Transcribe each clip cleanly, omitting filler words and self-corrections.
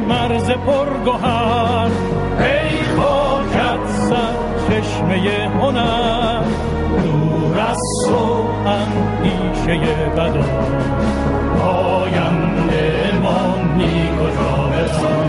مرز پرگوهر، ای خاکت سر چشمه هنر، دور از تو اندیشه بدا، آینده ما نی کجا بدان.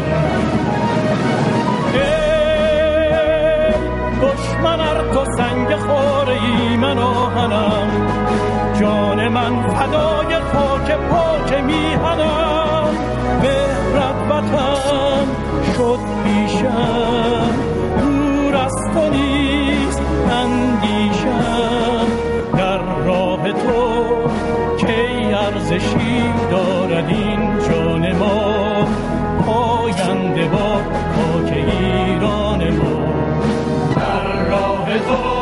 ای دشمن ار تو سنگ خوره ای من آهنم، جان من فدای خاک پاک میهنم. مهرت وطن شد پیشم، دور از تو نیست اندیشم. در راه تو کی ارزشی دارد این جان ما، پاینده با خاک ایران ما. در راه تو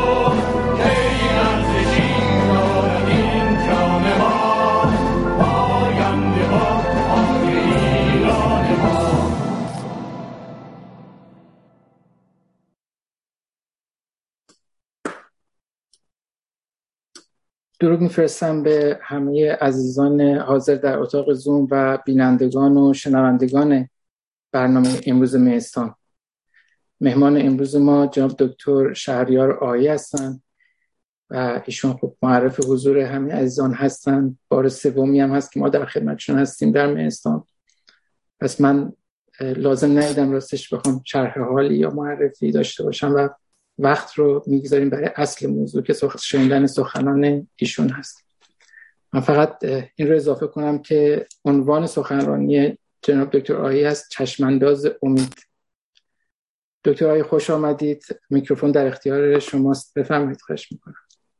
درود میفرستم به همه عزیزان حاضر در اتاق زوم و بینندگان و شنوندگان برنامه امروز مهستان. مهمان امروز ما جناب دکتر شهریار آیی هستند و ایشون خب معرف حضور همه عزیزان هستند. بار سومی هم هست که ما در خدمتشون هستیم در مهستان. پس من لازم ندیدم راستش بخوام شرح حالی یا معرفی داشته باشم و وقت رو میگذاریم برای اصل موضوع که شنیدن سخنان ایشون هست. من فقط این رو اضافه کنم که عنوان سخنرانی جناب دکتر آیی هست چشمانداز امید. دکتر آیی خوش آمدید. میکروفون در اختیار شماست، بفرمایید. خواهش میکنم.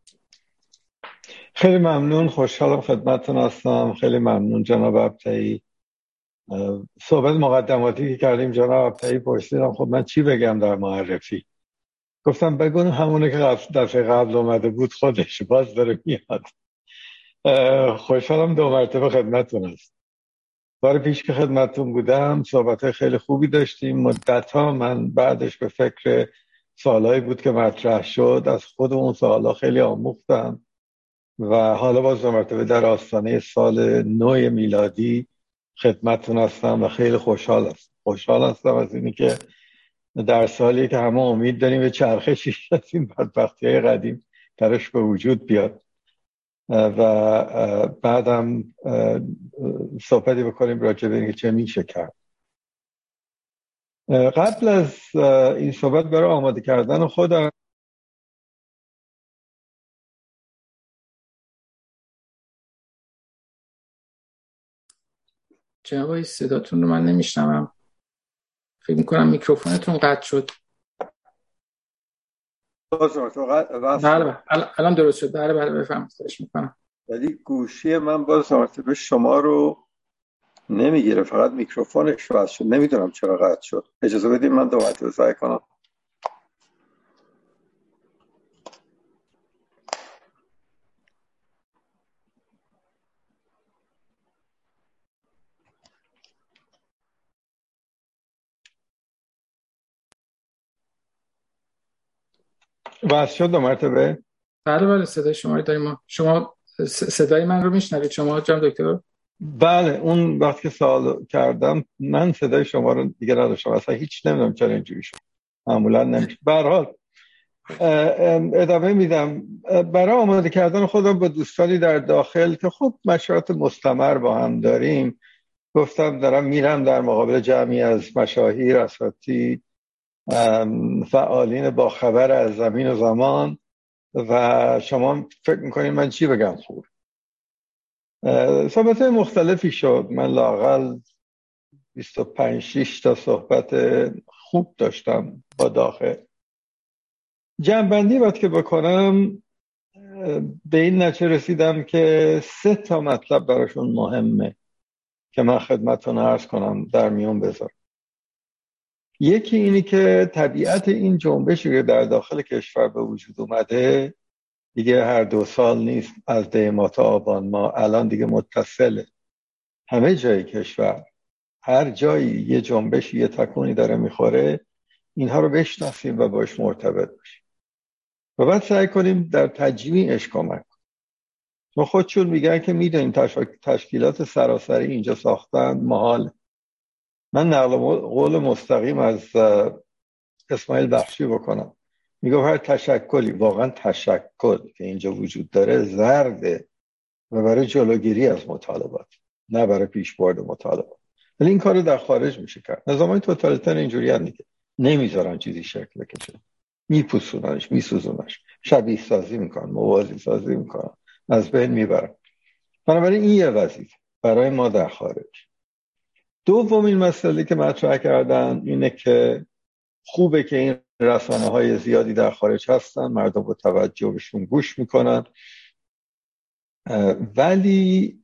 خیلی ممنون، خوشحالم خدمتتون هستم. خیلی ممنون جناب ابطحی. صحبت مقدماتی که کردیم جناب ابطحی پرسیدم خب من چی بگم در معرفی. گفتم بگون همونه که دفعه قبل اومده بود خودش باز داره میاد. خوشحالم 2 مرتبه خدمتتون هست. بار پیش که خدمتتون بودم صحبت خیلی خوبی داشتیم. مدت‌ها من بعدش به فکر سوالایی بود که مطرح شد، از خود اون سوالا خیلی آموختم و حالا باز 2 مرتبه در آستانه سال نو میلادی خدمتتون هستم و خیلی خوشحال هستم از اینی که در سالی که همه امید داریم به چرخشی از این بدبختی‌های قدیم درش به وجود بیاد و بعدم صحبتی بکنیم راجع به اینکه چه میشه کرد. قبل از این صحبت برای آماده کردن خودم جناب صداتون رو من نمیشنوم. فکر میکنم میکروفونتون قطع شد. بله الان درست شد. بله بفرمایید. خواهش میکنم. ولی گوشی من باز مرتبه شما رو نمیگیره، فقط میکروفونش وصل شد. نمیدونم چرا قطع شد. اجازه بدید من 2 مرتبه سعی کنم. وصل شد 2 مرتبه؟ بله صدای شما رو داریم. شما صدای من رو میشنوید شما جناب دکتر؟ بله اون وقت که سوال کردم من صدای شما رو دیگه نداشتم، اصلا هیچ نمیدونم چرا اینجوری شد. معمولا نمیشه. به هر حال ادامه میدم. برای آماده کردن خودم با دوستانی در داخل که خب مشورت مستمر با هم داریم گفتم دارم میرم در مقابل جمعی از مشاهیر، اساتید، فعالین با خبر از زمین و زمان و شما فکر میکنید من چی بگم خوب. صحبت مختلفی شد. من لااقل 25-6 تا صحبت خوب داشتم با داخل. جمع‌بندی وقتی که بکنم به این نتیجه رسیدم که 3 تا مطلب براشون مهمه که من خدمتتون عرض کنم در میون بذارم. یکی اینی که طبیعت این جنبشی که در داخل کشور به وجود اومده دیگه هر 2 سال نیست، از دی ماه تا آبان ماه الان دیگه متصله. همه جای کشور هر جایی یه جنبشی یه تکونی داره میخوره اینها رو بشناسیم و باش مرتبط باشیم و بعد سعی کنیم در تجمیعش کمک کنیم. چون خودشون میگن که میدونیم تشکیلات سراسری اینجا ساختن محال من نقل قول مستقیم از اسماعیل بخشی بکنم. میگه هر تشکلی، واقعا تشکل که اینجا وجود داره زرده و برای جلوگیری از مطالبات، نه برای پیشبرد مطالبات. ولی این کارو در خارج میشه کرد. نظامای توتالیتر اینجوری هستن که نمیذارن چیزی شکل بکشه، میپوسوننش، میسوزوننش، شبیه سازی میکنن، موازی سازی میکنن، از بین میبرن. بنابراین این یه وظیفه برای ما در خارج. دومین مسئله که مطرح کردن اینه که خوبه که این رسانه‌های زیادی در خارج هستن، مردم با توجه بهشون گوش میکنن، ولی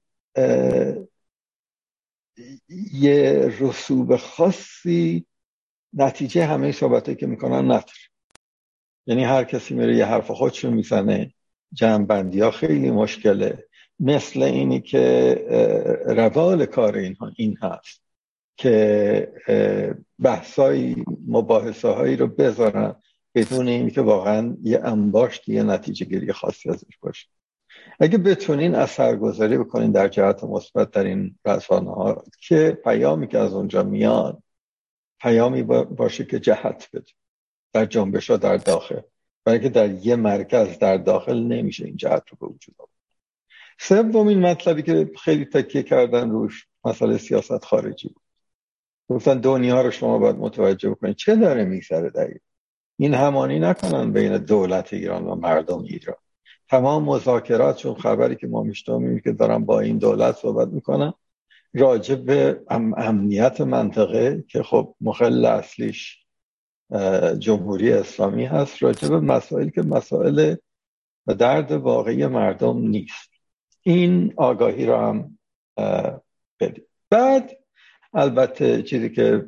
یه رسوب خاصی نتیجه همه صحبتایی که میکنن نداره. یعنی هر کسی میره یه حرف خودشو میزنه، جمع‌بندی ها خیلی مشکله. مثل اینی که روال کار اینها این هست که بحثای مباحثه هایی رو بذارن بدون این که واقعا یه انباشت، یه نتیجه گیری خاصی ازش باشه. اگه بتونین اثرگذاری بکنین در جهت مثبت در این رسانه ها که پیامی که از اونجا میاد پیامی باشه که جهت بده در جنبش ها در داخل، برای که در یه مرکز در داخل نمیشه این جهت رو به وجود آورد. سومین مطلبی که خیلی تکیه کردن روش مسئله سیاست خارجی بود. گفتن دنیا رو شما باید متوجه بکنید چه داره میگذره در این، همانی نکنن بین دولت ایران و مردم ایران. تمام مذاکرات، چون خبری که ما میشنویم که دارن با این دولت صحبت میکنن راجع به امنیت منطقه که خب مخل اصلیش جمهوری اسلامی هست، راجع به مسائلی که مسائل و درد واقعی مردم نیست. این آگاهی رو هم بدید. بعد البته چیزی که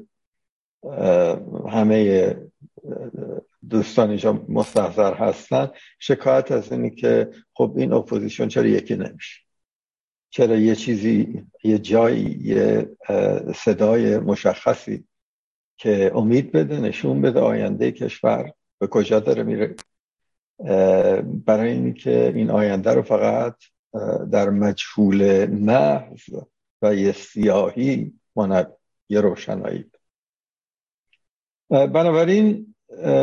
همه دوستان اینجا مستحضر هستن، شکایت از اینی که خب این اپوزیشن چرا یکی نمیشه، چرا یه چیزی، یه جایی، یه صدای مشخصی که امید بده، نشون بده آینده کشور به کجا داره میره، برای اینی که این آینده رو فقط در مجهول محض و یه سیاهی مانند یه روشنایی. بنابراین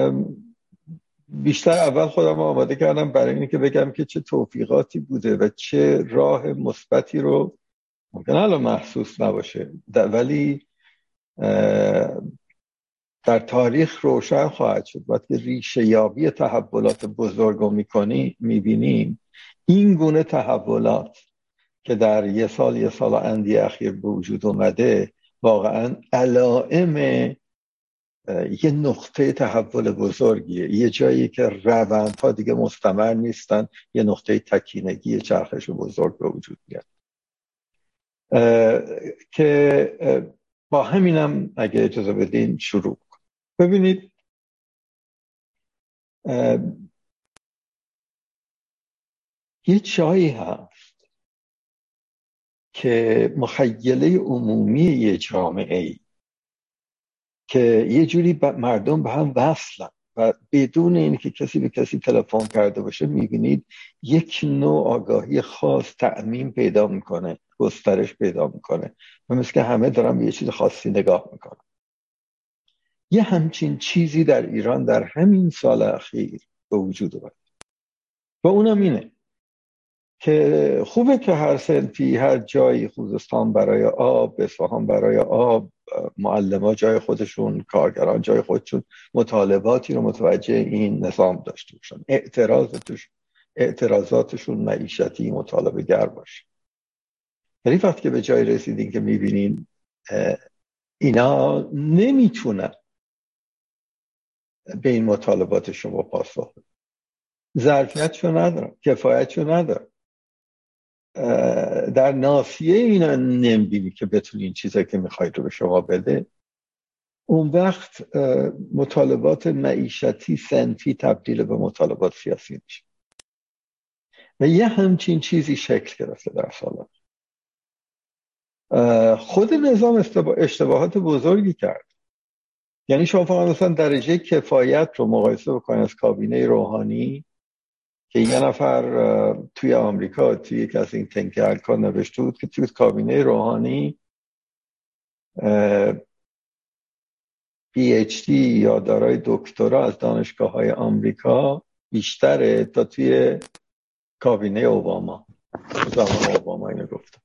بیشتر اول خودم آماده کردم برای اینی که بگم که چه توفیقاتی بوده و چه راه مثبتی رو ممکن الان محسوس نباشه ولی در تاریخ روشن خواهد شد. وقتی ریشه یابی تحولات بزرگ رو میبینیم، این گونه تحولات که در یه سال اندی اخیر به وجود اومده واقعا علائم یه نقطه تحول بزرگیه، یه جایی که روندها دیگه مستمر نیستن، یه نقطه تکینگی چرخش بزرگ به وجود میاد که با همینم اگه اجازه بدین شروع کنم. ببینید یه جایی هست که مخیله عمومی یه جامعه‌ای که یه جوری مردم به هم وصلن و بدون اینکه کسی به کسی تلفن کرده باشه میبینید یک نوع آگاهی خاص تعمیم پیدا میکنه، گسترش پیدا میکنه و مثل که همه دارن به یه چیز خاصی نگاه میکنن. یه همچین چیزی در ایران در همین سال اخیر به وجود اومد و اونم اینه که خوبه که هر صنفی، هر جایی، خوزستان برای آب، اصفهان برای آب، معلمان جای خودشون، کارگران جای خودشون، مطالباتی رو متوجه این نظام داشته باشن، اعتراضاتشون معیشتی مطالبه گر باشه. ولی وقتی که به جای رسیدین که میبینین اینا نمیتونن به این مطالبات شما پاسخ بدن، ظرفیتشو ندارن، کفایتشو ندارن، در ناصیه اینا نمیبینی که بتونی این چیزایی که میخواید رو به شما بده، اون وقت مطالبات معیشتی صنفی تبدیل به مطالبات سیاسی میشه و یه همچین چیزی شکل گرفته در سالات. خود نظام اشتباهات بزرگی کرد. یعنی شما فقط مثلا درجه کفایت رو مقایسه بکنید از کابینه روحانی که یه نفر توی آمریکا توی یک از این تنک الکان نوشته بود که توی کابینه روحانی PhD یا دارای دکترا از دانشگاه‌های آمریکا بیشتره تا توی کابینه اوباما. زمان اوباما اینو گفتم.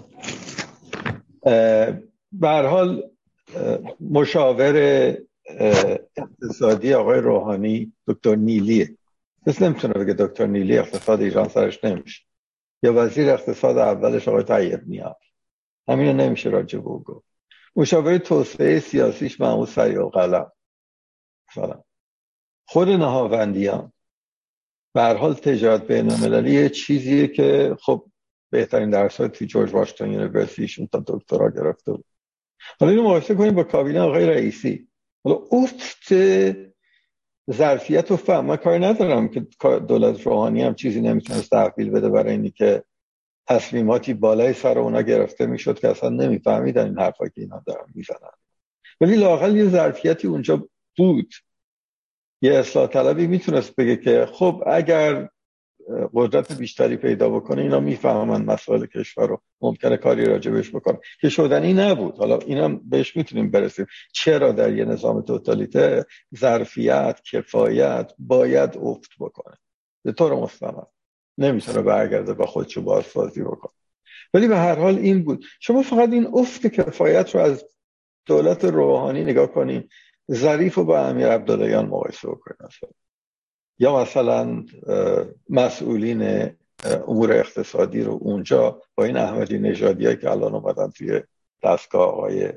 به هر حال مشاور اقتصادی آقای روحانی دکتر نیلیه. مثل نمیتونه بگه دکتر نیلی اقتصاد ایران سرش نمیشه، یا وزیر اقتصاد اولش آقای طیب نیاز، همینو نمیشه راجع به او گفت. مشاور توسعه سیاسیش محمود سیدقلم مثلا. خود نهاوندیان. به هر حال تجارت بین‌المللی چیزیه که خب بهترین درس‌ها توی جورج واشنگتن یونیورسیتیشون تا دکترا گرفته بود. حالا اینو مقایسه کنیم با کابینه آقای رئیسی. حالا افت ظرفیت و فهم، من کاری ندارم که دولت روحانی هم چیزی نمیتونست تحویل بده برای اینی که تصمیماتی بالای سر اونا گرفته میشد که اصلا نمیفهمیدن این حرفا که اینا دارن میزنن، ولی لااقل یه ظرفیتی اونجا بود. یه اصلاح طلبی میتونست بگه که خب اگر قدرت بیشتری پیدا بکنه اینا میفهمن مسائل کشور رو، ممکنه کاری راجبش بکنه، که شدنی نبود. حالا اینم بهش میتونیم برسیم چرا در یه نظام توتالیته ظرفیت کفایت باید افت بکنه، به طور مستمر نمیتونه برگرده با خودشو بازسازی بکنه. ولی به هر حال این بود. شما فقط این افت کفایت رو از دولت روحانی نگاه کنین، ظریف رو با امیر عبداللهیان مقایسه بکنین یا مثلا مسئولین امور اقتصادی رو اونجا با این احمدی نژادیایی که الان اومدن توی دستگاه آقای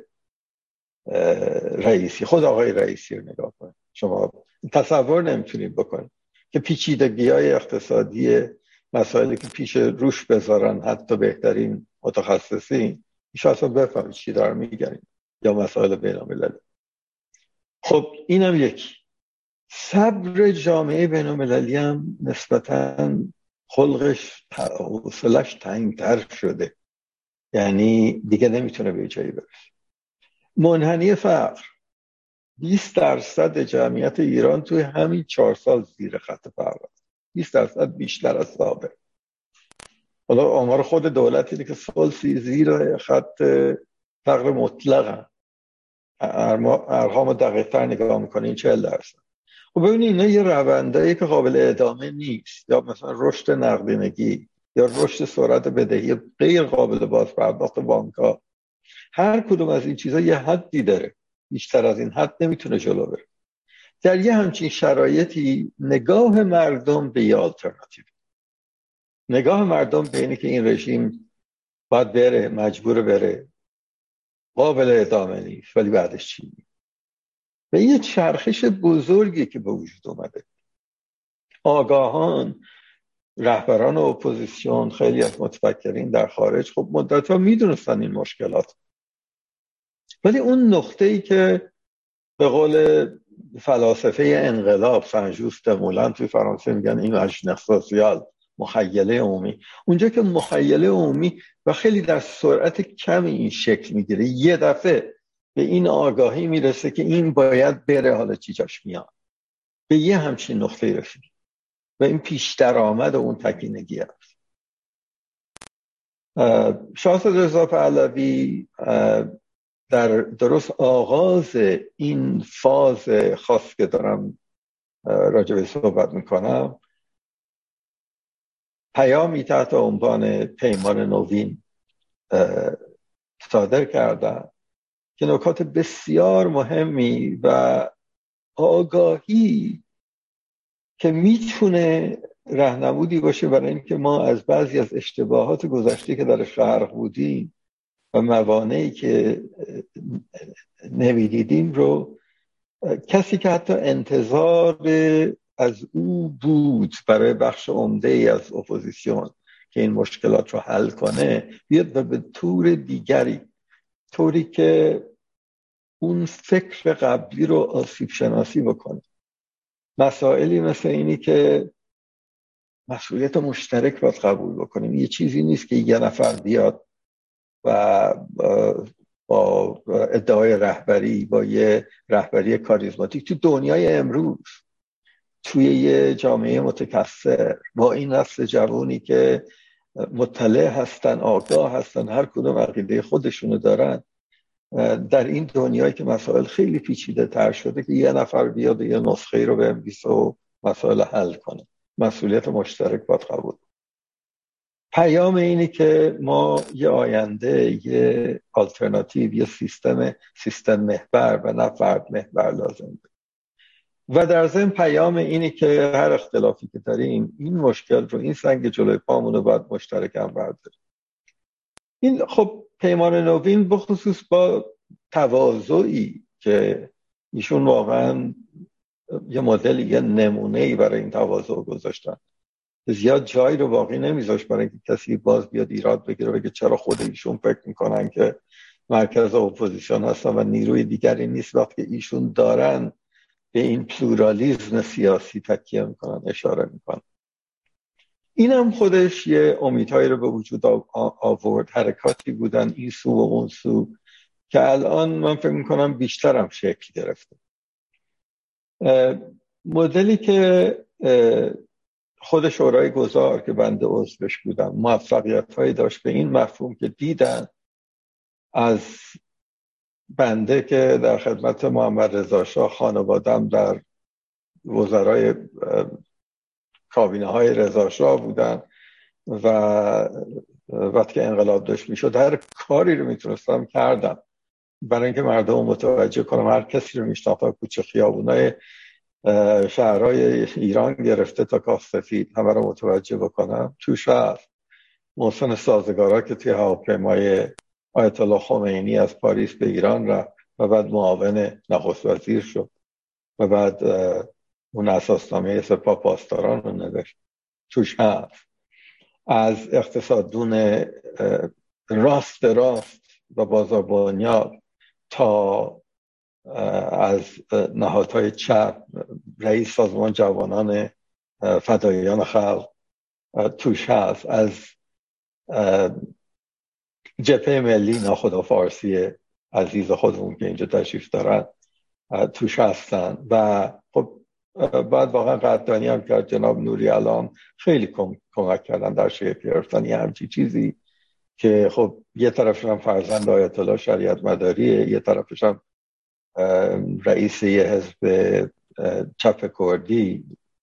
رئیسی، خود آقای رئیسی رو نگاه کنید. شما تصور نمیتونید بکنید که پیچیدگی‌های اقتصادی مسائلی که پیش روش بذارن حتی بهترین متخصصین ایش اصلا بفهمید چی دارن میگن، یا مسائل بین‌المللی. خب اینم یکی. صبر جامعه بین‌المللی هم نسبتاً خلقش حوصله‌اش تنگ‌تر شده، یعنی دیگه نمیتونه به جایی برسه. منحنی فقر 20% جمعیت ایران توی همین 4 سال زیر خط فقر است، 20% بیشتر از سابق. حالا آمار خود دولتی که ثلثی زیر خط فقر مطلقه، ارقام دقیق‌تر نگاه میکنین 40%. خب ببینید اینا یه روندایی که قابل ادامه نیست، یا مثلا رشد نقدینگی یا رشد سرعت بدهی غیر قابل بازپرداخت بانک‌ها، هر کدوم از این چیزا یه حدی داره، بیشتر از این حد نمیتونه جلو بره. در یه همچین شرایطی نگاه مردم به یه آلترناتیو، نگاه مردم به اینه که این رژیم باید بره، مجبور بره، قابل ادامه نیست، ولی بعدش چی؟ و یه چرخش بزرگی که به وجود اومده. آگاهان، رهبران اپوزیسیون، خیلی از متفکرین در خارج خب مدت‌ها میدونستن این مشکلات، ولی اون نقطه‌ای که به قول فلاسفه انقلاب سن ژوست مولان توی فرانسه میگن ایماژن سوسیال، مخیله عمومی، اونجا که مخیله عمومی و خیلی در سرعت کمی این شکل میگیره، یه دفعه به این آگاهی میرسه که این باید بره، حالا چی جاش میاد، به یه همچین نقطه رسید و این پیش درآمد اون تکینگی است. شاهزاده رضا پهلوی در درست آغاز این فاز خاص که دارم راجع به صحبت میکنم، پیامی تحت عنوان پیمان نوین صادر کردن که نکات بسیار مهمی و آگاهی که میتونه راهنمودی باشه برای اینکه ما از بعضی از اشتباهات گذشته که در غرق بودیم و موانعی که نمیدیدیم رو، کسی که حتی انتظار از او بود برای بخش عمده ای از اپوزیسیون که این مشکلات رو حل کنه، بیاد و به طور دیگری، طوری که اون فکر قبلی رو آسیب شناسی بکنه. مسائلی مثل اینی که مسئولیت مشترک باید قبول بکنیم، یه چیزی نیست که یه نفر بیاد و با ادعای رهبری، با یه رهبری کاریزماتیک تو دنیای امروز، توی یه جامعه متکثر، با این نسل جوانی که مطلع هستن، آگاه هستن، هر کدوم عقیده خودشونو دارن، در این دنیایی که مسائل خیلی پیچیده تر شده که یه نفر بیاد یه نسخه رو بنویسه و مسائل حل کنه. مسئولیت مشترک باید قبول. پیام اینه که ما یه آینده، یه آلترناتیو، یه سیستم محور و نه فرد محور لازم داریم. و در ضمن پیام اینه که هر اختلافی که داریم این مشکل رو، این سنگ جلوی پامون رو باید مشترک هم برداریم. این خب پیمان نوین بخصوص با تواضعی که ایشون واقعا یه مدل، یه نمونه‌ای برای این تواضع گذاشتن، زیاد جایی رو واقعی نمیذاشت برای اینکه کسی باز بیاد ایراد بگیره بگه چرا خود ایشون فکر میکنن که مرکز اپوزیسیون هستن و نیروی دیگری نیست، وقتی ایشون دارن به این پلورالیسم سیاسی تکیه میکنن، اشاره میکنن. این هم خودش یه امیدهایی رو به وجود آورد. حرکاتی بودن این سو و اون سو که الان من فکر میکنم بیشتر هم شکل گرفته. مدلی که خود شورای گذار که بنده عضوش بودم موفقیت‌هایی داشت به این مفهوم که دیدن از بنده که در خدمت محمد رضا شاه، خانواده‌ام در وزرای کابینه‌های رضا شاه بودن و وقتی که انقلاب داشت میشد هر کاری رو میتونستم کردم برای اینکه مردم متوجه کنم. هر کسی رو میشناختم، کوچه خیابونای شهرهای ایران گرفته تا کاخ سفید، همه رو متوجه بکنم. توش هست محسن سازگارا که توی هواپیمای آیت الله خمینی از پاریس به ایران رفت و بعد معاون نخست وزیر شد و بعد اون اساسنامه سپاه پاسداران رو نوشت. توش هست از اقتصاددون راست و بازار بنیاد تا از نهادهای چپ، رئیس سازمان جوانان فداییان خلق توش هست، از جبهه ملی ناخدا فارسی عزیز خودمون که اینجا تشریف دارن توش هستن. و خب بعد واقعا قدردانی هم کرد جناب نوری علام خیلی کمک کردن در شکل گرفتن یه همچی چیزی که خب یه طرفش هم فرزند آیت الله شریعت مداریه، یه طرفش هم رئیس یه حزب چپ کردی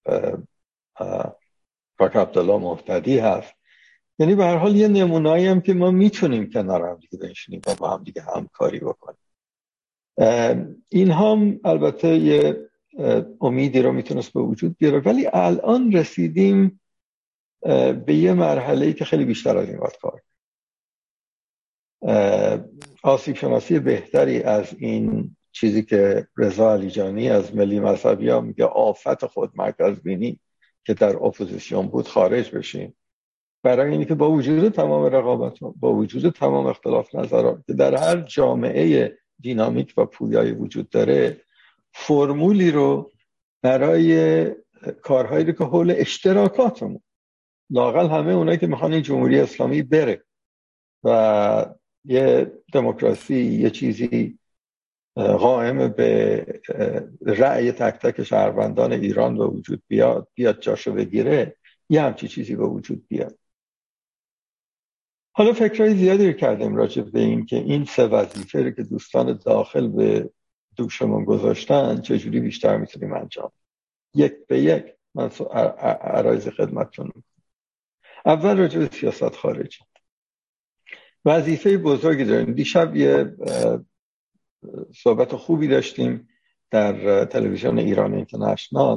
کاک عبدالله مهتدی هست. یعنی به هر حال یه نمونه‌ای هم که ما میتونیم کنار هم دیگه بنشینیم و با هم دیگه همکاری بکنیم. این هم البته یه امیدی رو میتونست به وجود بیاره، ولی الان رسیدیم به یه مرحله‌ای که خیلی بیشتر از این باید کار. آسیب شناسی بهتری از این چیزی که رضا علیجانی از ملی مذهبی ها میگه آفت خود مرکز بینی که در اپوزیسیون بود خارج بشیم، برای اینکه با وجود تمام رقابت ها، با وجود تمام اختلاف نظرات که در هر جامعه دینامیک و پویایی وجود داره، فرمولی رو برای کارهایی رو که حول اشتراکاتمون، لااقل همه اونایی که میخوان این جمهوری اسلامی بره و یه دموکراسی، یه چیزی قائم به رأی تک تک شهروندان ایران به وجود بیاد جاشو بگیره، یه همچی چیزی به وجود بیاد. حالا فکرهای زیادی رو کردیم راجع به این که این سه وظیفه رو که دوستان داخل به دوشمون گذاشتن چجوری بیشتر میتونیم انجام. یک به یک من عرایض خدمتتون میکنم. اول راجع به سیاست خارجی وظیفه بزرگی داریم. دیشب یه صحبت خوبی داشتیم در تلویزیون ایران اینترنشنال،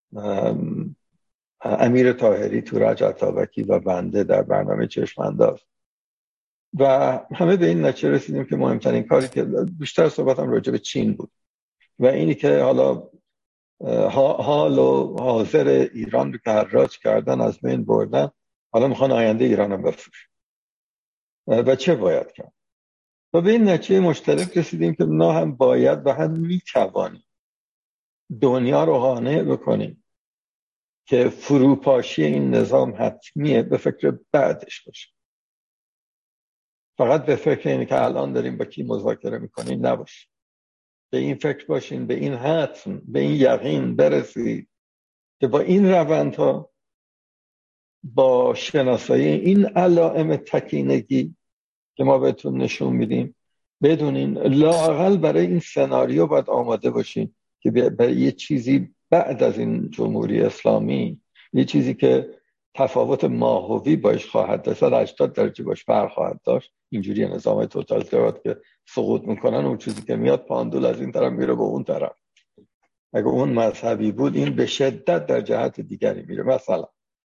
امیر طاهری، تورج عطابکی و بنده در برنامه چشم‌انداز، و همه به این نتیجه رسیدیم که مهمترین کاری که بیشتر صحبتم راجع به چین بود و اینی که حالا حال و حاضر ایران رو که حراج کردن، از بین بردن، حالا میخوان آینده ایران هم بفروشن و چه باید کرد. و به این نتیجه مشترک رسیدیم که ما هم باید و هم میتوانیم دنیا رو قانع بکنیم که فروپاشی این نظام حتمیه، به فکر بعدش باشیم. فقط به فکر اینه که الان داریم با کی مذاکره میکنیم نباشیم. به این فکر باشین، به این حتم، به این یقین برسید که با این روندها، با شناسایی این علائم تکینگی که ما بهتون نشون میدیم، بدونین لااقل برای این سناریو باید آماده باشین که برای یه چیزی بعد از این جمهوری اسلامی، یه چیزی که تفاوت ماهوی باش خواهد داشت، 180 درجه باش فرق خواهد داشت. اینجوری نظام توتالیتر که سقوط میکنن، اون چیزی که میاد پاندول از این طرف میره به اون طرف. اگه اون مذهبی بود، این به شدت در جهت دیگری میره. مثلا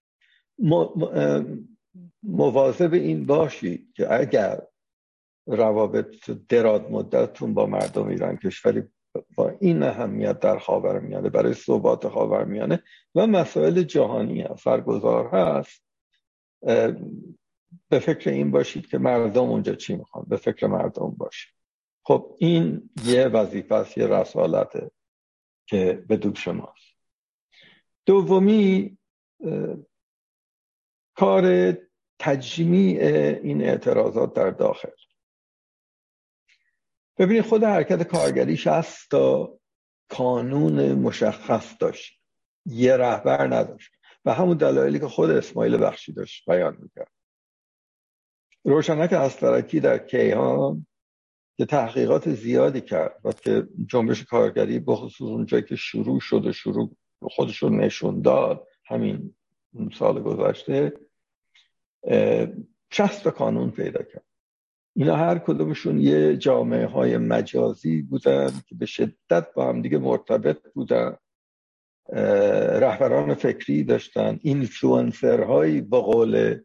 مواظب این باشید که اگر روابط دراد مدتتون با مردم ایران کشوری با این اهمیت در خاورمیانه برای ثبات خاورمیانه و مسائل جهانی اثرگذار هست، به فکر این باشید که مردم اونجا چی میخوان، به فکر مردم باشید. خب این یه وظیفه است، یه رسالته که به دوش شماست. دومی کار تجمیع این اعتراضات در داخل. ببینید خود حرکت کارگری 60 تا کانون مشخص داشت، یه رهبر نداشت و همون دلایلی که خود اسماعیل بخشی داشت بیان میکرد. روشنک اسلرکی در کیهان که تحقیقات زیادی کرد و که جنبش کارگری به خصوص اونجایی که شروع شد و شروع خودش رو نشون داد همین سال گذشته، 60 تا کانون پیدا کرد. اینا هر کدومشون یه جامعه های مجازی بودن که به شدت با هم دیگه مرتبط بودن، رهبران فکری داشتن، اینفلوئنسرهایی با قول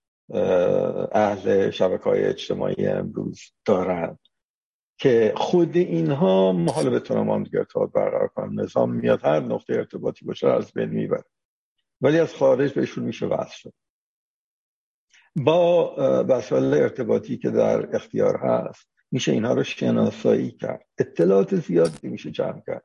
اهل شبکه‌های اجتماعی امروز دارن که خود اینها محال بتونن هم دیگه ارتباط برقرار کنن. نظام میاد هر نقطه ارتباطی باشه از بین میبره، ولی از خارج بهشون میشه وصل شد. با وسایل ارتباطی که در اختیار هست میشه اینها رو شناسایی کرد، اطلاعات زیادی میشه جمع کرد.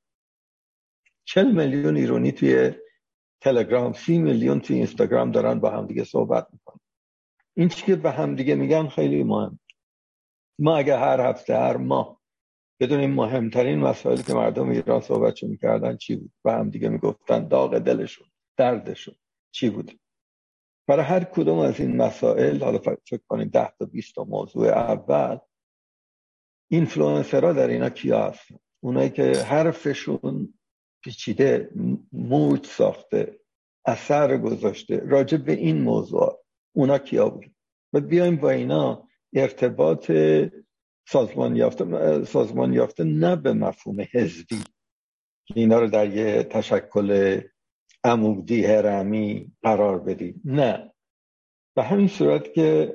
40 میلیون ایرانی توی تلگرام، 30 میلیون توی اینستاگرام دارن با هم دیگه صحبت میکنن. این چیزی که به هم دیگه میگن خیلی مهم. ما اگه هر هفته هر ماه بدونیم مهمترین مسائلی که مردم ایران صحبتشون میکردن چی بود، به هم دیگه میگفتن داغ دلشون، دردشون چی بود، برای هر کدوم از این مسائل، حالا فکر کنید 10 تا 20 تا موضوع اول، اینفلوئنسرها در اینا کیا هستن؟ اونایی که حرفشون پیچیده، موج ساخته، اثر گذاشته راجع به این موضوع، اونا کیا بود؟ و بیایم با اینا ارتباط سازمان یافته نه به مفهوم حزبی که اینا رو در یه تشکل عمودی هرمی قرار بدیم، نه، به همین صورت که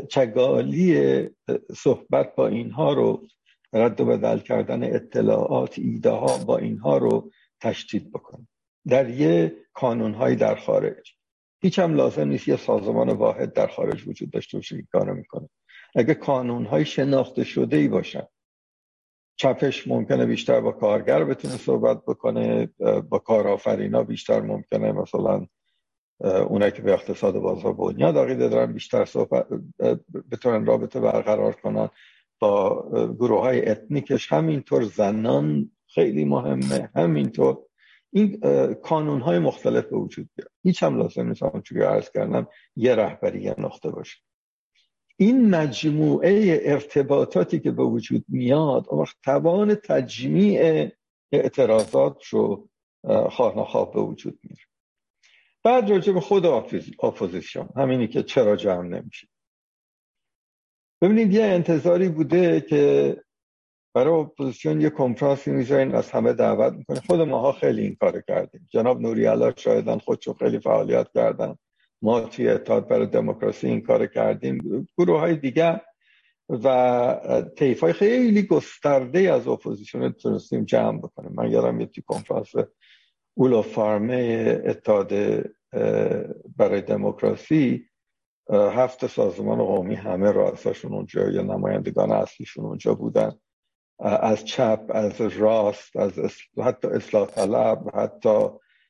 چگالی صحبت با اینها رو، رد و بدل کردن اطلاعات، ایده ها با اینها رو تشدید بکنیم در یه کانونهایی در خارج. هیچ هم لازم نیست یه سازمان واحد در خارج وجود داشته باشه که کارو میکنه. اگه کانونهای شناخته شده ای باشن، چپش ممکنه بیشتر با کارگر بتونه صحبت بکنه، با کارآفرینا بیشتر ممکنه مثلا اونایی که به اقتصاد بازار بنیاد عقیده دارن بیشتر صحبت بتونن رابطه برقرار کنن، با گروه‌های اتنیکش همینطور، زنان خیلی مهمه همینطور. این کانون‌های مختلف به وجود بیاد. هیچ هم لازم نیست همونجوری که عرض کردم یه رهبری یه نقطه باشه. این مجموعه ارتباطاتی که به وجود میاد اون وقت توان تجمیع اعتراضات رو خواه نخواه به وجود میاره. بعد راجع به خود اپوزیسیون، همینی که چرا جمع نمیشه. ببینید یه انتظاری بوده که برای اپوزیسیون یه کنفرانسی میذارین، از همه دعوت میکنه. خود ماها خیلی این کارو کردیم. جناب نوری‌علا شاهدن، خودشون خیلی فعالیت کردن. ما توی اتحاد برای دموکراسی این کارو کردیم، گروه‌های دیگه و طیف‌های خیلی گسترده از اپوزیسیون تونستیم جمع بکنیم. من یادم میاد توی کنفرانس اولو فارمه اتحاد برای دموکراسی 7 سازمان قومی همه رؤساشون اونجا یا نمایندگان اصلیشون اونجا بودن، از چپ، از راست، از حتی اصلاح طلب، حتی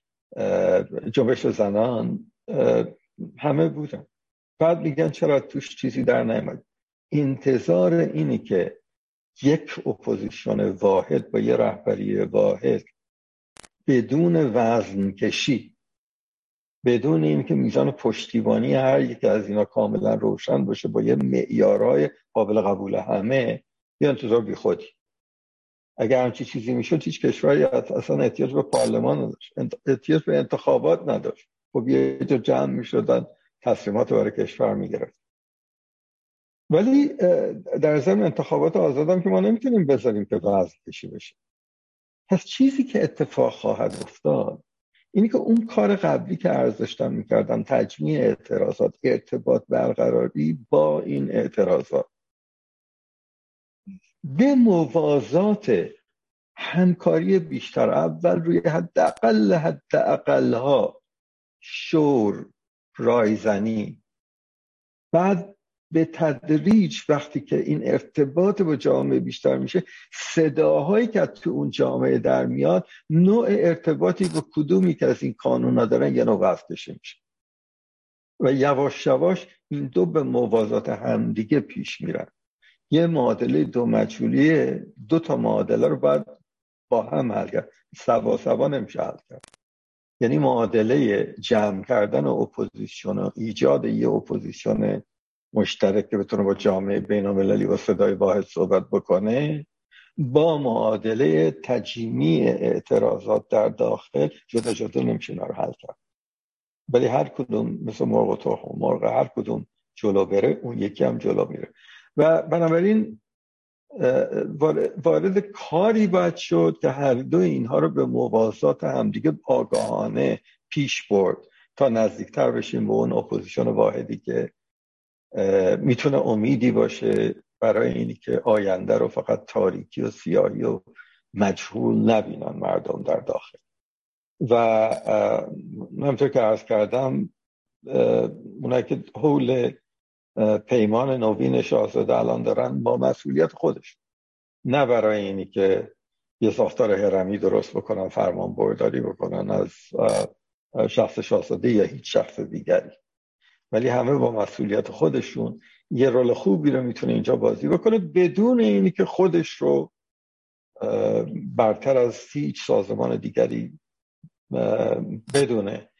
جنبش زنان، همه بودن. بعد میگن چرا توش چیزی در نیامد؟ انتظار اینی که یک اپوزیسیون واحد با یه رهبری واحد بدون وزن کشی، بدون اینکه میزان پشتیبانی هر یک از اینا کاملا روشن باشه با یه معیارهای قابل قبول همه، یه انتظار بی خودی. اگر همچی چیزی میشد هیچ کشوری اصلا احتیاج به پارلمان نداشت، احتیاج به انتخابات نداشت. خب یه جا جمع میشدن تصمیمات برای کشور میگرفت. ولی در ضمن انتخابات آزادم که ما نمیتونیم بذاریم که وضع کشی بشه. پس چیزی که اتفاق خواهد افتاد اینی که اون کار قبلی که عرض داشتم میکردم، تجمیع اعتراضات، ارتباط برقراری با این اعتراضات به موازات همکاری بیشتر، اول روی حداقل ها شور رایزنی، بعد به تدریج وقتی که این ارتباط با جامعه بیشتر میشه، صداهایی که تو اون جامعه در میاد، نوع ارتباطی با کدومی که از این قانونا دارن یه نوع وقت کشی میشه و یواش یواش این دو به موازات همدیگه پیش میرن. یه معادله دو مجهولیه، دو تا معادله رو باید با هم حل کرد، سوا نمیشه حل کرد. یعنی معادله جمع کردن اپوزیسیون و ایجاد یه اپوزیسیون مشترک که بتونه با جامعه بین‌المللی و صدای واحد صحبت بکنه، با معادله تجمیع اعتراضات در داخل جدا جدا نمیشه اینا رو حل کرد. ولی هر کدوم مثل مرغ و تخم مرغ، هر کدوم جلو بره اون یکی هم جلو میره و بنابراین وارد کاری باید شد که هر دو اینها رو به موازات همدیگه آگاهانه پیش برد تا نزدیکتر بشیم به اون اپوزیسیون واحدی که میتونه امیدی باشه برای اینی که آینده رو فقط تاریکی و سیاهی و مجهول نبینن مردم در داخل. و همونطور که عرض کردم اونایی که حول پیمان نوین شاهزاده الان دارن با مسئولیت خودش، نه برای اینی که یه ساختار هرمی درست بکنن، فرمان برداری بکنن از شخص شاهزاده یا هیچ شخص دیگری، ولی همه با مسئولیت خودشون یه رول خوبی رو میتونه اینجا بازی بکنه بدون اینی که خودش رو برتر از هیچ سازمان دیگری بدونه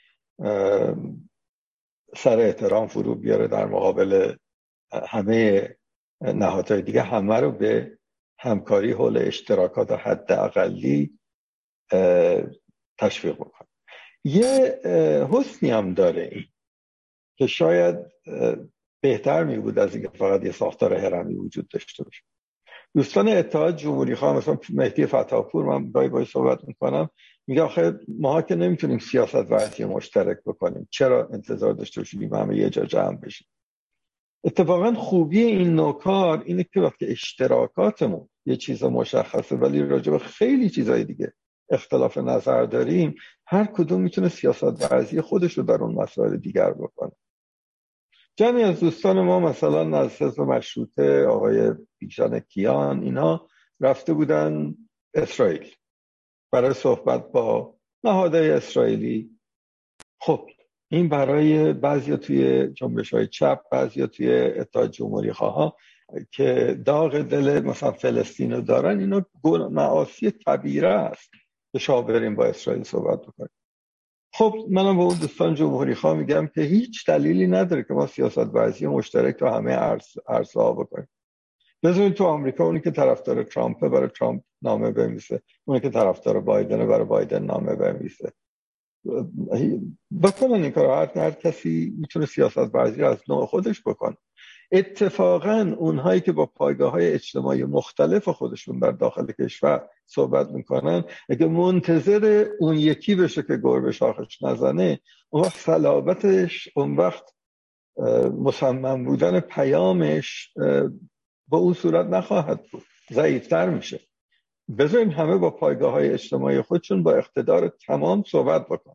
سر احترام فرو بیاره در مقابل همه نهادهای دیگه، همه رو به همکاری حول اشتراکات حداقلی تشویق بکنه. یه حسنی هم داره این که شاید بهتر می بود از اینکه فقط یه ساختار هرمی وجود داشته باشه. دوستان اتحاد جمهوری خواه مثلا مهدی فتحپور، من گاهی باهاش صحبت میکنم، میگه آخه ما که نمیتونیم سیاست ورزی مشترک بکنیم، چرا انتظار داشته باشیم همه یه جا جمع بشیم؟ اتفاقا خوبی این نوع کار اینه که وقتی اشتراکاتمون یه چیز مشخصه ولی راجع به خیلی چیزای دیگه اختلاف نظر داریم، هر کدوم میتونه سیاست ورزی خودش رو در اون مسائل دیگر بکنه. جمعی از دوستان ما مثلا از حزب مشروطه، آقای بیژن کیان، اینا رفته بودن اسرائیل برای صحبت با نهادهای اسرائیلی. خب این برای بعضیا توی جنبش‌های چپ، بعضیا توی اتحاد جمهوری خواها که داغ دل مثلا فلسطین رو دارن، اینا معاصی کبیره است که شما بریم با اسرائیل صحبت بکنیم. خب منم به اون دوستان جمهوری خواه میگم که هیچ دلیلی نداره که ما سیاست ورزی مشترک تو همه عرصه ها بکنیم. بذارید تو آمریکا اونی که طرفدار ترامپه برای ترامپ نامه بنویسه، اونی که طرفدار بایدنه برای بایدن نامه بنویسه. بکنن این کار. هر کسی میتونه سیاست ورزی از نوع خودش بکنه. اتفاقا اونهایی که با پایگاه‌های اجتماعی مختلف خودشون در داخل کشور صحبت میکنن، اگه منتظر اون یکی بشه که گربه شاخش نزنه، اون وقت صلابتش، اون وقت مصمم بودن پیامش با اون صورت نخواهد بود، ضعیفتر میشه. بذاریم همه با پایگاه‌های اجتماعی خودشون با اقتدار تمام صحبت بکنن.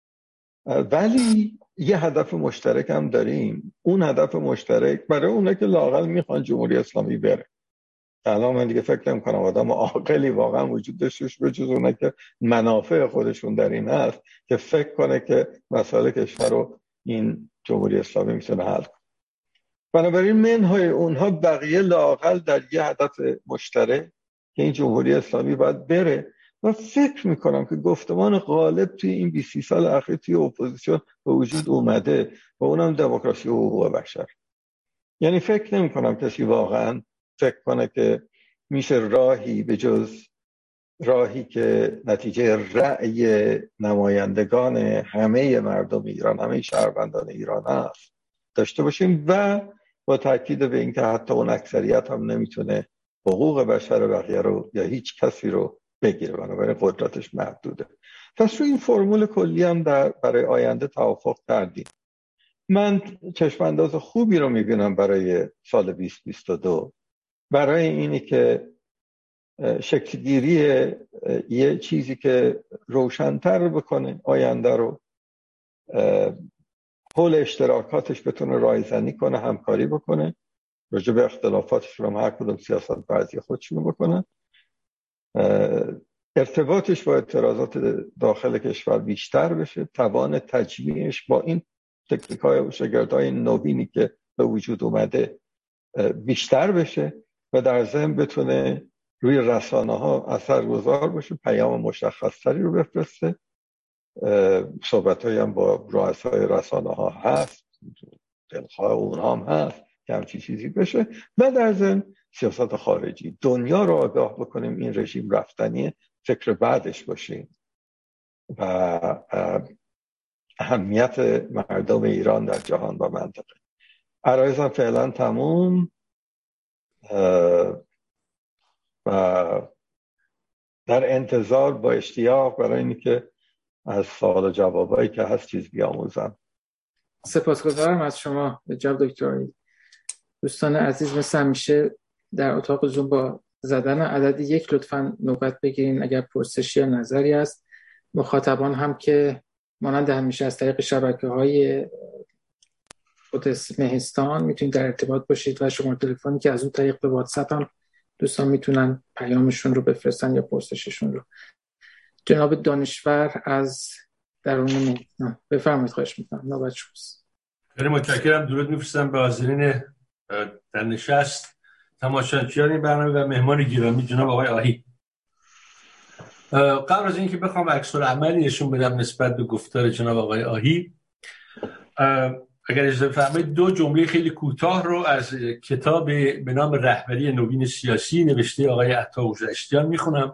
ولی یه هدف مشترک هم داریم. اون هدف مشترک برای اونه که لااقل میخوان جمهوری اسلامی بره. الان من دیگه فکر نمی‌کنم آدم عاقلی واقعا وجود داشته باشه به جز اونه که منافع خودشون در این هست که فکر کنه که مسائل کشور رو این جمهوری اسلامی میتونه حل کنه. بنابراین منهای اونها بقیه لااقل در یه هدف مشترک که این جمهوری اسلامی باید بره. و فکر میکنم که گفتمان غالب توی این 20 سال اخیر توی اپوزیسیون به وجود اومده و اونم دموکراسی و حقوق بشر. یعنی فکر نمیکنم کسی واقعا فکر کنه که میشه راهی به جز راهی که نتیجه رأی نمایندگان همه مردم ایران، همه شهروندان ایران است داشته باشیم و با تاکید به اینکه حتی اون اکثریت هم نمیتونه حقوق بشر بقیه رو یا هیچ کسی رو بگیره، بنابراین قدرتش محدوده. پس رو این فرمول کلی هم برای آینده توافق کردیم. من چشمانداز خوبی رو میبینم برای سال 2022 برای اینی که شکلگیری یه چیزی که روشن‌تر بکنه آینده رو، حول اشتراکاتش بتونه رایزنی کنه، همکاری بکنه، راجع به اختلافاتش رو هر کدوم سیاست بعضی خودشون بکنن، ارتباطش با اعتراضات داخل کشور بیشتر بشه، توان تجمیعش با این تکنیک‌های و شاگردهای نوینی که به وجود اومده بیشتر بشه و در ضمن بتونه روی رسانه‌ها اثرگذار باشه، پیام مشخص‌تری رو بفرسته. صحبت‌هایی هم با رؤسای رسانه‌ها هست، دلخواه اونها هم هست که همچین چیزی بشه و در ضمن سیاست خارجی دنیا رو آگاه بکنیم این رژیم رفتنیه، فکر بعدش باشیم و اهمیت مردم ایران در جهان و منطقه. عرایزم فعلا تموم و در انتظار با اشتیاق برای اینی که از سوال و جوابایی که هست چیز بیاموزم. سپاسگزارم از شما جناب دکتر. دوستان عزیز مثل همیشه در اتاق زوم با زدن عدد 1 لطفاً نوبت بگیرین اگر پرسشی یا نظری است. مخاطبان هم که مانند همیشه از طریق شبکه‌های پودکست مهستان میتونید در ارتباط باشید و شماره تلفنی که از اون طریق به واتساپ هم دوستان میتونن پیامشون رو بفرستن یا پرسششون رو. جناب دانشور از درون مهستان بفرمایید، خواهش میکنم، نوبت شماست. خیلی متشکرم. درود میفرستم به حاضرین در نشست، تماشاچیان این برنامه و مهمان گرامی جناب آقای آهی. قبل از اینکه بخوام عکس العملی نشون بدم نسبت به گفتار جناب آقای آهی، اگر اجازه بفرمایید 2 جمله خیلی کوتاه رو از کتاب به نام رهبری نوین سیاسی نوشته آقای عطا اودشتیان میخونم.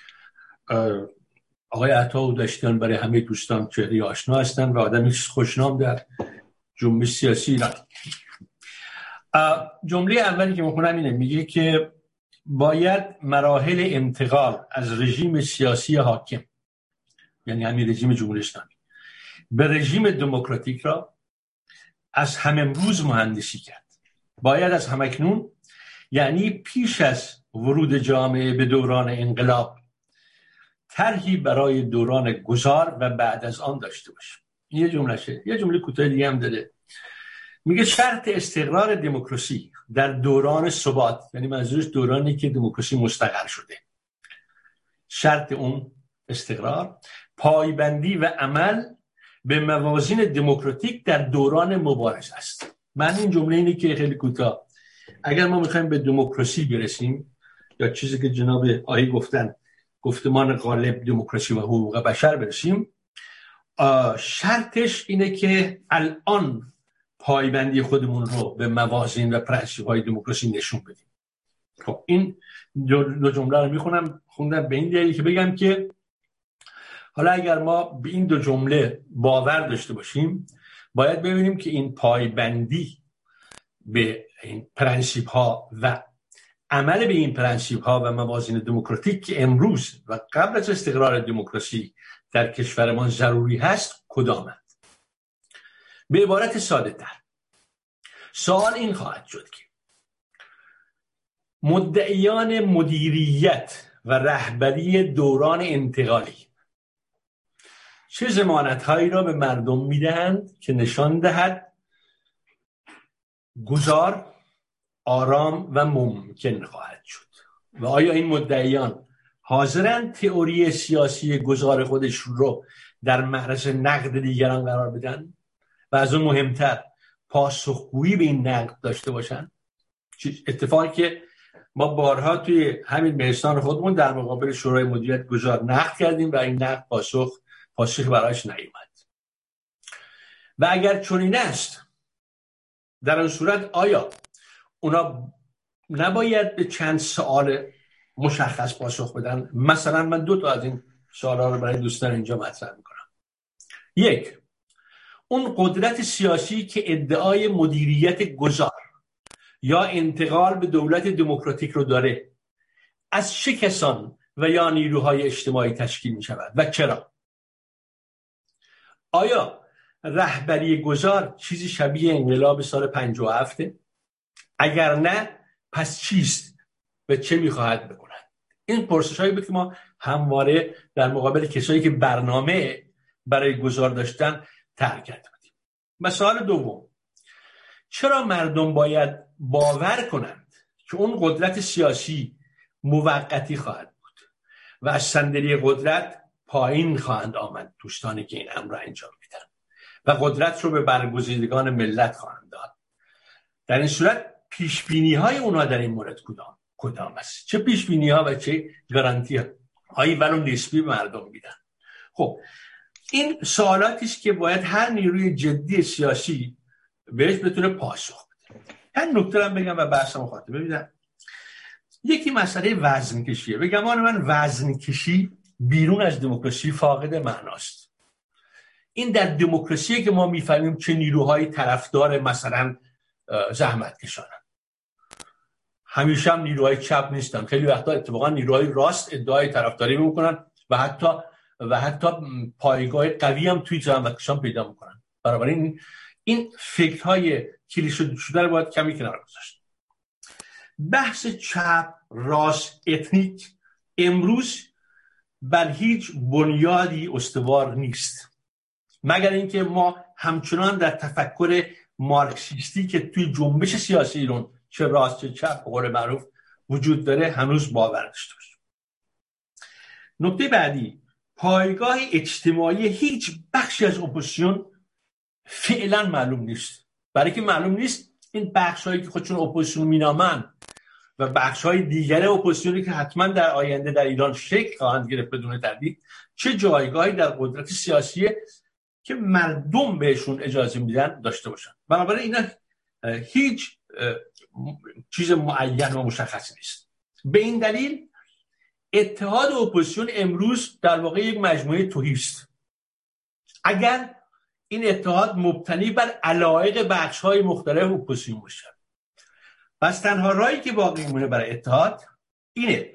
آقای عطا اودشتیان برای همه دوستان چهره آشنا هستند و آدمی خوشنام در جنبش سیاسی ایران. جمله اولی که میخونم اینه، میگه که باید مراحل انتقال از رژیم سیاسی حاکم، یعنی همین رژیم جمهوری اسلامی، به رژیم دموکراتیک را از هم‌امروز مهندسی کرد. باید از همکنون، یعنی پیش از ورود جامعه به دوران انقلاب، طرحی برای دوران گذار و بعد از آن داشته باشه. یه جملهشه. یه جمله کوتاه دیگه هم داره، میگه شرط استقرار دموکراسی در دوران ثبات، یعنی منظورش دورانی که دموکراسی مستقر شده، شرط اون استقرار پایبندی و عمل به موازین دموکراتیک در دوران مبارزه است. من این جمله اینه که خیلی کوتاه، اگر ما میخوایم به دموکراسی برسیم یا چیزی که جناب آقای گفتن گفتمان غالب دموکراسی و حقوق بشر برسیم، شرطش اینه که الان پایبندی خودمون رو به موازین و پرنسیپ‌های دموکراسی نشون بدیم. خب این 2 جمله رو خوندم به این دلیل که بگم که حالا اگر ما به این 2 جمله باور داشته باشیم، باید ببینیم که این پایبندی به این پرنسیپ‌ها و عمل به این پرنسیپ‌ها و موازین دموکراتیک که امروز و قبل از استقرار دموکراسی در کشورمان ضروری هست کدامند؟ به عبارت ساده‌تر، سوال این خواهد شد که مدعیان مدیریت و رهبری دوران انتقالی چه ضمانت‌هایی را به مردم می‌دهند که نشان دهد گذار آرام و ممکن خواهد شد؟ و آیا این مدعیان حاضرند تئوری سیاسی گذار خودشون رو در معرض نقد دیگران قرار بدن و از اون مهمتر پاسخگویی به این نقد داشته باشن؟ اتفاقی که ما بارها توی همین مهستان خودمون در مقابل شورای مدیریت گذار نقد کردیم و این نقد پاسخی برایش نیامد. و اگر چنین است، در اون صورت آیا اونا نباید به چند سوال مشخص پاسخ بدن، مثلا من 2 تا از این سوالا رو برای دوستان اینجا مطرح میکنم. 1، اون قدرت سیاسی که ادعای مدیریت گذار یا انتقال به دولت دموکراتیک رو داره، از چه کسان و یا نیروهای اجتماعی تشکیل می شود و چرا؟ آیا رهبری گذار چیزی شبیه انقلاب سال 57؟ اگر نه، پس چیست و چه میخواهد بکنند؟ این پرسش هایی بود که ما همواره در مقابل کسایی که برنامه برای گذار داشتن طرح کرده بودیم. مسئله دوم، چرا مردم باید باور کنند که اون قدرت سیاسی موقتی خواهد بود و از صندلی قدرت پایین خواهند آمد دوستانی که این امر را انجام میدن و قدرت رو به برگزیدگان ملت خواهند داد؟ در این صورت پیشبینی های اونا در این مورد کدام است؟ چه پیشبینی ها و چه گارانتی هایی ولو نسبی به مردم میدن؟ خب این سوالاتی است که باید هر نیروی جدی سیاسی بهش بتونه پاسخ بده. چند نکته هم بگم و بحثم خاتمه میدم. یکی مسئله وزن کشیه. به گمان من وزن کشی بیرون از دموکراسی فاقد معناست. این در دموکراسی که ما میفهمیم چه نیروهای طرفدار مثلا زحمت کشانن. همیشه هم نیروهای چپ نیستن. خیلی وقتا اتفاقا نیروهای راست ادعای طرفداری میکنن و حتی پایگاه قوی هم توی زحمت کشان پیدا میکنن. بنابراین این فکرهای کلیشه شده رو باید کمی کنار گذاشت. بحث چپ، راست، اتنیک امروز بر هیچ بنیادی استوار نیست، مگر اینکه ما همچنان در تفکر مارکسیستی که توی جنبش سیاسی ایران چه راست چه چپ به قول معروف وجود داره هنوز باور داشته باشیم. نکته بعدی، پایگاه اجتماعی هیچ بخشی از اپوزیسیون فعلا معلوم نیست. برای که معلوم نیست این بخشایی که خودشون اپوزیسیون مینامن و بخشای دیگر اپوزیسیونی که حتما در آینده در ایران شکل خواهند گرفت بدون تردید چه جایگاهی در قدرت سیاسی که مردم بهشون اجازه میدن داشته باشن. بنابراین اینا هیچ چیز معین و مشخصی نیست. به این دلیل اتحاد اپوزیسیون امروز در واقع یک مجموعه تهی است. اگر این اتحاد مبتنی بر علایق بخش‌های مختلف اپوزیسیون باشه، پس تنها راهی که باقی میمونه برای اتحاد اینه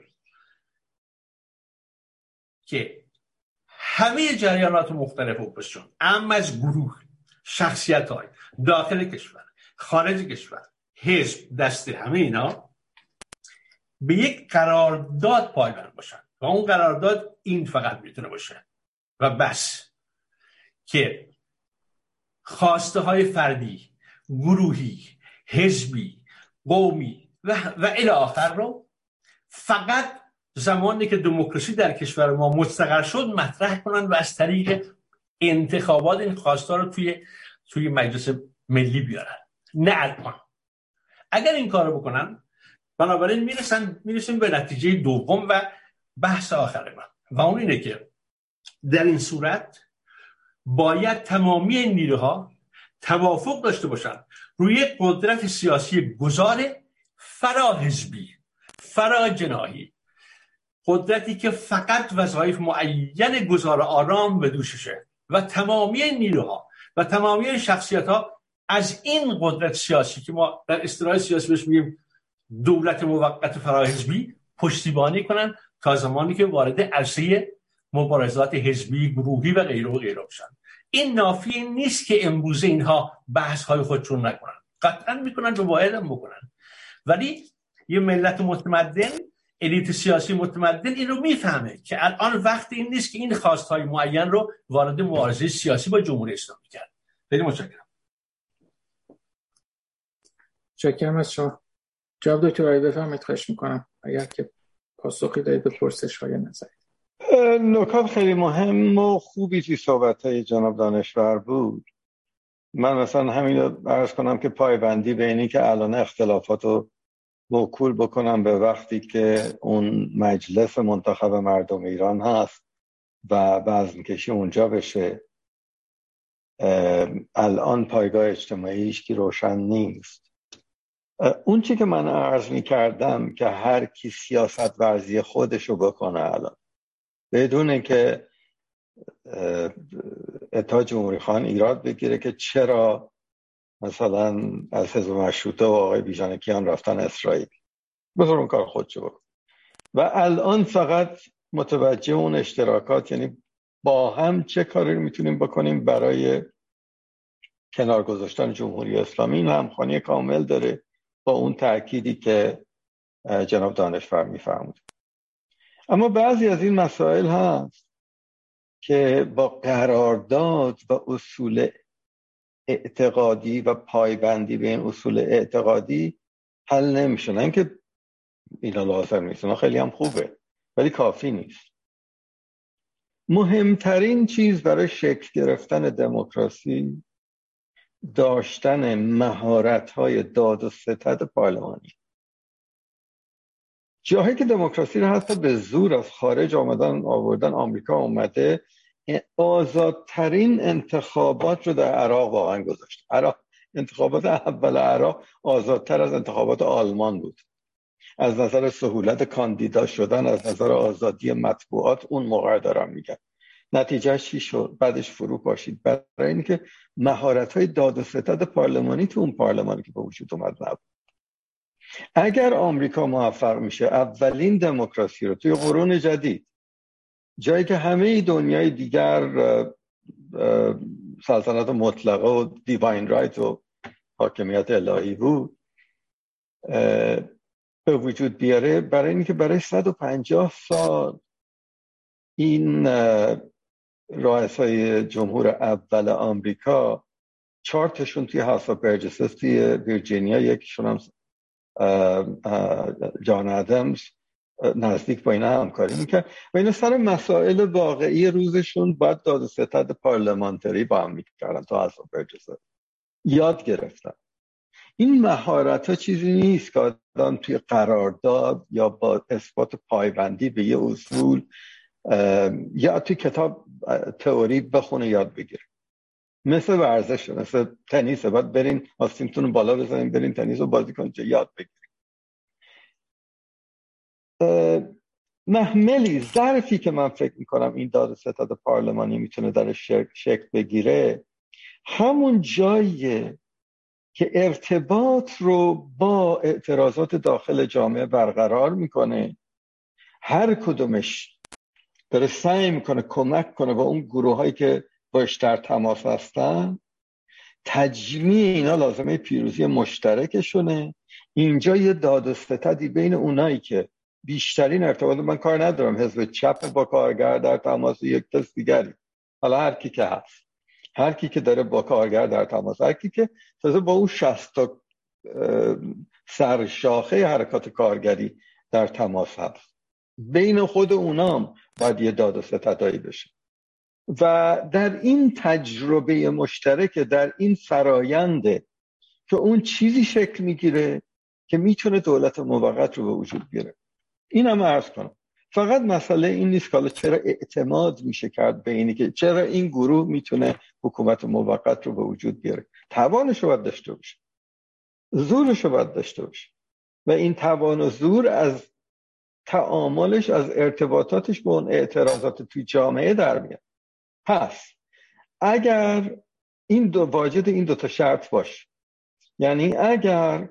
که همه جریانات مختلف اپوزیسیون، اما از گروه، شخصیت‌های داخل کشور، خارج کشور، حزب، دسته، همه اینا به یک قرارداد پایبند باشن و اون قرارداد این فقط میتونه باشه و بس که خواسته های فردی، گروهی، حزبی، قومی و الی آخر رو فقط زمانی که دموکراسی در کشور ما مستقر شد مطرح کنن و از طریق انتخابات این خواسته رو توی مجلس ملی بیارن، نه الان. اگر این کارو بکنن بنابراین میرسیم به نتیجه دوم و بحث آخر من و اون اینه که در این صورت باید تمامی این نیروها توافق داشته باشن روی قدرت سیاسی گذار فراحزبی، فراجناحی، قدرتی که فقط وظایف معین گذار آرام به دوششه و تمامی نیروها و تمامی شخصیت‌ها از این قدرت سیاسی که ما در اصطلاح سیاسی بهش میگیم دولت موقت فراحزبی پشتیبانی کنن تا زمانی که وارد عرصه مبارزات حزبی، گروهی و غیره و غیره بشن. این نافی نیست که امروز اینها بحث‌های خودشون نکنن، قطعا میکنن و باید هم بکنن، ولی یه ملت متمدن، الیت سیاسی متمدن این رو میفهمه که الان وقت این نیست که این خواستهای معین رو وارد مبارزه سیاسی با جمهوری اسلامی کرد. خیلی متشکرم. متشکرم از شما. جواب دکتر رایی بفرمایید، خواهش میکنم اگر که پاسخی دارید به پرسش‌های نظری. نکات خیلی مهم و خوبی توی صحبت‌های جناب دانشور بود. من مثلا همین رو عرض کنم که پایبندی به اینی که الان اختلافات رو موکول بکنم به وقتی که اون مجلس منتخب مردم ایران هست و وزن کشی اونجا بشه. الان پایگاه اجتماعیش که روشن نیست اون چی که من عرض می کردم که هر کی سیاست ورزی خودشو بکنه الان بدون اینکه اتحاد جمهوری خواهان ایراد بگیره که چرا مثلا از حزب مشروطه و آقای بیژنکیان رفتن اسرائیل، بذار اون کار خودشو بکن. و الان فقط متوجه اون اشتراکات، یعنی با هم چه کاری رو میتونیم بکنیم برای کنار گذاشتن جمهوری اسلامی. این همخوانی کامل داره با اون تأکیدی که جناب دانشور میفرمود. اما بعضی از این مسائل هست که با قرارداد و اصول اعتقادی و پایبندی به این اصول اعتقادی حل نمیشه. نه اینکه اینا لازم نیست، اینا خیلی هم خوبه ولی کافی نیست. مهمترین چیز برای شکل گرفتن دموکراسی داشتن مهارت‌های داد و ستد پارلمانی. جاهایی که دموکراسی رو حتی به زور از خارج آوردن، آمریکا اومده آزادترین انتخابات رو در عراق واقعا گذاشت. انتخابات اول عراق آزادتر از انتخابات آلمان بود، از نظر سهولت کاندیدا شدن، از نظر آزادی مطبوعات. اون موقع دارم میگم نتیجه چی شد؟ بعدش فرو پاشید. برای اینکه مهارت‌های داد و ستد پارلمانی تو اون پارلمانی که به وجود اومد نبود. اگر آمریکا موفق میشه اولین دموکراسی رو توی قرون جدید، جایی که همه دنیای دیگر سلطنت مطلقه و دیواین رایت و حاکمیت الهی بود، به وجود بیاره، برای اینکه برای 150 سال این رؤسای جمهور اول آمریکا 4 تاشون توی هاوس آف برجسس توی ویرجینیا، یکیشون هم جان آدمز، نزدیک با اینا همکاری میکرد و اینا سر مسائل واقعی روزشون باید داد و ستد پارلمانتری با هم میکردن تا هاوس آف برجسس یاد گرفتن. این مهارت ها چیزی نیست که آدم توی قرارداد یا با اثبات پایبندی به یه اصول یا توی کتاب تئوری بخونه یاد بگیره. مثل ورزش، مثل تنیس، باید برین آستینتون رو بالا بزنین برین تنیس رو بازی کنین چه یاد بگیرین. محملی ظرفی که من فکر میکنم این داد و ستد پارلمانی میتونه در شکل بگیره همون جاییه که ارتباط رو با اعتراضات داخل جامعه برقرار میکنه، هر کدومش داره سعی میکنه کمک کنه با اون گروه هایی که باش در تماس هستن. تجمیع اینا لازمه پیروزی مشترکشونه. اینجا یه داد و ستدی بین اونایی که بیشترین ارتباط، من کار ندارم حزب چپ با کارگر در تماس یک کس دیگری، حالا هر کی که هست، هر کی که داره با کارگر در تماس، هر کی که تازه با اون 60 تا سرشاخه حرکات کارگری در تماس هست، بین خود اونام باید یه داد و ستدایی بشه. و در این تجربه مشترک، در این فراینده که اون چیزی شکل میگیره که میتونه دولت موقت رو به وجود بیاره. این هم عرض کنم، فقط مسئله این نیست که چرا اعتماد میشه کرد به اینی که چرا این گروه میتونه حکومت موقت رو به وجود بیاره. توانش رو باید داشته باشه، زورش رو باید داشته باشه و این توان و زور از تعاملش، از ارتباطاتش با اون اعتراضات توی جامعه در میاد. پس اگر این واجد این 2 تا شرط باشه، یعنی اگر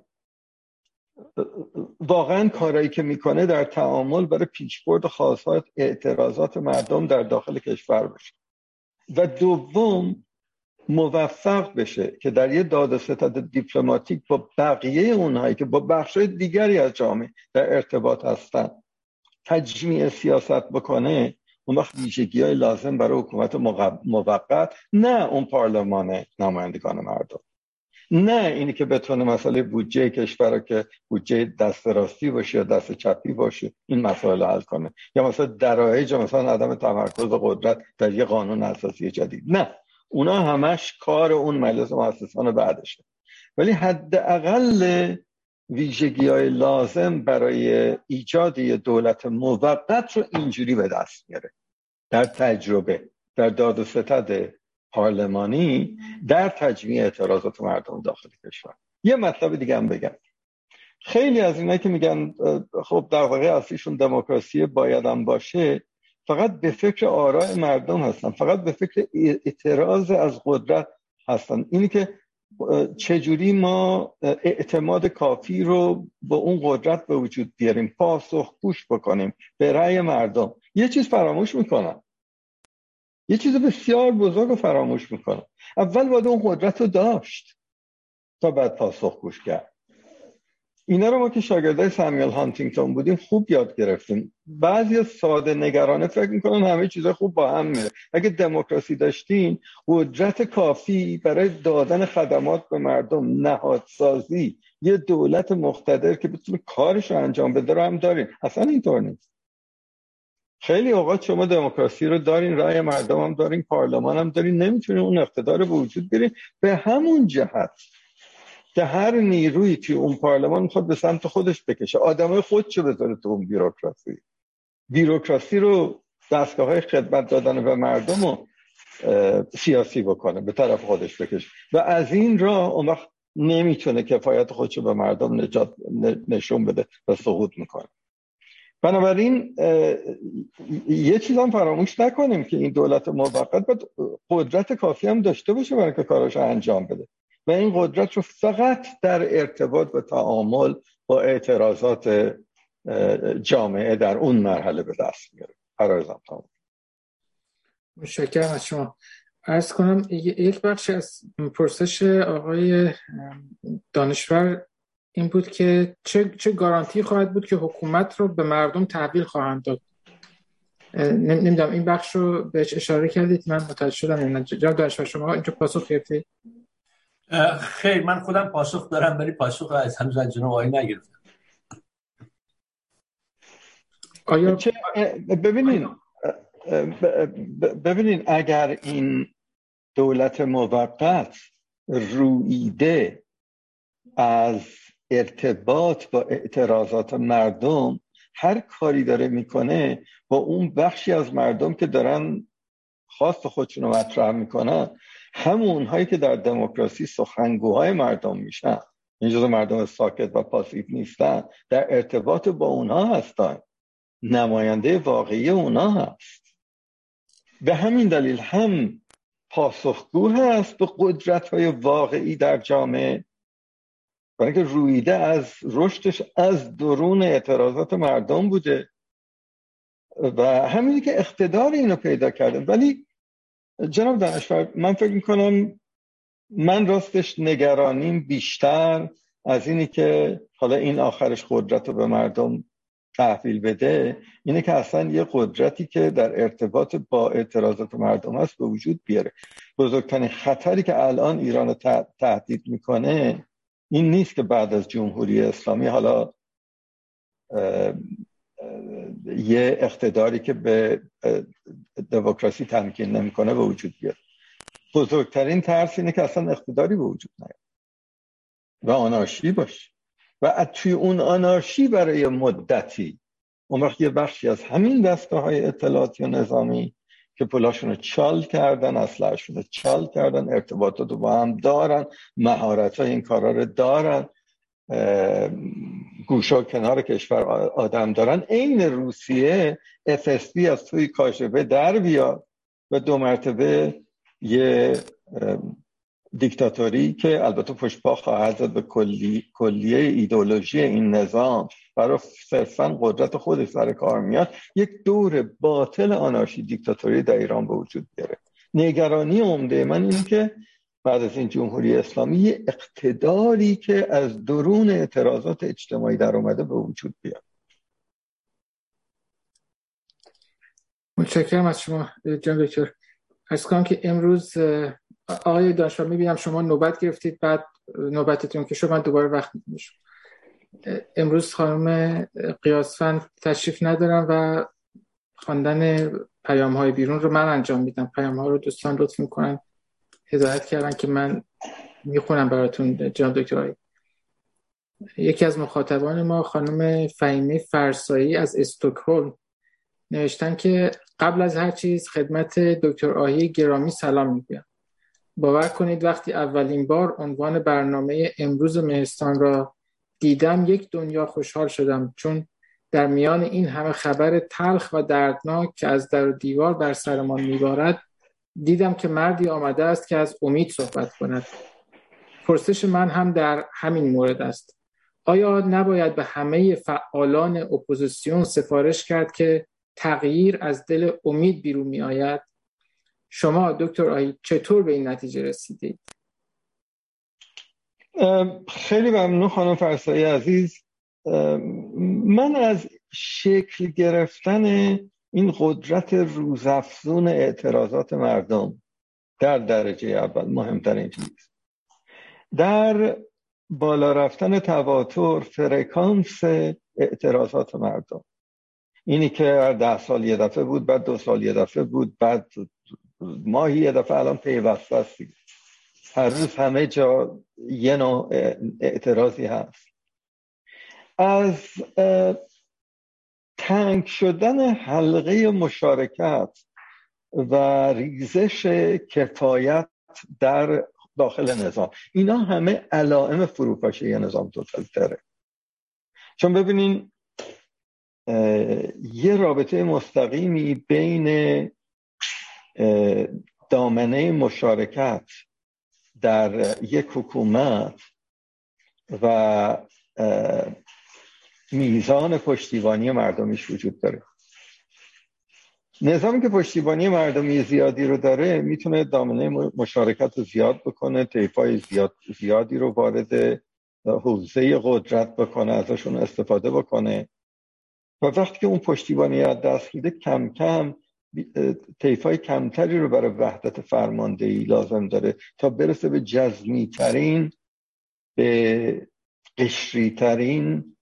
واقعا کارایی که میکنه در تعامل برای پیشبرد خواستات اعتراضات مردم در داخل کشور باشه و دوم موفق بشه که در یه داد و ستد دیپلماتیک با بقیه اونهایی که با بخشای دیگری از جامعه در ارتباط هستن تجمیع سیاست بکنه، اون وقت ویژگی‌های لازم برای حکومت موقت، نه اون پارلمان نمایندگان مردم، نه اینی که بتونه مسئله بودجه کشور که بودجه دست راستی باشه یا دست چپی باشه این مسائل حل کنه، یا مثلا درایج مثلا عدم تمرکز قدرت در یه قانون اساسی جدید. نه، اونا همش کار اون مجلس مؤسسان بعدشه. ولی حداقل ویژگی‌های لازم برای ایجاد یه دولت موقت رو اینجوری به دست میاره در تجربه، در داد و ستد پارلمانی، در تجمیع اعتراضات مردم داخل کشور. یه مطلب دیگه هم بگم، خیلی از اینایی که میگن خب در واقع اصلیشون دموکراسی بایدم باشه، فقط به فکر آراء مردم هستن، فقط به فکر اعتراض از قدرت هستن. اینی که چجوری ما اعتماد کافی رو با اون قدرت به وجود بیاریم، پاسخگوش بکنیم به رأی مردم. یه چیز فراموش میکنن، یه چیز بسیار بزرگ رو فراموش میکنن. اول باید اون قدرت رو داشت تا بعد پاسخگوش کرد. اینا رو ما که شاگردای سمیول هانتینگتون بودیم خوب یاد گرفتیم. بعضی ساده نگرانه فکر میکنن همه چیزا خوب با هم میره. اگه دموکراسی داشتین، قدرت کافی برای دادن خدمات به مردم، نهادسازی، یه دولت مقتدر که بتونه کارش رو انجام بده رو هم دارین. اصلا اینطور نیست. خیلی اوقات شما دموکراسی رو دارین، رأی مردم هم دارین، پارلمان هم دارین، نمیتونین اون اقتدار رو به وجود بیارین، به همون جهت که هر نیرویی که اون پارلمان میخواد به سمت خودش بکشه، آدمای خودشو بذاره تو اون بیروکراسی رو، دستگاه‌های خدمت دادن به مردم رو سیاسی بکنه، به طرف خودش بکشه و از این راه اون وقت نمیتونه کفایت خودشو به مردم نشون بده و سقوط میکنه. بنابراین یه چیز هم فراموش نکنیم که این دولت موقت باید قدرت کافی هم داشته باشه برای که کاراشو انجام بده و این قدرت رو فقط در ارتباط و تعامل با اعتراضات جامعه در اون مرحله به دست میاره. عرضم تمام. متشکرم از شما. عرض کنم یک بخش از پرسش آقای دانشور این بود که چه گارانتی خواهد بود که حکومت رو به مردم تحویل خواهند داد. نمیدونم این بخش رو بهش اشاره کردید، من متوجه شدم. جناب دانشور شما اینجا پاسخ گرفتید؟ خیر، من خودم پاسخ دارم ولی پاسخ از هنوز از جناب آقای نگرفتم. آیا ببینین اگر این دولت موقت رویده از ارتباط با اعتراضات مردم هر کاری داره میکنه با اون بخشی از مردم که دارن خواست خودشون رو مطرح میکنن، همون هایی که در دموکراسی سخنگوهای مردم میشن، این جزو مردم ساکت و پاسیو نیستن، در ارتباط با اونها هستن، نماینده واقعی اونها هست. به همین دلیل هم پاسخگو هست به قدرت‌های واقعی در جامعه، برای که رویده از رشدش از درون اعتراضات مردم بوده و همینی که اقتدار اینو پیدا کرده. ولی جناب دانشور، من فکر میکنم من راستش نگرانیم بیشتر از اینی که حالا این آخرش قدرت رو به مردم تحویل بده، اینه که اصلا یه قدرتی که در ارتباط با اعتراضات مردم هست به وجود بیاره. بزرگترین خطری که الان ایران رو تهدید میکنه این نیست که بعد از جمهوری اسلامی حالا یه اقتداری که به دموکراسی تمکین نمیکنه به وجود بیاد. بزرگترین ترس اینه که اصلا اقتداری به وجود نیاد و آنارشی باشه و توی اون آنارشی برای مدتی اون وقت یه بخشی از همین دستگاه‌های اطلاعاتی و نظامی که پولاشون رو چال کردن، اسلحه‌شون رو چال کردن، ارتباطات رو با هم دارن، مهارت‌های این کارا رو دارن، گوشه و کنار کشور آدم دارن، عین روسیه FSB از توی کاشفه در بیاد و 2 مرتبه یه دیکتاتوری که البته پشتپا خواهد زد به کلیه ایدئولوژی این نظام برای صرفاً قدرت خودش سر کار میاد، یک دور باطل آنارشی دیکتاتوری در ایران به وجود بیاره. نگرانی عمده من اینه که بعد از این جمهوری اسلامی یه اقتداری که از درون اعتراضات اجتماعی در اومده به وجود بیاد. متشکرم از شما جناب دکتر. عرض کنم که امروز آقای دانشور میبینم شما نوبت گرفتید، بعد نوبتتون که شد من دوباره وقت میشم. امروز خانم قیاسفند تشریف ندارم و خواندن پیام‌های بیرون رو من انجام میدم. پیام‌ها رو دوستان لطف میکنن هدایت کردن که من میخونم براتون جناب دکتر. یکی از مخاطبان ما خانم فهیمه فرسایی از استکهلم نوشتن که قبل از هر چیز خدمت دکتر آهی گرامی سلام میگویم. باور کنید وقتی اولین بار عنوان برنامه امروز مهستان را دیدم یک دنیا خوشحال شدم، چون در میان این همه خبر تلخ و دردناک که از در و دیوار بر سرمان میبارد، دیدم که مردی آمده است که از امید صحبت کند. پرسش من هم در همین مورد است. آیا نباید به همه فعالان اپوزیسیون سفارش کرد که تغییر از دل امید بیرون می آید؟ شما دکتر آهی چطور به این نتیجه رسیدید؟ خیلی ممنون خانم فرسایی عزیز. من از شکل گرفتن این قدرت روزافزون اعتراضات مردم در درجه اول مهمترین چیز در بالا رفتن تواتر فرکانس اعتراضات مردم، اینی که هر 10 سال یه دفعه بود، بعد 2 سال یه دفعه بود، بعد ماهی یه دفعه، الان پیوسته است. هر روز همه جا یه نوع اعتراضی هست. از تنگ شدن حلقه مشارکت و ریزش کفایت در داخل نظام، اینا همه علائم فروپاشی یه نظام توتالیتره. چون ببینین یه رابطه مستقیمی بین دامنه مشارکت در یک حکومت و میزان پشتیبانی مردمیش وجود داره. نظامی که پشتیبانی مردمی زیادی رو داره میتونه دامنه مشارکت رو زیاد بکنه، طیفای زیادی رو وارد حوزه قدرت بکنه، ازشون استفاده بکنه و وقتی که اون پشتیبانی از دست میده کم کم طیفای کمتری رو برای وحدت فرماندهی لازم داره تا برسه به جزمی ترین، به قشری ترین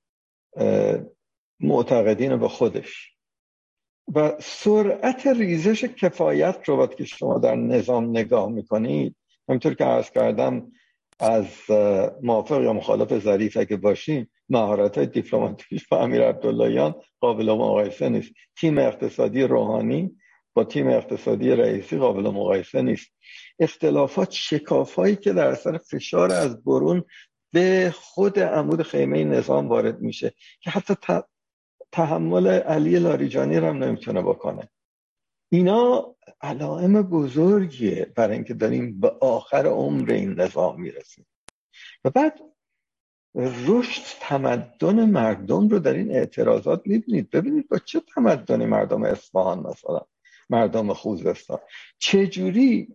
معتقدین به خودش. و سرعت ریزش کفایت رو وقتی که شما در نظام نگاه میکنید، همینطور که عرض کردم از موافق یا مخالف ظریف اگه باشیم، مهارت‌های دیپلماتیکیش با امیر عبداللهیان قابل مقایسه نیست. تیم اقتصادی روحانی با تیم اقتصادی رئیسی قابل مقایسه نیست. اختلافات، شکاف‌هایی که در اثر فشار از برون به خود عمود خیمه نظام وارد میشه که حتی تحمل علی لاریجانی رو هم نمیتونه بکنه. اینا علائم بزرگیه برای اینکه داریم به آخر عمر این نظام میرسیم. و بعد رشد تمدن مردم رو در این اعتراضات میبینید. ببینید با چه تمدنی مردم اصفهان، مثلا مردم خوزستان، چجوری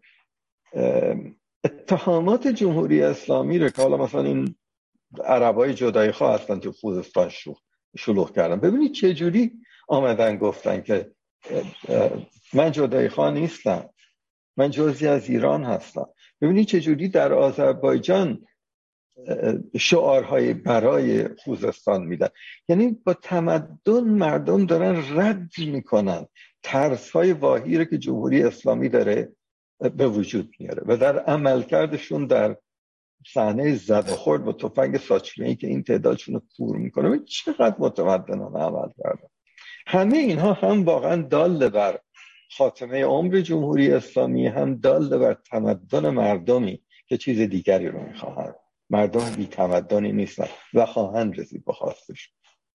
اتهامات جمهوری اسلامی رو که حالا مثلا این عربای جدایی خواه هستن تو خوزستان شلوغ کردن، ببینید چجوری آمدن گفتن که من جدایی خواه نیستم، من جزئی از ایران هستم. ببینید چجوری در آذربایجان شعارهای برای خوزستان میدن. یعنی با تمدن مردم دارن رد میکنن ترسهای واهی رو که جمهوری اسلامی داره به وجود میاره و در عملکردشون در صحنه زد و خورد با تفنگ ساچمه‌ای که این تعدادشون رو کور میکنه چقدر متمدنانه عمل کردن. همه اینها هم واقعا دال بر خاتمه عمر جمهوری اسلامی، هم دال بر تمدن مردمی که چیز دیگری رو میخواهند. مردم بی تمدنی نیستن و خواهند رسید به خواستش.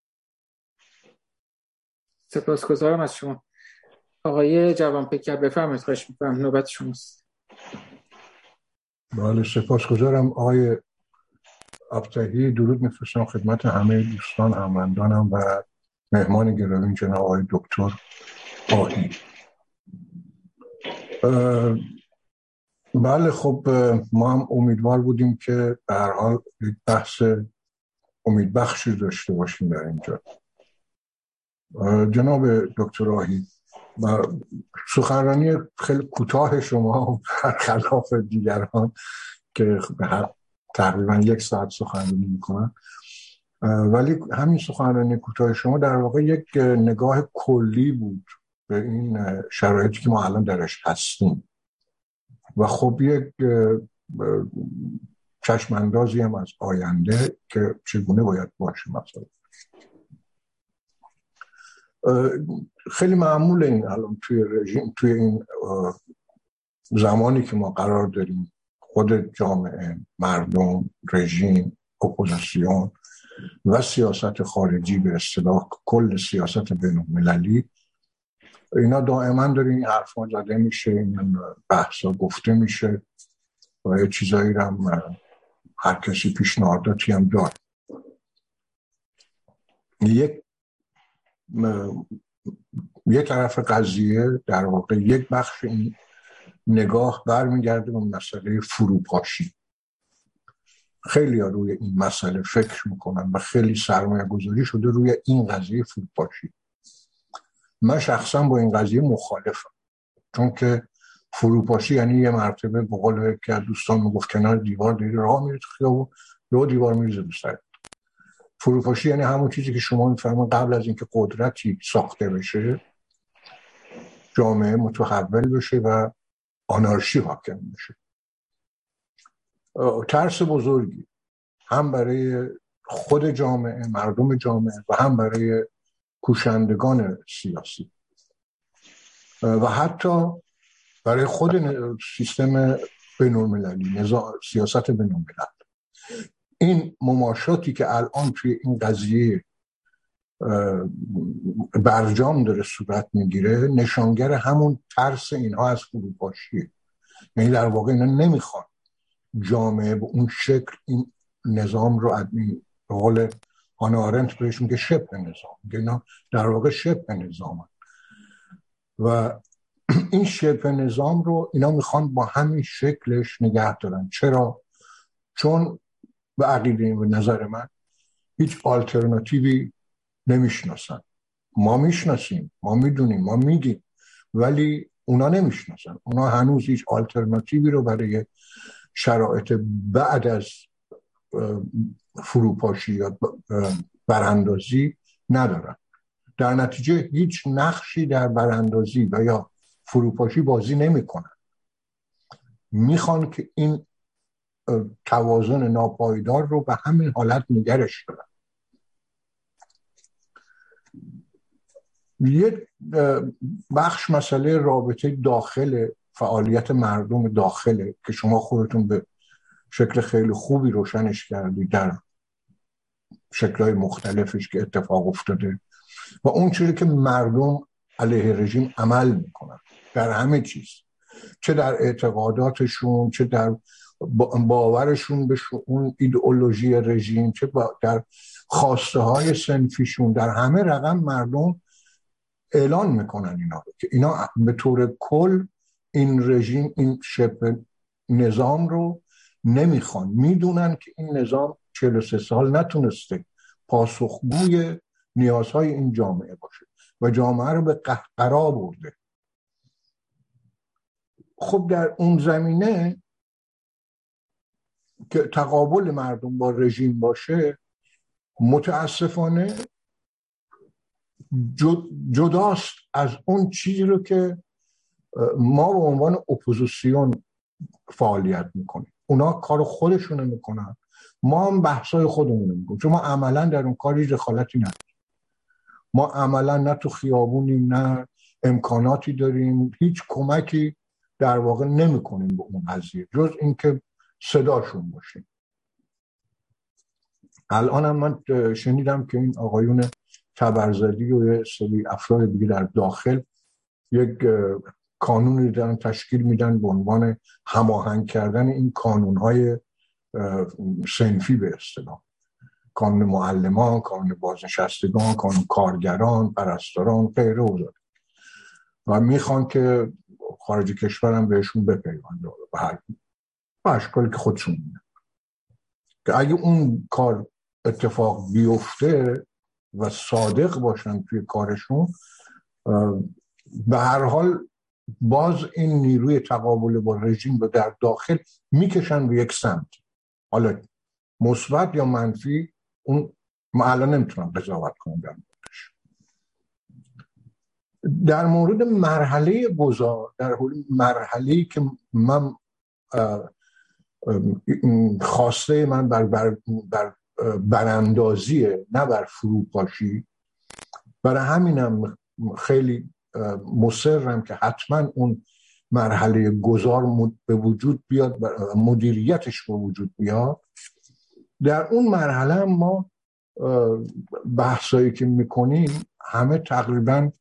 سپاسگزارم از شما. آقای جوانپیکر بفرمایید، خواهش می‌کنم، نوبت شماست. بله، سپاسگزارم آقای ابطحی. درود می‌فرستم خدمت همه دوستان، هموندانم و مهمان گرامی جناب آقای دکتر آهی. بله، خب ما هم امیدوار بودیم که به هر حال یک بحث امیدبخشی داشته باشیم در اینجا. جناب دکتر آهی، سخنرانی خیلی کوتاه شما برخلاف دیگران که تقریبا 1 ساعت سخنرانی میکنن، ولی همین سخنرانی کوتاه شما در واقع یک نگاه کلی بود به این شرایطی که ما الان درش هستیم و خب یک چشم اندازی هم از آینده که چگونه باید باشه. مثلا خیلی معمول این الان توی رژیم، توی این زمانی که ما قرار داریم خود جامعه، مردم، رژیم، اپوزیسیون و سیاست خارجی به اصطلاح کل سیاست بین‌المللی، اینا دائما داره این حرفا زده میشه، این بحثا گفته میشه و یه چیزایی رو هم هر کسی پیشنهاداتی هم داره. یک طرف قضیه در واقع یک بخش این نگاه برمیگرده به مسئله فروپاشی. خیلی ها روی این مسئله فکر میکنن و خیلی سرمایه گذاری شده روی این قضیه فروپاشی. من شخصا با این قضیه مخالفم، چون که فروپاشی یعنی یه مرتبه به قول که دوستان میگفت کنار دیوار داری راه میری تو خیابون یه دیوار میریزه رو سرت. فروپاشی یعنی همون چیزی که شما میفرمایید قبل از اینکه قدرتی ساخته بشه جامعه متحول بشه و آنارشی حاکم بشه. ترس بزرگی هم برای خود جامعه، مردم جامعه و هم برای کوشندگان سیاسی و حتی برای خود سیستم بین‌المللی، نظام سیاست بین‌الملل. این مماشاتی که الان توی این قضیه برجام داره صورت میگیره نشانگر همون ترس اینها از فروپاشی. یعنی در واقع اینا نمیخوان جامعه به اون شکل این نظام رو به قول هانا آرنت بهش میگه شبه نظام، اینا در واقع شبه نظام و این شبه نظام رو اینا میخوان با همین شکلش نگه دارن. چرا؟ چون به عقیده و نظر من هیچ آلترناتیوی نمیشناسن. ما میشناسیم، ما میدونیم، ما میگیم، ولی اونا نمیشناسن. اونا هنوز هیچ آلترناتیوی رو برای شرایط بعد از فروپاشی یا براندازی ندارن. در نتیجه هیچ نقشی در براندازی و یا فروپاشی بازی نمیکنن. میخوان که این توازن ناپایدار رو به همین حالت نگرش دارن. یه بخش مسئله رابطه داخل فعالیت مردم داخله که شما خودتون به شکل خیلی خوبی روشنش کردید در شکل‌های مختلفش که اتفاق افتاده و اون چیزی که مردم علیه رژیم عمل میکنن در همه چیز، چه در اعتقاداتشون، چه در باورشون به اون ایدئولوژی رژیم، چه در خواسته های صنفیشون، در همه رقم مردم اعلان میکنن اینا که اینا به طور کل این رژیم، این شبه نظام رو نمیخوان. میدونن که این نظام 43 سال نتونسته پاسخگوی نیازهای این جامعه باشه و جامعه رو به قهقرا برده. خب در اون زمینه که تقابل مردم با رژیم باشه متاسفانه جداست از اون چیزی رو که ما به عنوان اپوزیسیون فعالیت میکنیم. اونا کار خودشونو میکنن، ما هم بحثای خودمون میکنیم، چون ما عملا در اون کاری دخالتی نداریم. ما عملا نه تو خیابونیم نه امکاناتی داریم، هیچ کمکی در واقع نمیکنیم به اون قضیه جز اینکه صداشون باشیم. الان هم من شنیدم که این آقایون تبرزدی و یه سری افراد دیگه در داخل یک کانونی دارن تشکیل میدن به عنوان هماهنگ کردن این کانونهای صنفی به اصطلاح، کانون معلمان، کانون بازنشستگان، کانون کارگران، پرستاران، غیره و میخوان که خارج کشور هم بهشون بپیونده به هر اشکالی که خودشون میدن. که اگه اون کار اتفاق بیفته و صادق باشن توی کارشون، به هر حال باز این نیروی تقابل با رژیم رو در داخل میکشن به یک سمت، حالا مثبت یا منفی، اون ما الان نمیتونم قضاوت کنم در موردش. در مورد مرحله گذار، در مرحله‌ای که من خواسته من بر براندازیه نه بر فروپاشی، برای همینم خیلی مصرم که حتما اون مرحله گذار به وجود بیاد، مدیریتش به وجود بیاد. در اون مرحله ما بحثایی که میکنیم همه تقریبا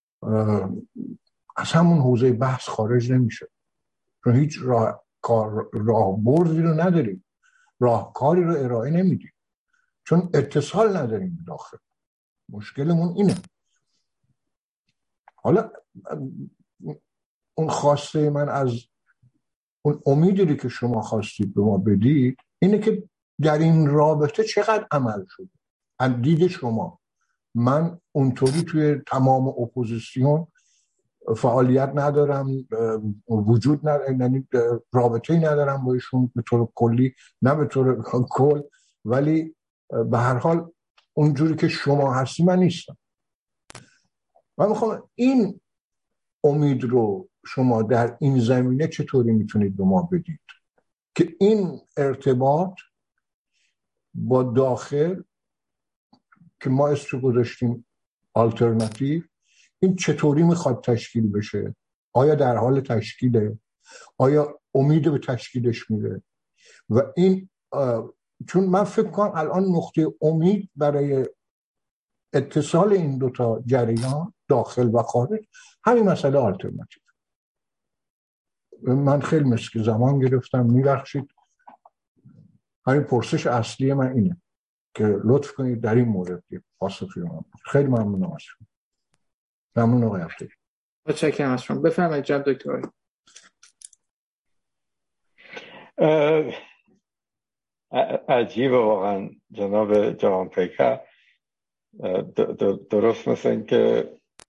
از همون حوزه بحث خارج نمیشه، چون هیچ راهبردی رو نداریم، راهکاری رو ارائه نمیدیم، چون اتصال نداریم داخل. مشکلمون اینه. حالا اون خواسته من از اون امیدی که شما خواستید به ما بدید اینه که در این رابطه چقدر عمل شده از دید شما. من اونطوری توی تمام اپوزیسیون فعالیت ندارم، وجود ندارم، یعنی رابطه‌ای ندارم با ایشون به طور کلی، نه به طور کل، ولی به هر حال اونجوری که شما هستی من نیستم. من میخوام این امید رو شما در این زمینه چطوری میتونید به ما بدید که این ارتباط با داخل که ما اسمش گذاشتیم آلترناتیو، این چطوری میخواد تشکیل بشه؟ آیا در حال تشکیله؟ آیا امید به تشکیلش میره؟ و این چون من فکر کنم الان نقطه امید برای اتصال این دوتا جریان داخل و خارج همین مسئله آلترناتیو. من خیلی مسکی زمان گرفتم، میبخشید. همین پرسش اصلی من اینه که لطف کنید در این مورد پاسخی رو من. خیلی ممنونم از شما. ممنون آقای عبدی. متشکرم از شما. بفرمایید جناب دکتر. عجیبه واقعا جناب جهانپیکر، درست مثل این که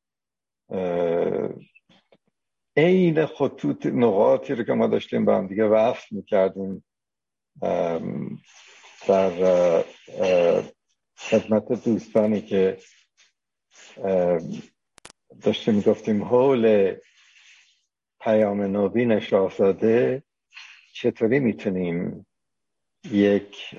عین خطوط نقاطی رو که ما داشتیم با هم دیگه وصل میکردیم در خدمت دوستانی که داشتیم میگفتیم حول پیام نوین شاهزاده چطوری میتونیم یک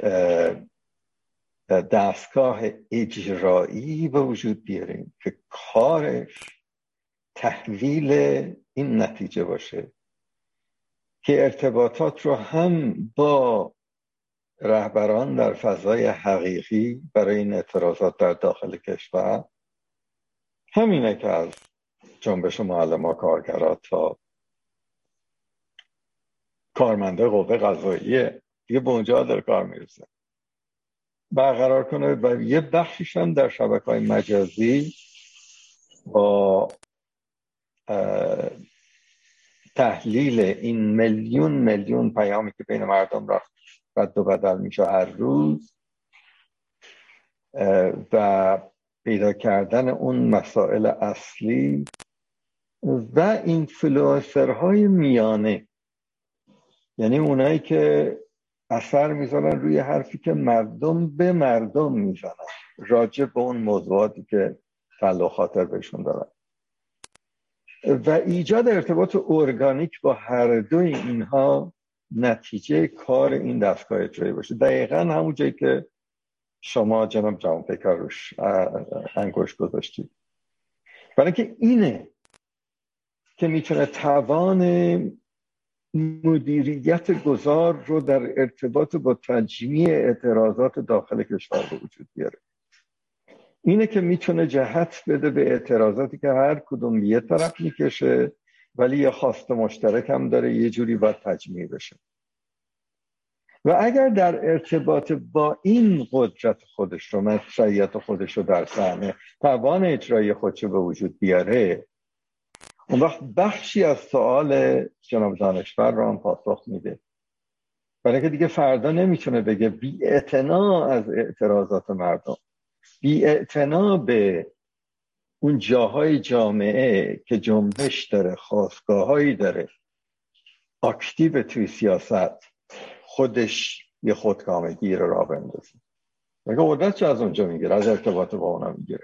دستگاه اجرایی به وجود بیاریم که کارش تحویل این نتیجه باشه که ارتباطات رو هم با رهبران در فضای حقیقی برای این اعتراضات در داخل کشور، همینه که از جنبش معلمان کارگران تا کارمنده قوه قضاییه دیگه به اونجا داره کار میرسه، برقرار کنه و یه بخشیش هم در شبکه‌های مجازی با تحلیل این میلیون پیامی که بین مردم رد و بدل میشه هر روز و پیدا کردن اون مسائل اصلی و اینفلوئنسرهای میانه، یعنی اونایی که اثر میذارن روی حرفی که مردم به مردم میزنن راجع به اون موضوعاتی که تعلق خاطر بهشون دارن و ایجاد ارتباط ارگانیک با هر دوی اینها نتیجه کار این دستگاه اجرایی باشه. دقیقاً همون جایی که شما جناب جهانپیکر روش انگشت گذاشتید، برای اینکه اینه که میتونه توان مدیریت گذار رو در ارتباط با تجمیع اعتراضات داخل کشور به وجود بیاره. اینه که میتونه جهت بده به اعتراضاتی که هر کدوم یه طرف میکشه ولی یه خواست مشترک هم داره، یه جوری باید تجمیع بشه. و اگر در ارتباط با این قدرت خودش رو، مشروعیت خودش رو در صحنه توان اجرایی خودش رو به وجود بیاره، اون وقت بخشی از سوال جناب دانشور رو هم پاسخ میده، برای که دیگه فردا نمیتونه بگه بی‌اعتنا از اعتراضات مردم، بی‌اعتنا به اون جاهای جامعه که جنبش داره، خاستگاهایی داره، اکتیو توی سیاست، خودش یه خودکامگی رو راه بندازه. بگه قدرت چه از اونجا میگیره، از ارتباط با اونا میگیره.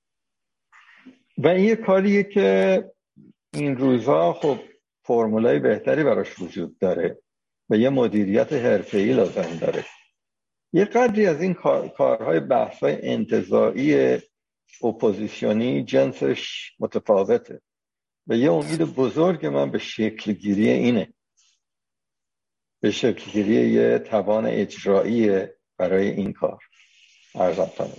و این یه کاریه که این روزها خب فرمولای بهتری براش وجود داره و یه مدیریت حرفه‌ای لازم داره. یه قدری از این کارهای بحث‌های انتزاعی اپوزیسیونی جنسش متفاوته و یه امید بزرگ من به شکلگیری اینه، به شکلگیری یه توان اجرایی برای این کار. عرضم کنم.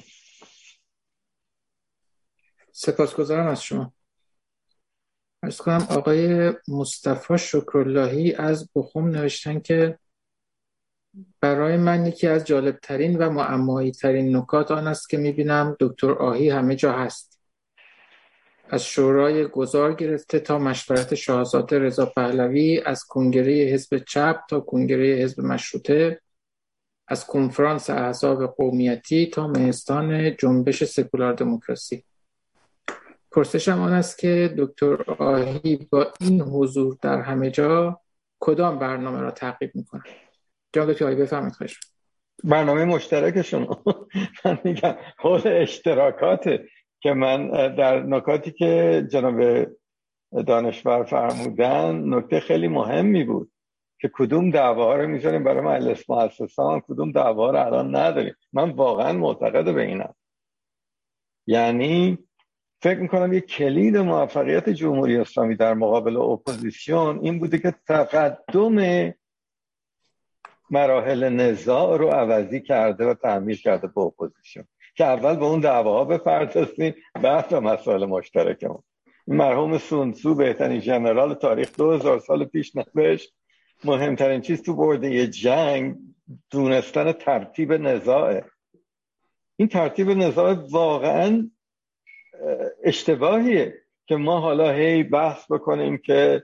سپاسگزارم از شما. عرض کنم آقای مصطفی شکراللهی از بخوم نوشتن که برای من یکی از جالبترین و معمایی ترین نکات آن است که میبینم دکتر آهی همه جا هست. از شورای گذار گرفته تا مشورت شاهزاده رضا پهلوی، از کنگره حزب چپ تا کنگره حزب مشروطه، از کنفرانس احزاب قومیتی تا مهستان جنبش سکولار دموکراسی. پرسشم آن است که دکتر آهی با این حضور در همه جا کدام برنامه را تعقیب میکنن؟ جناب دکتر آهی بفرمایید. خواهش برنامه مشترک شما. من میگم حول اشتراکاته که من در نکاتی که جناب دانشور فرمودن نکته خیلی مهمی بود که کدوم دعواها رو میذاریم برای مجلس مؤسسان، کدوم دعواها رو الان نداریم. من واقعا معتقد به اینم. یعنی فکر میکنم یک کلید موفقیت جمهوری اسلامی در مقابل اپوزیسیون این بوده که تقدم مراحل نزاع رو عوضی کرده و تعمیل کرده به اپوزیسیون که اول به اون دعواها بپردازیم بعد به مسائل مشترکمون. این مرحوم سونسو بهترین ژنرال تاریخ 2000 سال پیش نوشت مهمترین چیز تو برده یه جنگ دونستن ترتیب نزاعه. این ترتیب نزاع واقعا اشتباهیه که ما حالا هی بحث بکنیم که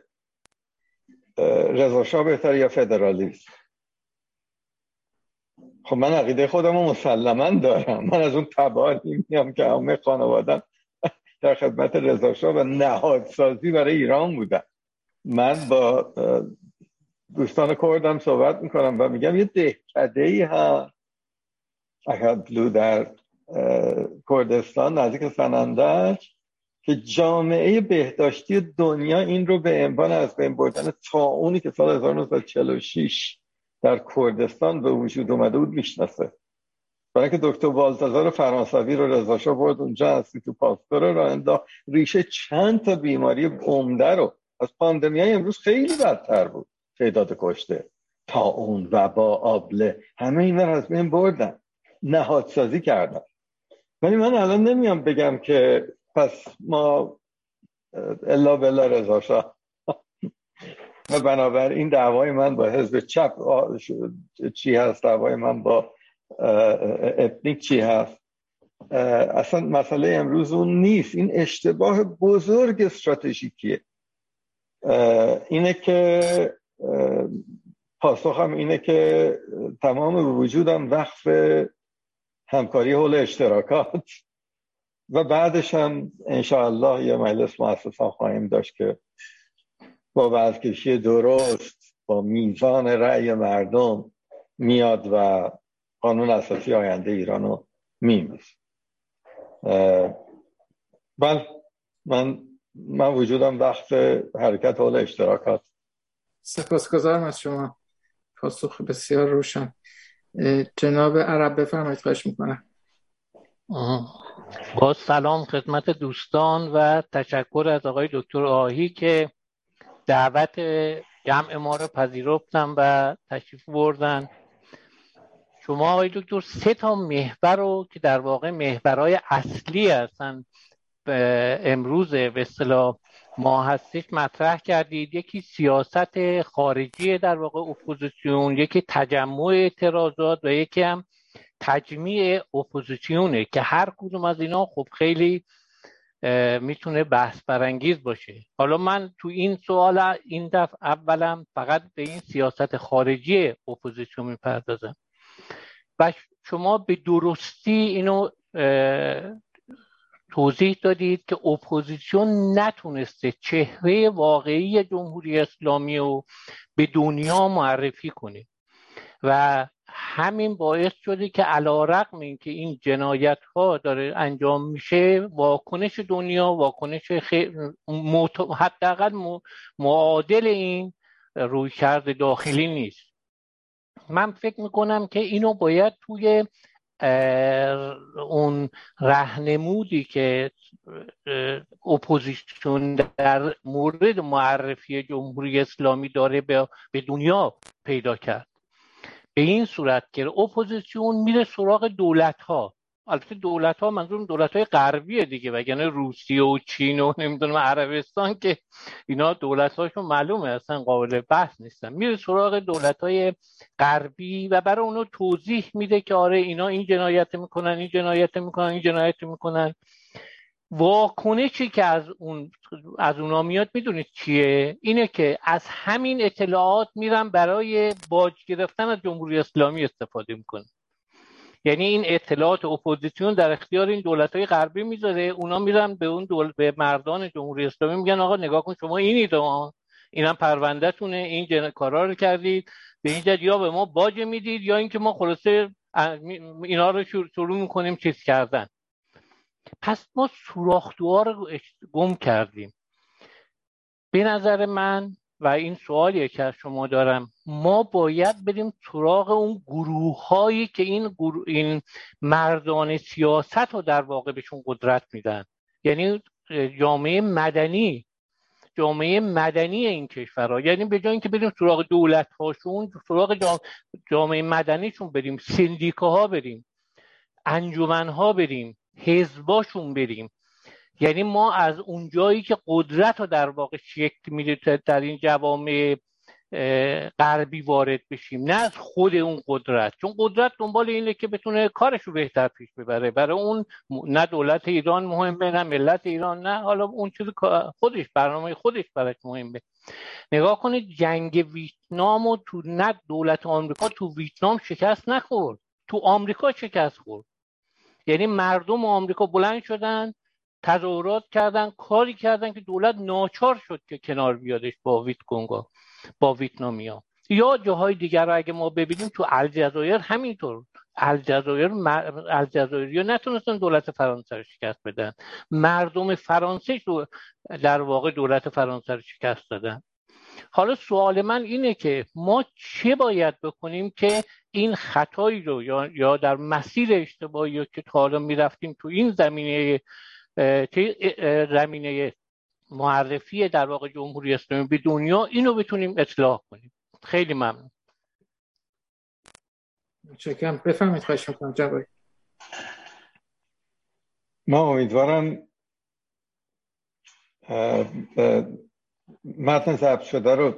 رضا شاه بهتره یا فدرالیسم. خب من عقیده خودم رو مسلماً دارم. من از اون تباری میام که همه خانوادم در خدمت رضا شاه و نهادسازی برای ایران بودن. من با دوستان کردم صحبت میکنم و میگم یه دهکده‌ای هم اکدلو در کردستان نزدیک سنندج که جامعه بهداشتی دنیا این رو به عنوان از بین بردن طاعونی که سال 1946 در کردستان به وجود اومده بود میشناسه. برای که دکتر والتازار فرانسوی رو رضا شاه برد اونجا انستیتو پاستور رو انداخت، ریشه چند تا بیماری عمده رو از پاندمیای امروز خیلی بدتر بود تعداد کشته، طاعون، وبا، آبله، همه اینا رو از بین بردن، نهادسازی کردن. ولی من الان نمیام بگم که پس ما الا بلا رضا شاه و بنابراین دعوای من با حزب چپ چی هست، دعوای من با اتنیک چی هست. اصلا مسئله امروز اون نیست. این اشتباه بزرگ استراتژیکیه. اینه که پاسخم اینه که تمام وجودم وقف همکاری حول اشتراکات و بعدش هم انشاءالله یه مجلس مؤسسان خواهیم داشت که با وضع‌کشی درست با میزان رأی مردم میاد و قانون اساسی آینده ایران رو میمیزه. من وجودم وقت حرکت حول اشتراکات. سپاسگزارم از شما. پاسخ بسیار روشن. جناب عرب بفرمایید. خواهش میکنم. با سلام خدمت دوستان و تشکر از آقای دکتر آهی که دعوت جمع ما رو پذیرفتن و تشریف بردن. شما آقای دکتر 3 محور رو که در واقع محورهای اصلی هستن امروز به اصطلاح ما هستش مطرح کردید. یکی سیاست خارجی در واقع اپوزیسیون، یکی تجمع اعتراضات و یکی هم تجمیع اپوزیسیونه که هر کدوم از اینا خب خیلی میتونه بحث برانگیز باشه. حالا من تو این سوال این دفعه اولم فقط به این سیاست خارجی اپوزیسیون میپردازم و شما به درستی اینو توضیح دادید که اپوزیسیون نتونسته چهره واقعی جمهوری اسلامی رو به دنیا معرفی کنه و همین باعث شده که علی‌رغم اینکه این جنایت ها داره انجام میشه واکنش دنیا واکنش حداقل معادل این رویکرد داخلی نیست. من فکر میکنم که اینو باید توی اون راهنمودی که اپوزیسیون در مورد معرفی جمهوری اسلامی داره به دنیا پیدا کرد. به این صورت که اپوزیسیون میره سراغ دولت‌ها البته دولت‌ها منظورم دولت‌های غربیه دیگه، وگرنه روسیه و چین و نمیدونم عربستان که اینا دولت‌هاشون معلومه اصلا قابل بحث نیستن. میره سراغ دولت‌های غربی و برای اونو توضیح میده که آره اینا این جنایت میکنن، این جنایت میکنن، این جنایت میکنن. واکنشی که از اونا میاد میدونید چیه؟ اینه که از همین اطلاعات میرن برای باج گرفتن از جمهوری اسلامی استفاده میکنن. یعنی این اطلاعات اپوزیسیون در اختیار این دولت‌های غربی میذاره، اونا میرن به به مردان جمهوری اسلامی میگن آقا نگاه کن شما اینید، اینم پروندهتونه، این کارا رو کردید، به این جد یا به ما باج میدید یا اینکه ما خلاصه اینا رو شروع میکنیم چیز کردن. پس ما سوراخ‌دوها رو گم کردیم. به نظر من و این سوالیه که از شما دارم، ما باید بریم سراغ اون گروه‌هایی که این مردان سیاست رو در واقع بهشون قدرت میدن، یعنی جامعه مدنی این کشورها. یعنی به جای اینکه بریم سراغ دولت‌هاشون، سراغ جامعه مدنیشون بریم، سندیکاها بریم، انجمن‌ها بریم، حزباشون بریم. یعنی ما از اون جایی که قدرت رو در واقع شکل میده در این جوامع غربی وارد بشیم، نه از خود اون قدرت، چون قدرت دنبال اینه که بتونه کارش رو بهتر پیش ببره. برای اون نه دولت ایران مهمه، نه ملت ایران، نه حالا اون چیز خودش، برنامه خودش براش مهمه. نگاه کنید جنگ ویتنام و نه دولت آمریکا تو ویتنام شکست نخورد، تو آمریکا شکست خورد. یعنی مردم آمریکا بلند شدن، تظاهرات کردن، کاری کردن که دولت ناچار شد که کنار بیادش با ویتنامیا. یا جاهای دیگر رو اگه ما ببینیم، تو الجزایر همینطور، الجزایریا نتونستن دولت فرانسه رو شکست بدن، مردم فرانسه در واقع دولت فرانسه رو شکست دادن. حالا سوال من اینه که ما چه باید بکنیم که این خطایی رو یا در مسیر اشتباهی که تا حالا میرفتیم تو این زمینه معرفی در واقع جمهوری اسلامی به دنیا، اینو بتونیم اصلاح کنیم. خیلی ممنون. متشکرم. بفرمایید. خواهش می‌کنم جواد. من امیدوارم متن ضبط شده رو،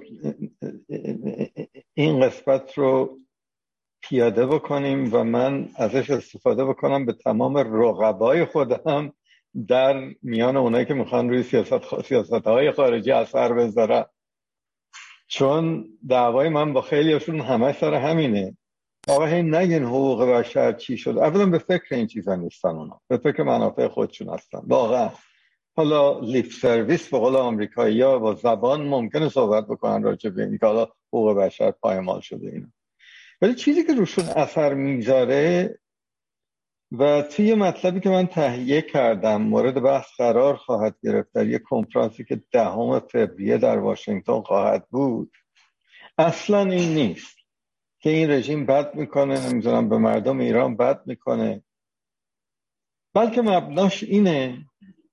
این قسمت رو پیاده بکنیم و من ازش استفاده بکنم به تمام رقبای خودم در میان اونایی که میخوان روی سیاست‌های خارجی اثر بذارن، چون دعوای من با خیلی هاشون همه سر همینه. آقا هی نگین حقوق بشر چی شد، اولا به فکر این چیزا نیستن، اونا به فکر منافع خودشون هستن واقعا. حالا لیپ سرویس به قول آمریکایی‌ها با زبان ممکنه صحبت بکنن راجع به این که حالا حقوق بشر پایمال شده اینا، ولی چیزی که روشون اثر میذاره و توی مطلبی که من تهیه کردم مورد بحث قرار خواهد گرفت در یک کنفرانسی که 10 فوریه در واشنگتن خواهد بود، اصلا این نیست که این رژیم بد میکنه، نمیدونم به مردم ایران بد میکنه، بلکه مبناش اینه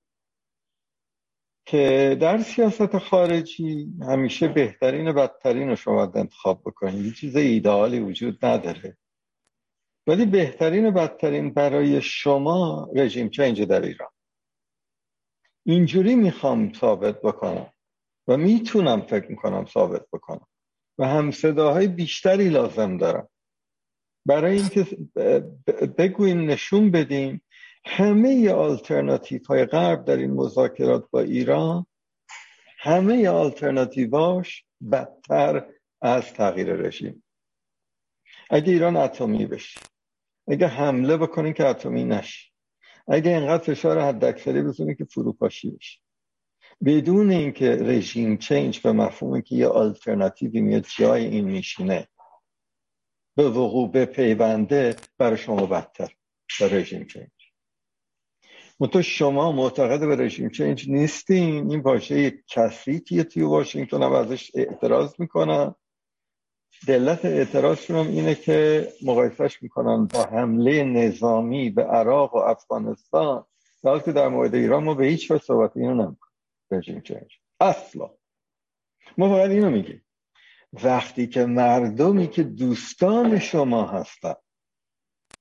که در سیاست خارجی همیشه بهترین و بدترین رو شما باید انتخاب بکنید. یه چیز ایدئالی وجود نداره، ولی بهترین و بدترین برای شما رژیم چنج در ایران. اینجوری میخوام ثابت بکنم و میتونم فکر میکنم ثابت بکنم و همصداهای بیشتری لازم دارم برای اینکه بگوییم، نشون بدیم همه آلترناتیو های غرب در این مذاکرات با ایران، همه آلترناتیواش بدتر از تغییر رژیم. اگه ایران اتمی بشه، اگه حمله بکنین که اتمی نشه، اگه اینقدر فشار حداکثری بزنین که فروپاشی بشه، بدون اینکه رژیم چنج به مفهومی که یه آلترناتیوی میاد جای این میشینه به وقوع بپیونده، برای شما بدتر با رژیم چنج. منتها شما معتقد به رژیم چنج نیستین. این واژه کثیفیه توی واشنگتن، هم ازش اعتراض میکنن. دلت اعتراضشون هم اینه که مقایسهش میکنن با حمله نظامی به عراق و افغانستان، در حالی که در مورد ایران ما به هیچ وجه صحبت اینو نمیکنیم. رژیم چنج اصلا. ما فقط اینو میگیم وقتی که مردمی که دوستان شما هستن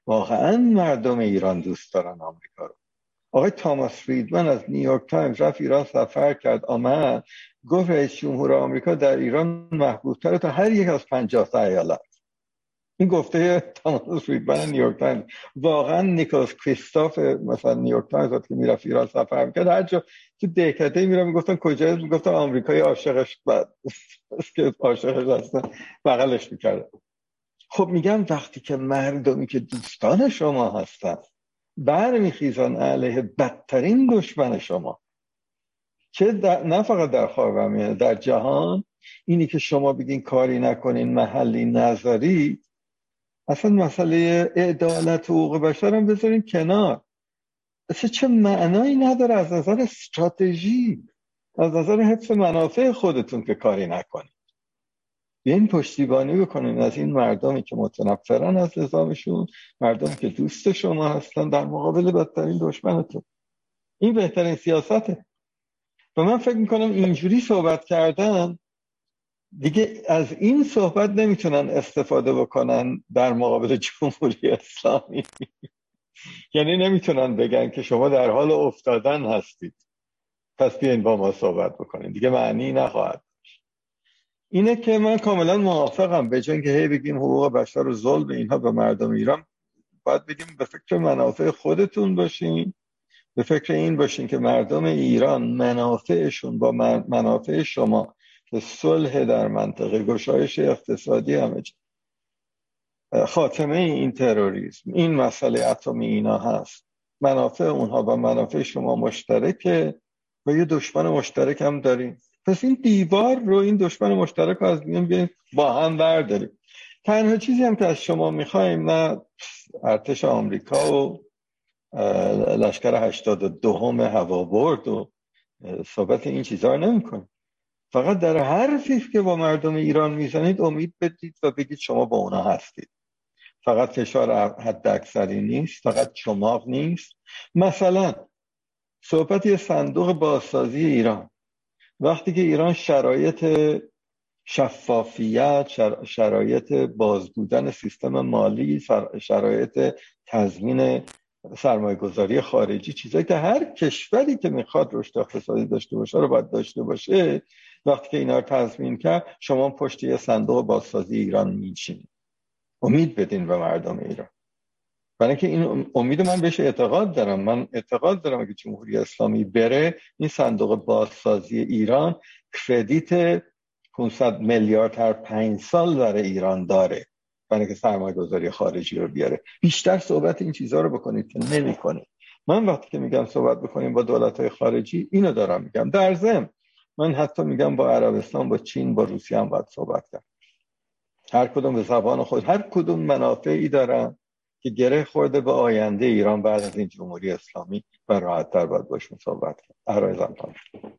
واقعا مردم ایران دوست دارن آمریکا رو. آقای تاماس فریدمن از نیویورک تایمز رفت ایران سفر کرد، آمد گفت رئیس جمهور آمریکا در ایران محبوب‌تره تا هر یک از 50 ایالت. این گفته تاماس فریدمن نیویورک تایمز. واقعا نیکولاس کریستوف مثلا نیویورک تایمز وقتی که میرفت ایران سفر میکرد، هر جا تو دهکده میرفت میگفتن کجا، میگفتن آمریکایی عاشقش که عاشقش هستن بغلش میکرد. خب میگم وقتی که مردمی که دوستان شما هستن برمیخیزن علیه بدترین دشمن شما، چه نه فقط در خاورمیانه، در جهان، اینی که شما بگین کاری نکنین، محلی نظری، اصلا مسئله عدالت و حقوق بشر هم بذارین کنار، اصلا چه معنایی نداره از نظر استراتژی، از نظر حفظ منافع خودتون که کاری نکنین. بیاین پشتیبانی بکنین از این مردمی که متنفرن از نظامشون، مردمی که دوست شما هستن در مقابل بدترین دشمنتون. این بهترین سیاسته. و من فکر میکنم اینجوری صحبت کردن دیگه از این صحبت نمیتونن استفاده بکنن در مقابل جمهوری اسلامی. یعنی نمیتونن بگن که شما در حال افتادن هستید پس بیاین با ما صحبت بکنین، دیگه معنی نخواهد. اینه که من کاملا موافقم، به جای اینکه هی بگیم حقوق بشر و ظلم اینها به مردم ایران، باید بگیم به فکر منافع خودتون باشین، به فکر این باشین که مردم ایران منافعشون با منافع شما که صلح در منطقه، گشایش اقتصادی، همه خاتمه این تروریسم، این مسئله اتمی اینا هست، منافع اونها با منافع شما مشترکه و یه دشمن مشترک هم داریم. پس این دیوار رو، این دشمن مشترک رو از میان با هم برداریم. تنها چیزی هم که از شما میخوایم نه ارتش آمریکا و لشکر 82 هوابرد و صحبت این چیزها رو نمی‌کنیم. فقط در حرفی که با مردم ایران میزنید امید بدید و بگید شما با اونا هستید. فقط فشار حد اکثری نیست، فقط چماق نیست. مثلا صحبت یه صندوق بازسازی ایران، وقتی که ایران شرایط شفافیت، شرایط باز بودن سیستم مالی، شرایط تضمین سرمایه گذاری خارجی، چیزایی که هر کشوری که میخواد رشد اقتصادی داشته باشه رو باید داشته باشه، وقتی که اینا رو تضمین کرد، شما پشت یه صندوق بازسازی ایران میچینید. امید بدین به مردم ایران، برای اینکه این امید من بهش اعتقاد دارم. من اعتقاد دارم که جمهوری اسلامی بره، این صندوق بازسازی ایران کردیت 500 میلیارد هر 5 سال در ایران داره برای اینکه سرمایه گذاری خارجی رو بیاره. بیشتر صحبت این چیزها رو بکنید که نمی کنید. من وقتی که میگم صحبت بکنیم با دولت‌های خارجی، اینو دارم میگم. در ضمن من حتی میگم با عربستان، با چین، با روسیه هم باید صحبت کرد. هر کدوم به زبان خود، هر کدوم منافعی دارن که گره خورده به آینده ایران بعد از این جمهوری اسلامی و راحت‌تر باید باشون صحبت کرد. عرایزم تمام.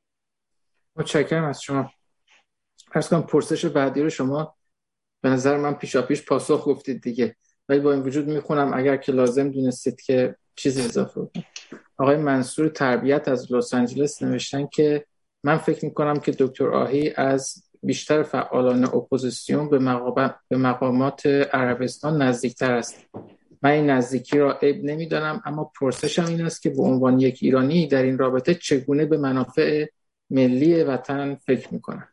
متشکرم از شما. فرض کنم پرسش بعدی رو شما به نظر من پیشاپیش پاسخ گفتید دیگه، ولی با این وجود میخونم اگر که لازم دونستید که چیزی اضافه کنم. آقای منصور تربیت از لس آنجلس نوشتن که من فکر میکنم که دکتر آهی از بیشتر فعالان اپوزیسیون به مقامات عربستان نزدیکتر است. من این نزدیکی را عیب نمیدانم، اما پرسشم این است که به عنوان یک ایرانی در این رابطه چگونه به منافع ملی وطن فکر میکنم؟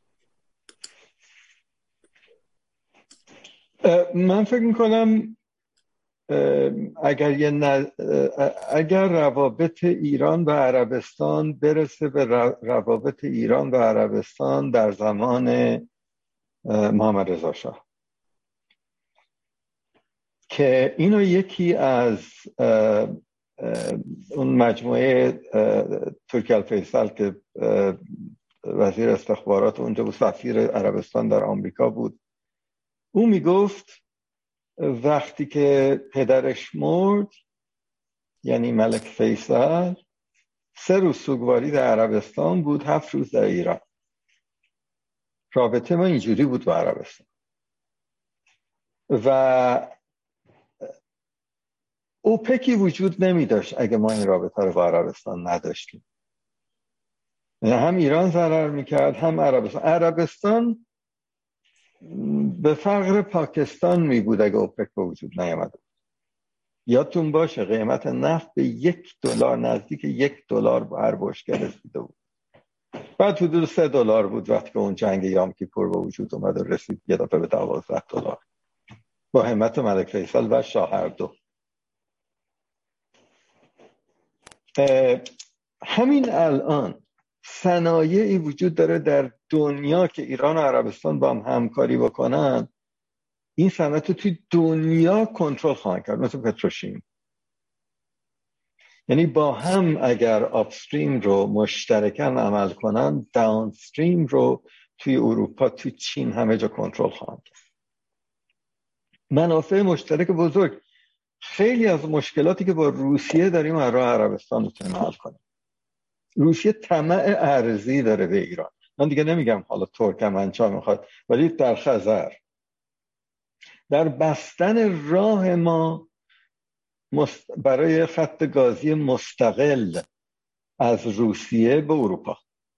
من فکر میکنم اگر روابط ایران و عربستان برسه به روابط ایران و عربستان در زمان محمد رضا شاه، که اینو یکی از اون مجموعه ترکی الفیصل که وزیر استخبارات اونجا بود، سفیر عربستان در آمریکا بود، او میگفت وقتی که پدرش مرد، یعنی ملک فیصل، 3 روز سوگواری در عربستان بود، 7 روز در ایران. رابطه ما اینجوری بود با عربستان و اوپکی وجود نمی داشت اگه ما این رابطه رو با عربستان نداشتیم. هم ایران ضرر میکرد هم عربستان. عربستان به فقر پاکستان می بود اگه اوپک به وجود نیامد. یادتون باشه قیمت نفت به $1 نزدیک $1 هر بشکه رسیده بود. بعد حدود $3 بود وقتی که اون جنگ یام کیپور به وجود اومد و رسید یه دفعه به $12 با همت ملک فیصل و شاه هر دو. همین الان صنایعی وجود داره در دنیا که ایران و عربستان با هم همکاری بکنن، این صنعت رو توی دنیا کنترل خواهند کرد، مثل پتروشیمی. یعنی با هم اگر آپستریم رو مشترکاً عمل کنن، داونستریم رو توی اروپا، توی چین همه جا کنترل خواهند کرد. منافع مشترک بزرگ. خیلی از مشکلاتی که با روسیه داریم از راه عربستان میتونیم حل کنیم. روسیه طمع ارزی داره به ایران. من دیگه نمیگم حالا ترکمنچا میخواد، ولی در خزر، در بستن راه ما برای خط گازی مستقل از روسیه به اروپا.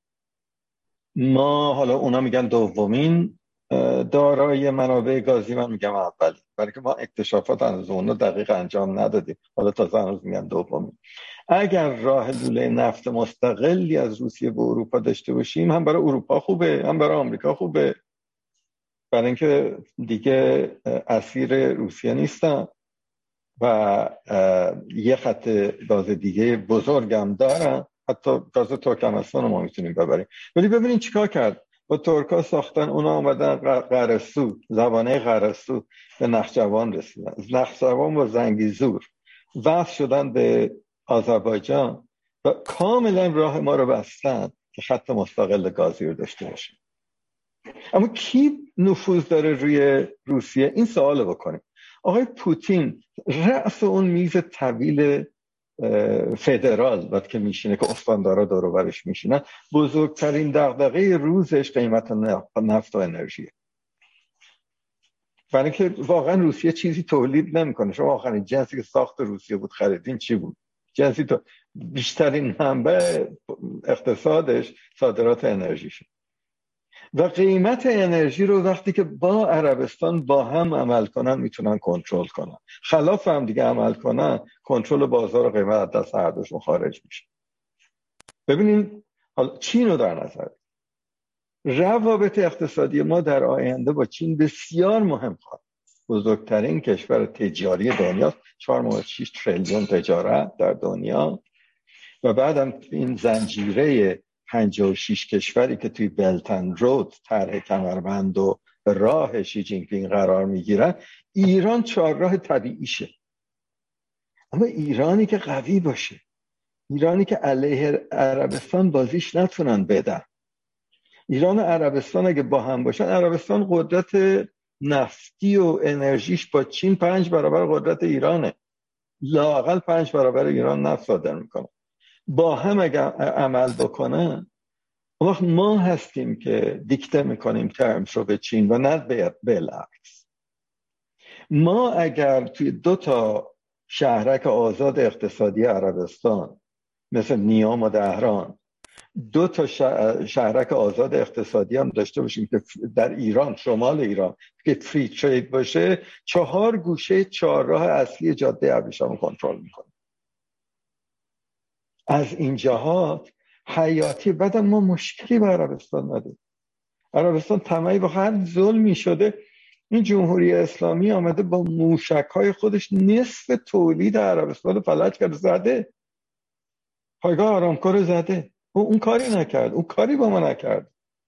ما حالا اونا میگن دومین دارای منابع گازی، من میگم اولی، برای که ما اکتشافات هنوز اونو دقیق انجام ندادیم، حالا تازه هنوز میگن دومین. اگر راه لوله نفت مستقلی از روسیه به اروپا داشته باشیم، هم برای اروپا خوبه، هم برای آمریکا خوبه، برای اینکه دیگه اسیر روسیه نیستن و یه خط گاز دیگه بزرگم دارن. حتی گاز ترکمنستان ما میتونیم ببریم. ولی ببینید چیکار کرد با ترکا ساختن. اونا اومدن قره‌سو، زبانه قره‌سو به نخجوان رسیدن، نخجوان با زنگیزور وصل شدن به آذربایجان و کاملا راه ما رو بستن که خط مستقل گازی رو داشته باشیم. اما کی نفوذ داره روی روسیه؟ این سوال بکنیم. آقای پوتین رأس اون میز طویل فدرال وقتی که میشینه که استاندارا دور و برش میشینن، بزرگترین دغدغه روزش قیمت نفت و انرژیه. برای که واقعا روسیه چیزی تولید نمیکنه. شما آخرین جنسی که ساخت روسیه بود خریدین چی بود؟ جنسی بیشترین منبع اقتصادش صادرات انرژیشه. و قیمت انرژی رو وقتی که با عربستان با هم عمل کنن میتونن کنترل کنن. خلاف هم دیگه عمل کنن، کنترل بازار و قیمت از دست هر دوشون خارج میشه. ببینید حالا چین رو در نظر، روابط اقتصادی ما در آینده با چین بسیار مهم خواهد. بزرگترین کشور تجاری دنیا، 4.6 تریلیون تجارت در دنیا، و بعدم این زنجیره 56 کشوری که توی بلتن رود طرح کمربند و راه شی جین پینگ قرار میگیرن. ایران چهارراه طبیعیشه. اما ایرانی که قوی باشه، ایرانی که علیه عربستان بازیش نتونن بدن. ایران و عربستان اگه با هم باشن، عربستان قدرت نفتی و انرژیش با چین 5 برابر قدرت ایرانه. لااقل 5 برابر ایران نفت صادر میکنه. با هم اگه عمل بکنن، وقت ما هستیم که دیکته میکنیم ترمز رو به چین و نه بالعکس. ما اگر توی 2 شهرک آزاد اقتصادی عربستان مثل نیام و دهران 2 شهرک آزاد اقتصادی هم داشته باشیم که در ایران، شمال ایران که فری ترید باشه، 4 گوشه 4 راه اصلی جاده ابریشم کنترل میکنه. از این جهات حیاتی. بعد ما مشکلی با عربستان نداریم. عربستان طمعی با هر ظلمی شده. این جمهوری اسلامی آمده با موشک‌های خودش نصف تولید عربستان رو فلج کرد، زده. پایگاه آرامکو رو زده. اون کاری نکرد. اون کاری با ما نکرد.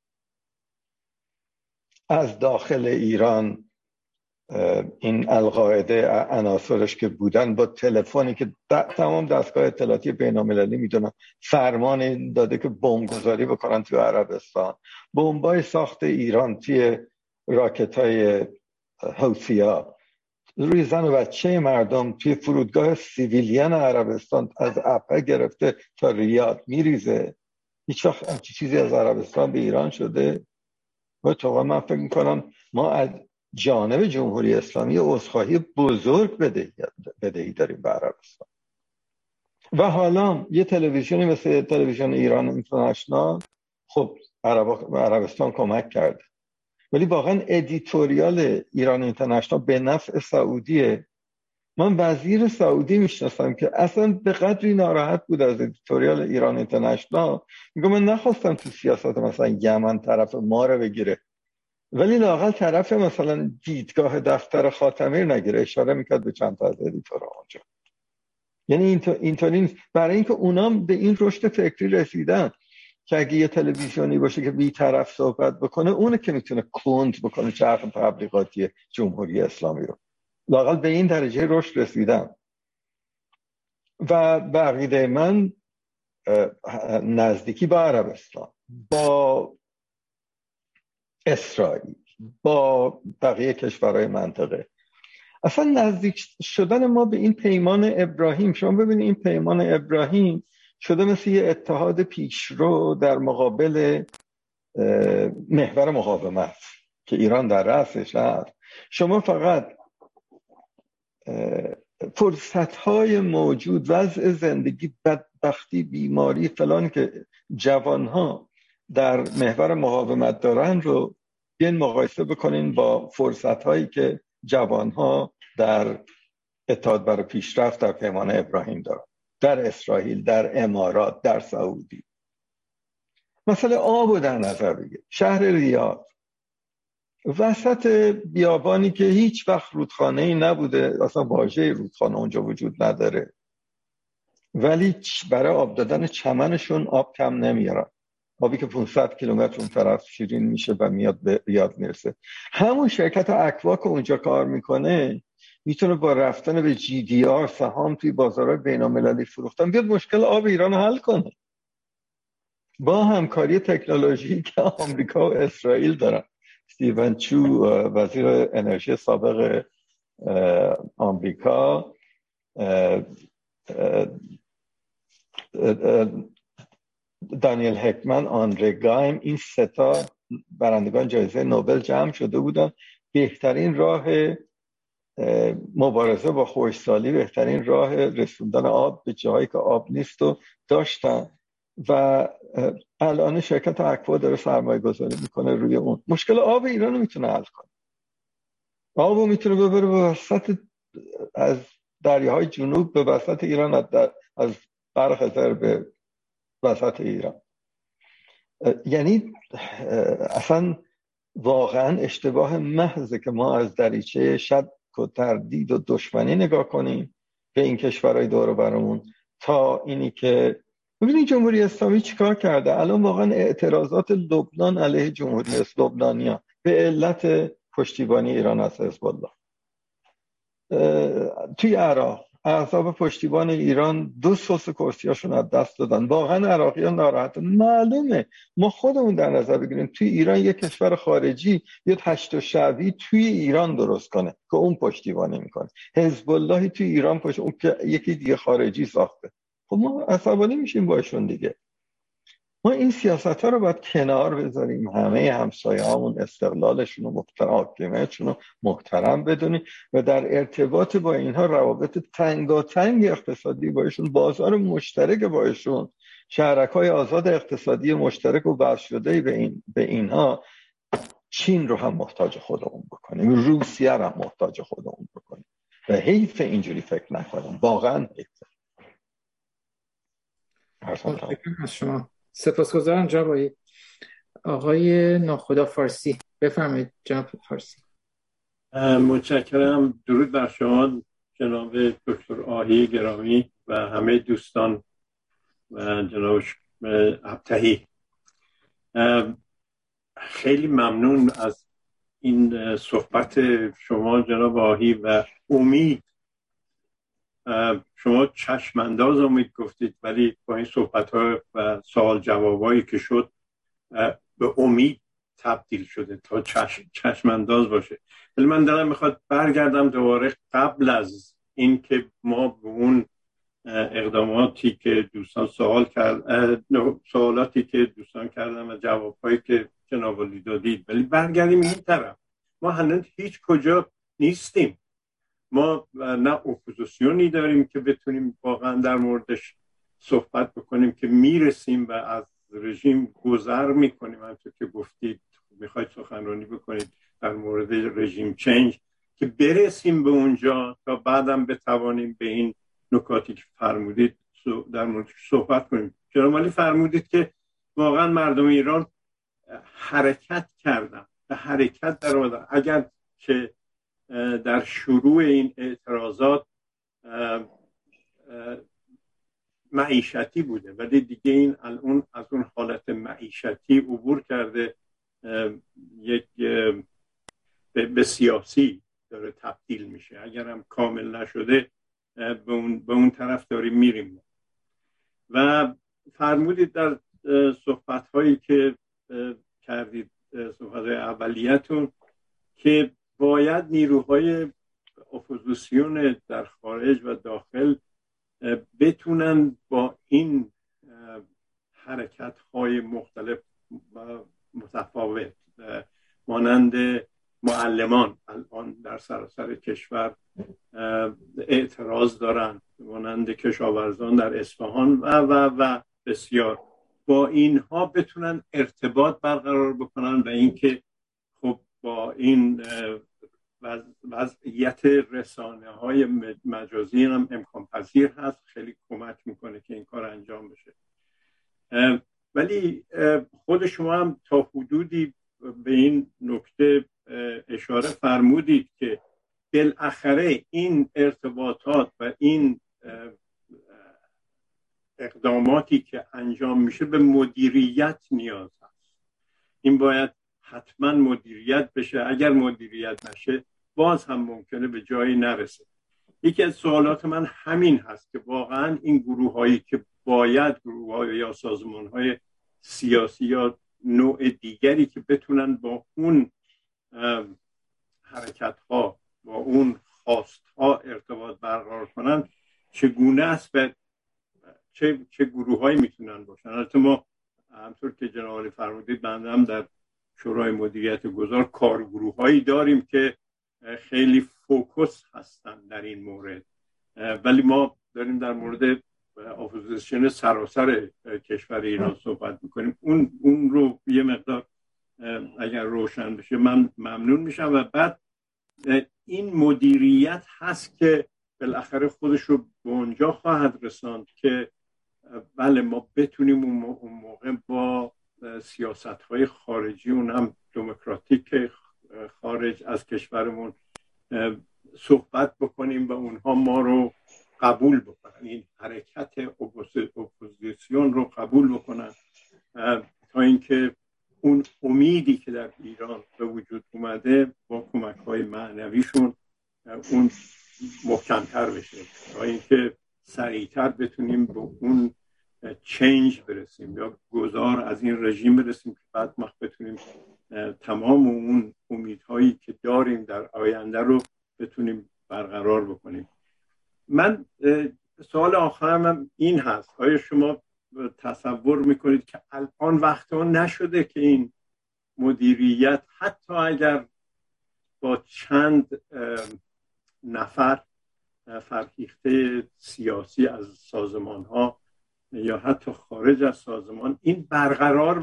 از داخل ایران این القاعده عناصرش که بودن با تلفنی که تمام دستگاه اطلاعاتی بین‌المللی میدونن فرمان داده که بمبگذاری بکنن توی عربستان. بمبای ساخت ایران توی راکت‌های حوثی‌ها روی زن و بچه مردم توی فرودگاه سیویلیان عربستان از اپه گرفته تا ریاض میریزه. هیچ وقت چیزی از عربستان به ایران شده؟ و من فکر میکنم ما از جانب جمهوری اسلامی عذرخواهی بزرگ بدهی داریم به عربستان. و حالا یه تلویزیونی مثل تلویزیون ایران اینترنشنال خب عربستان کمک کرده، ولی واقعا ادیتوریال ایران اینترنشنال به نفع سعودیه من وزیر سعودی میشناسم که اصلا به قدری ناراحت بود از ادیتوریال ایران اینترنشنال، میگه من نخواستم تو سیاست مثلا یمن طرف ما رو بگیره، ولی لااقل طرف مثلا دیدگاه دفتر خاتمی رو نگیره. اشاره میکرد به چند تا از ادیتورها اونجا. یعنی اینطوری نیست. برای اینکه اونام به این رشد فکری رسیدن که اگه یه تلویزیونی باشه که بی‌طرف صحبت بکنه، اونه که میتونه کلند بکنه چرخ تبلیغاتی جمهوری اسلامی رو. لااقل به این درجه رشد رسیدن. و به عقیده من نزدیکی با عربستان، با اسرائیل، با بقیه کشورهای منطقه، اصلا نزدیک شدن ما به این پیمان ابراهیم، شما ببینید این پیمان ابراهیم شده مثل یه اتحاد پیشرو در مقابل محور مقاومت که ایران در رأسش هست. شما فقط فرصت‌های موجود، وضع زندگی، بدبختی، بیماری فلان که جوانها در محور مقاومت دارن رو بیاین مقایسه بکنین با فرصت‌هایی که جوانها در اتحاد برای پیشرفت در پیمان ابراهیم دارن، در اسرائیل، در امارات، در سعودی. مثلا آب رو در نظر بگیر، شهر ریاض وسط بیابانی که هیچ وقت رودخانه‌ای نبوده، اصلا واژه رودخانه اونجا وجود نداره، ولی برای آب دادن چمنشون آب کم نمیارن. آبی که 500 کیلومتر اون طرف شیرین میشه و میاد به ریاض میرسه. همون شرکت اکوا که اونجا کار میکنه میتونه با رفتن به GDR سهام توی بازارهای بین‌المللی فروختن بیاد مشکل آب ایران حل کنه، با همکاری تکنولوژی که آمریکا و اسرائیل دارن. استیون چو وزیر انرژی سابق آمریکا، دانیل هکمن، آندره گایم، این سه تا برندگان جایزه نوبل جمع شده بودن. بهترین راه مبارزه با خشکسالی، بهترین راه رسوندن آب به جایی که آب نیست رو داشتن و الان شرکت اکوا داره سرمایه گذاری میکنه روی اون. مشکل آب ایران رو میتونه حل کنه. آب رو میتونه ببره به وسط، از دریاهای جنوب به وسط ایران، از برخزر به وسط ایران. یعنی اصلا واقعا اشتباه محضه که ما از دریچه شک و تردید و دشمنی نگاه کنیم به این کشورهای دور و برمون، تا اینی که ببینید جمهوری اسلامی چیکار کرده. الان واقعا اعتراضات لبنان علیه جمهوری اسلامی لبنانیان به علت پشتیبانی ایران از حزب الله، توی عراق احزاب پشتیبان ایران 2/3 کرسیاشون از دست دادن. واقعا عراقیان ناراحتن. معلومه. ما خودمون در نظر بگیریم توی ایران یک کشور خارجی بیاد هشت شعبی توی ایران درست کنه که اون پشتیبانی میکنه، حزب اللهی توی ایران اون که یکی دیگه خارجی ساخته. خب ما عصبانی میشیم باشون دیگه. ما این سیاست ها رو باید کنار بذاریم، همه همسایه‌هامون استقلالشون و حاکمیتشون رو محترم بدونیم و در ارتباط با اینها روابط تنگاتنگ اقتصادی باشون، بازار مشترک باشون، شهرک‌های آزاد اقتصادی مشترک و بحث شده به اینها. چین رو هم محتاج خودمون بکنیم، روسیه رو هم محتاج خودمون بکنیم و حیف اینجوری فکر نکنیم، واقعا حیفه. متشکرم از شما. سپاسگزارم جناب آقای ناخدا فارسی. بفرمایید جناب فارسی. متشکرم. درود بر شما جناب دکتر آهی گرامی و همه دوستان و جناب ابتهی. خیلی ممنون از این صحبت شما جناب آهی و امید. شما چشم انداز امید گفتید، ولی با این صحبت ها و سوال جوابایی که شد به امید تبدیل شده تا چشم انداز باشه. ولی من دلم میخواد برگردم دوباره قبل از این که ما به اون اقداماتی که دوستان سوالاتی که دوستان کردن و جوابهایی که جناب علی دادید، ولی برگردیم این طرف. ما هنوز هیچ کجا نیستیم. ما نه اپوزیسیونی داریم که بتونیم واقعا در موردش صحبت بکنیم که میرسیم و از رژیم گذر میکنیم. همونطور که گفتید میخواید سخنرانی بکنید در مورد رژیم چنج، که برسیم به اونجا تا بعدم بتوانیم به این نکاتی که فرمودید در موردش صحبت کنیم. جناب عالی فرمودید که واقعا مردم ایران حرکت کردن، به حرکت در آمدن، اگر که در شروع این اعتراضات معیشتی بوده، ولی دیگه این از اون حالت معیشتی عبور کرده، یک به سیاسی داره تبدیل میشه. اگر هم کامل نشده به اون طرف داریم میریم. و فرمودید در صحبت هایی که کردید، صحبت های اولیتون، که باید نیروهای اپوزیسیون در خارج و داخل بتونن با این حرکت های مختلف متفاوت، مانند معلمان الان در سراسر کشور اعتراض دارن، مانند کشاورزان در اصفهان و بسیار، با اینها بتونن ارتباط برقرار بکنن و اینکه خب با این وضعیت رسانه های مجازی هم امکان پذیر هست، خیلی کمک میکنه که این کار انجام بشه. ولی خود شما هم تا حدودی به این نکته اشاره فرمودید که بالاخره این ارتباطات و این اقداماتی که انجام میشه به مدیریت نیاز هست. این باید حتما مدیریت بشه. اگر مدیریت نشه باز هم ممکنه به جایی نرسه. یکی از سوالات من همین هست که واقعا این گروه هایی که باید گروه های یا سازمان های سیاسی یا نوع دیگری که بتونن با اون حرکت ها، با اون خواست ها ارتباط برقرار کنن، چگونه است و چه گروه هایی میتونن باشن. البته ما همطور که جناب فرمودید بنده هم در شورای مدیریت گذار کارگروه هایی داریم که خیلی فوکس هستن در این مورد، ولی ما داریم در مورد اپوزیسیون سراسر کشور ایران صحبت میکنیم. اون رو یه مقدار اگر روشن بشه من ممنون میشم. و بعد این مدیریت هست که بالاخره خودش رو به اونجا خواهد رساند که بله ما بتونیم اون موقع با سیاست‌های خارجی، اونم دموکراتیک خارج از کشورمون، صحبت بکنیم و اونها ما رو قبول بکنن، این حرکت اپوزیسیون رو قبول بکنن، تا اینکه اون امیدی که در ایران به وجود اومده با کمک‌های معنویشون اون محکم‌تر بشه، تا اینکه سریعتر بتونیم به اون چینج برسیم یا گذار از این رژیم برسیم که بعد ما بتونیم تمام اون امیدهایی که داریم در آینده رو بتونیم برقرار بکنیم. من سوال آخرم این هست: آیا شما تصور میکنید که الان وقت اون نشده که این مدیریت حتی اگر با چند نفر فرهیخته سیاسی از سازمان ها یا حتی خارج از سازمان این برقرار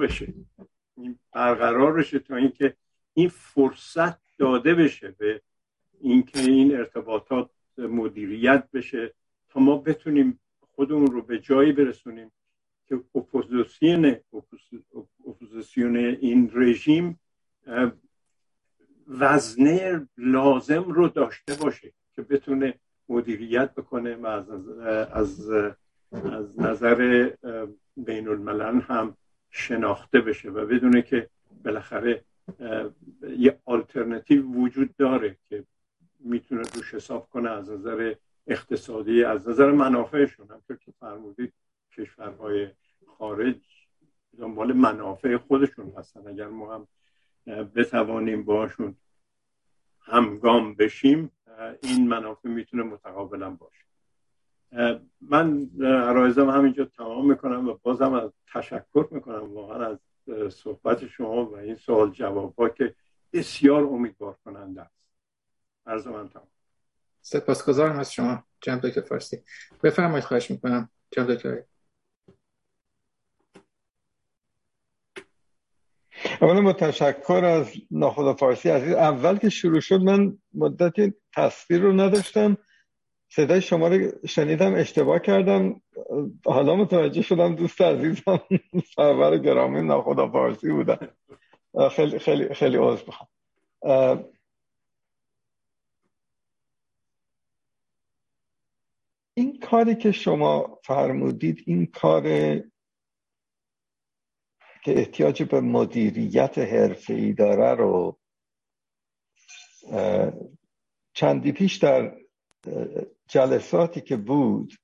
بشه تا اینکه این فرصت داده بشه به اینکه این ارتباطات مدیریت بشه، تا ما بتونیم خودمون رو به جایی برسونیم که اپوزیسیون این رژیم وزنه لازم رو داشته باشه که بتونه مدیریت بکنه و از نظر بین الملل هم شناخته بشه و بدونه که بالاخره یه آلترناتیو وجود داره که میتونه روش حساب کنه از نظر اقتصادی، از نظر منافعشون. همونطور که فرمودید کشورهای خارج دنبال منافع خودشون هستن. اگر ما هم بتوانیم باشون همگام بشیم این منافع میتونه متقابلا باشه. من عرایزم همینجا تمام میکنم و بازم از تشکر میکنم واقعا از صحبت شما و این سوال جواب ها که بسیار امیدوار کننده است. عرض من تمام. سپاسگزارم از شما جناب دکتر فارسی. بفرمایید، خواهش میکنم جناب دکتر. اولا با تشکر از ناخدا فارسی عزیز. اول که شروع شد من مدتی تصویر رو نداشتم، صدای شما رو شنیدم، اشتباه کردم، حالا متوجه شدم دوست عزیزم سرور گرامی ناخدا فارسی بودن. خیلی خیلی خیلی عذر میخوام. این کاری که شما فرمودید، این کار که احتیاج به مدیریت حرفه‌ای داره رو چندی پیش در جلساتی که بود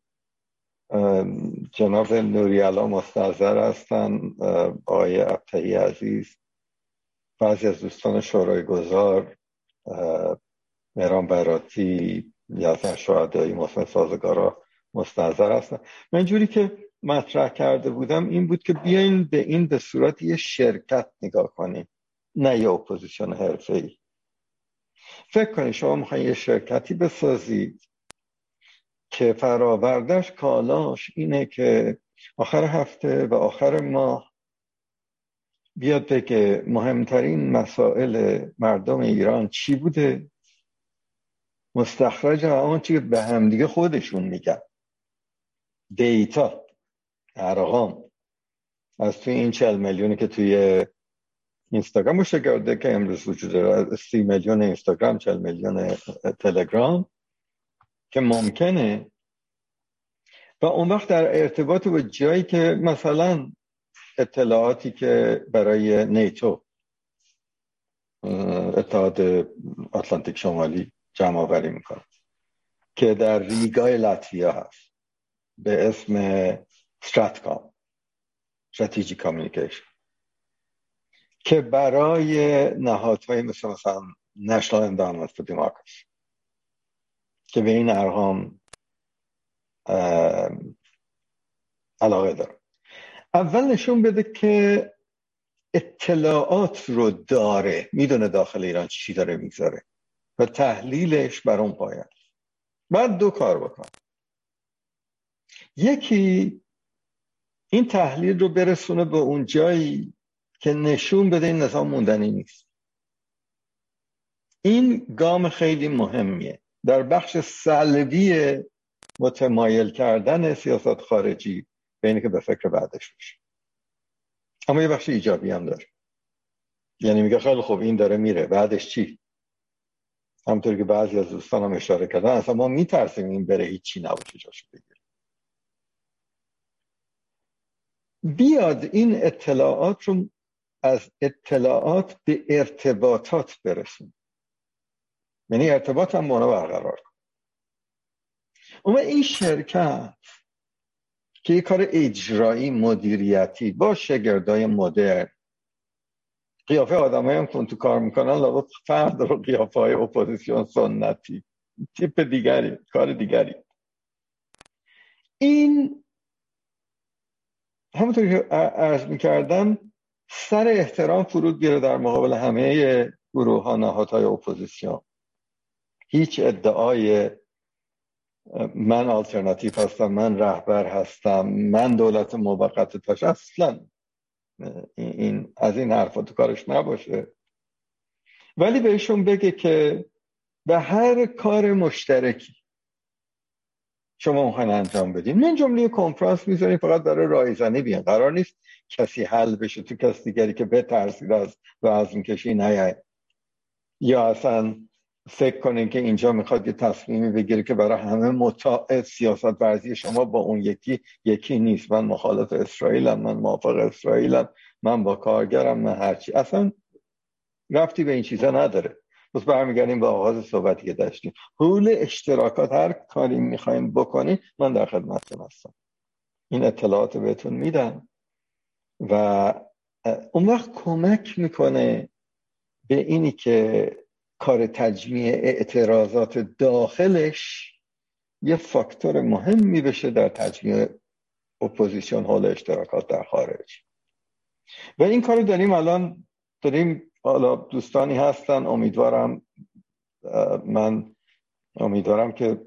جناب نوری‌علا مستحضر هستن، آقای ابطحی عزیز، بعضی از دوستان شورای گذار، مهران براتی، یزن شهدایی، محسن سازگارا مستحضر هستن. من جوری که مطرح کرده بودم این بود که بیاین به این به صورت یه شرکت نگاه کنیم، نه یه اپوزیسیون حرفه‌ای. فکر کنید شما میخواین یه شرکتی بسازید که فرآوردش کالاش اینه که آخر هفته و آخر ماه بیاد بگه مهمترین مسائل مردم ایران چی بوده، مستخرج همون چی که به همدیگه خودشون میگن، دیتا، ارقام، از توی این 40 میلیونی که توی اینستاگرام شگرده که امروز وجود داره، 30 میلیون اینستاگرام، 40 میلیون تلگرام، که ممکنه و اون وقت در ارتباط با جایی که مثلا اطلاعاتی که برای نیتو، اتحاد آتلانتیک شمالی، جمع آوری میکنه که در ریگای لاتویا هست به اسم استراتکام، استراتژیک کامیونیکیشن، که برای نهادهای مثلا نشنال انداونمنت فور دموکراسی که به این ارقام علاقه داره، اول نشون بده که اطلاعات رو داره، میدونه داخل ایران چی داره میگذاره و تحلیلش بر اون پایه. بعد دو کار بکن. یکی این تحلیل رو برسونه به اون جایی که نشون بده این نظام موندنی نیست. این گام خیلی مهمیه در بخش سلبی متمایل کردن سیاست خارجی به اینه که به فکر بعدش باشه. اما یه بخش ایجابی هم داره، یعنی میگه خیلی خوب این داره میره، بعدش چی؟ همونطور که بعضی از دوستان هم اشاره کردن اصلا ما میترسیم این بره هیچی نباشه جاشو بگیره. بیاد این اطلاعات رو از اطلاعات به ارتباطات برسون، یعنی ارتباط هم با اونا برقرار کن. اما این شرکت که یه کار اجرایی مدیریتی با شاگردای مدرن، قیافه آدمایی هم که تو کار میکنن لابد فرد رو قیافه های اپوزیسیون سنتی، تیپ دیگری، کار دیگری. این همونطور که عرض میکردم سر احترام فرود بیاره در مقابل همه گروه ها، نهادهای اپوزیسیون. هیچ ادعای من آلترناتیو هستم، من رهبر هستم، من دولت موقت تاش، اصلا این از این حرفا تو کارش نباشه، ولی بهشون بگه که به هر کار مشترکی شما میخواین انجام بدین، من جمله کنفرانس میذاریم فقط برای رایزنی بیان، قرار نیست کسی حل بشه تو کس دیگری که بترسید از وزن کشی نیاین، یا اصلا فکر کنین که اینجا میخواد یه تصمیمی بگیره که برای همه مطاع سیاست ورزی شما با اون یکی نیست. من مخالف اسرائیلم، من موافق اسرائیلم، من با کارگرم، من هرچی. اصلا رفتی به این چیزا نداره. بس برمیگردیم به آغاز صحبتی که داشتیم، حول اشتراکات، هر کاری میخوایم بکنیم من در خدمتتون هستم، این اطلاعات بهتون میدم و اون وقت کمک میکنه به اینی که کار تجمیع اعتراضات داخلش یه فاکتور مهمی بشه در تجمیع اپوزیسیون حول اشتراکات در خارج. و این کارو داریم حالا دوستانی هستن، من امیدوارم که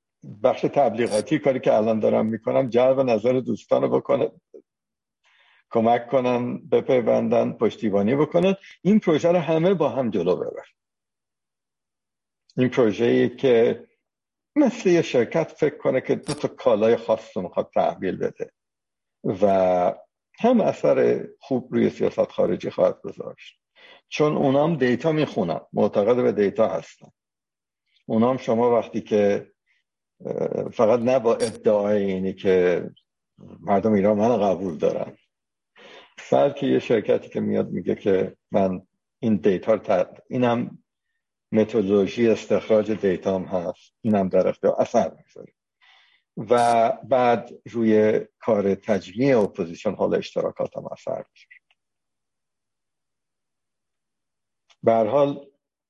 بخش تبلیغاتی کاری که الان دارم میکنم جلب نظر دوستان رو بکنه، کمک کنن، بپیوندن، پشتیبانی بکنن، این پروژه رو همه با هم جلو ببر. این پروژه‌ای که مثل یه شرکت فکر کنه که دو تا کالای خاص رو میخواد تحویل بده و هم اثر خوب روی سیاست خارجی خواهد گذاشت، چون اونام دیتا میخونن، معتقد به دیتا هستن. اونام شما وقتی که فقط نه با ادعای اینی که مردم ایران من قبول دارن، بلکه یه شرکتی که میاد میگه که من این دیتا اینم متدولوژی استخراج دیتا هم هست، اینم در اختیار اثر میذاره و بعد روی کار تجمیع اپوزیسیون حال اشتراکات هم اثر میذاره. به هر حال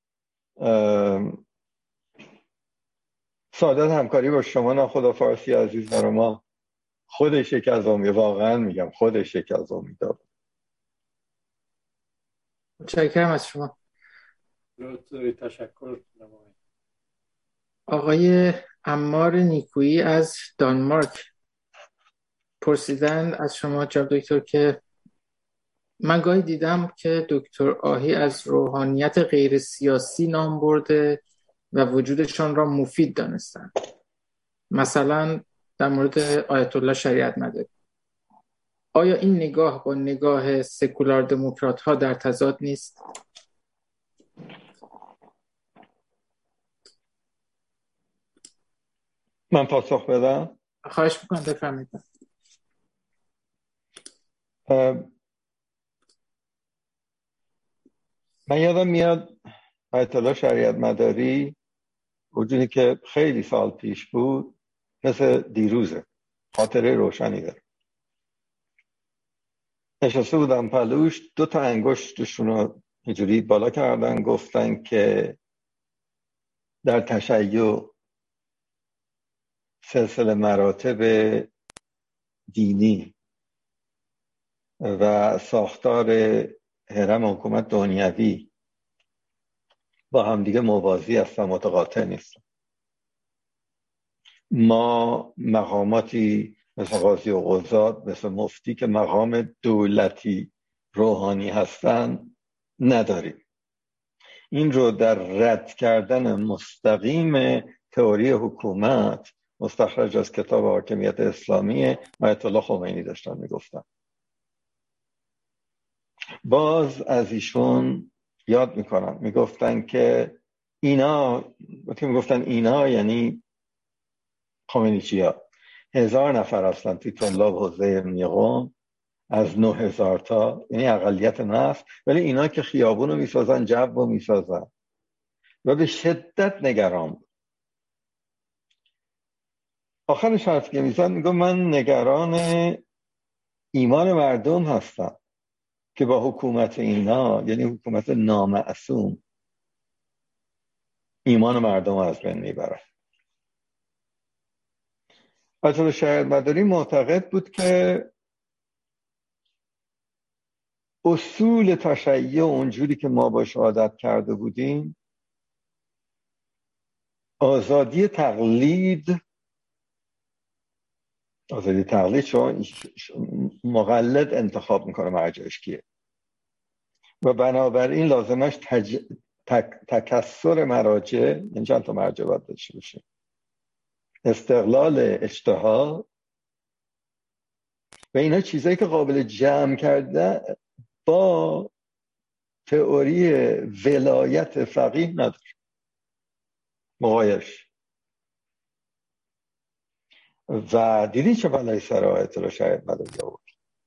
سعادت همکاری با شما ناخدا فارسی عزیز برای ما خودش یک از امید، واقعا میگم خودش یک از امیدوار. متشکرم از شما. تشکر. آقای عمار نیکویی از دانمارک پرسیدن از شما جناب دکتر که من گاهی دیدم که دکتر آهی از روحانیت غیر سیاسی نام برده و وجودشان را مفید دانستند، مثلا در مورد آیت الله شریعت مداری. آیا این نگاه با نگاه سکولار دموکرات ها در تضاد نیست؟ من پاسخ بدم؟ خواهش میکنم بفرمایید. من یادم میاد آیت الله شریعت مداری وجودی که خیلی سال پیش بود مثل دیروزه، خاطره روشنی داره. نشسته بودم پلوش، 2 تا انگشتشون رو اینجوری بالا کردن، گفتن که در تشیع سلسله مراتب دینی و ساختار هرم حکومت دنیوی با همدیگه موازی هستن، متقاطع نیستن. ما مقاماتی مثل قاضی و قضات، مثل مفتی که مقام دولتی روحانی هستن نداریم. این رو در رد کردن مستقیم تئوری حکومت مستخرج از کتاب حاکمیت اسلامی آیت الله خمینی داشتن میگفتن. باز از ایشون یاد میکنم، میگفتن که اینا، وقتی میگفتن اینا یعنی خمینیچی‌ها، 1000 نفر هستن توی طلاب حوزه میقم از 9000 تا، یعنی اقلیت نفت، ولی اینا که خیابون رو میسازن، جو رو میسازن و به شدت نگران بود. آخرش حرف که میزن میگم من نگران ایمان مردم هستم که با حکومت اینا، یعنی حکومت نامعصوم، ایمان مردم از بین میبرن. آیت الله شریعت مداری معتقد بود که اصول تشیع اونجوری که ما باش عادت کرده بودیم، آزادی تقلید چون مقلد انتخاب میکنه مرجعش کیه و بنابراین لازمش تکثر مراجع، یعنی چند تا مرجع باید داشته باشه، استقلال اجتهاد و اینا چیزایی که قابل جمع کرده با تئوری ولایت فقیه نداره مقایش. و دیدی چه بلایی سر آیت الله شریعت مداری آورد؟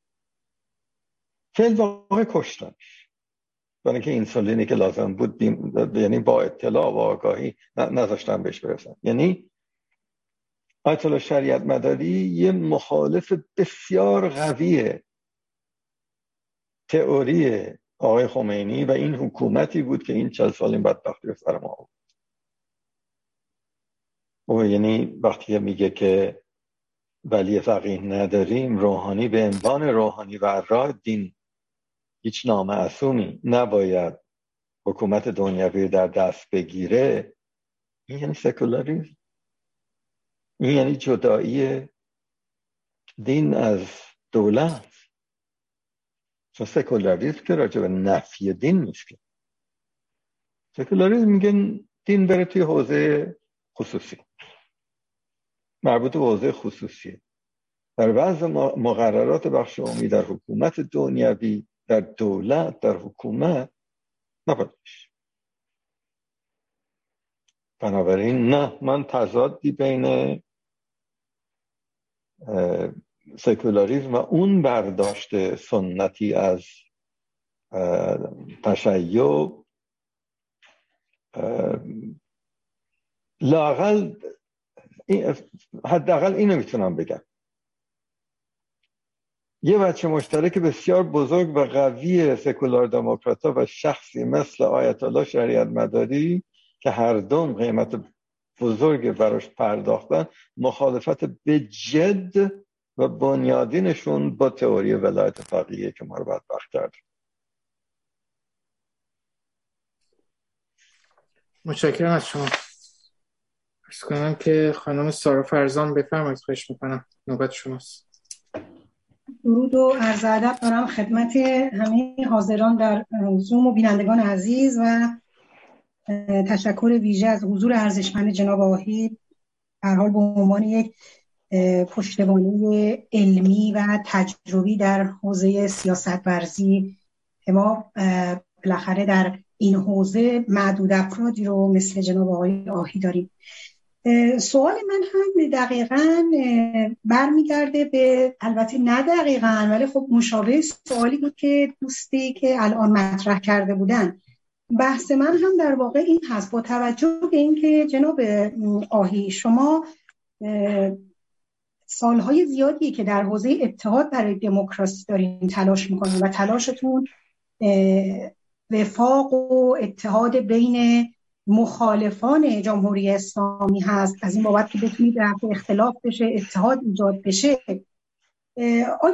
فعل واقع کشتنش، برای که اینسولینی که لازم بود یعنی با اطلاع و آگاهی نذاشتن بهش برسن. یعنی آیت الله شریعت مداری یه مخالف بسیار قویه تئوری آقای خمینی و این حکومتی بود که این 40 سال این بدبختی رو سر ما آورد. و یعنی وقتی میگه که ولی فقیه نداریم، روحانی به عنوان روحانی و راه دین هیچ نامعصومی نباید حکومت دنیوی در دست بگیره، این یعنی سکولاریسم، این یعنی جدایی دین از دولت. چون سکولاریسم که راجع به نفی دین نیست. سکولاریسم میگن دین بره توی حوزه خصوصی، مربوط به حوزه خصوصیه، در وضع مقررات بخش عمومی در حکومت دنیوی، در دولت، در حکومت نباید بشه. بنابراین نه، من تضادی بین سکولاریسم و اون برداشت سنتی از تشیع لااقل حداقل اینو میتونم بگم. یه بچه مشترک بسیار بزرگ و قوی سکولار دموکرات‌ها و شخصی مثل آیت الله شریعت مداری که هر دوم قیمت بزرگ براش پرداختن، مخالفت به جد و بنیادینشون با تئوری ولایت فقیه که ما رو بدبخت کرد. متشکرم از شما. عرض کنم که خانم سارا فرزان بفرمایید. خواهش میکنم، نوبت شماست. درود و عرض ادب دارم خدمت همه حاضران در زوم و بینندگان عزیز و تشکر ویژه از حضور ارزشمند جناب آقی، در حال به عنوان یک پشتوانه علمی و تجربی در حوزه سیاست ورزی که ما بالاخره در این حوزه معدود افرادی رو مثل جناب آقای آهی داریم. سوال من هم دقیقاً برمیگرده به، البته نه دقیقاً ولی خب مشابه سوالی بود که دوستی که الان مطرح کرده بودن. بحث من هم در واقع این هست، با توجه به اینکه جناب آهی شما سالهای زیادی که در حوزه اتحاد برای دموکراسی دارین تلاش میکنین و تلاشتون وفاق و اتحاد بین مخالفان جمهوری اسلامی هست، از این بابت که بتونید در اختلاف بشه، اتحاد ایجاد بشه. آیا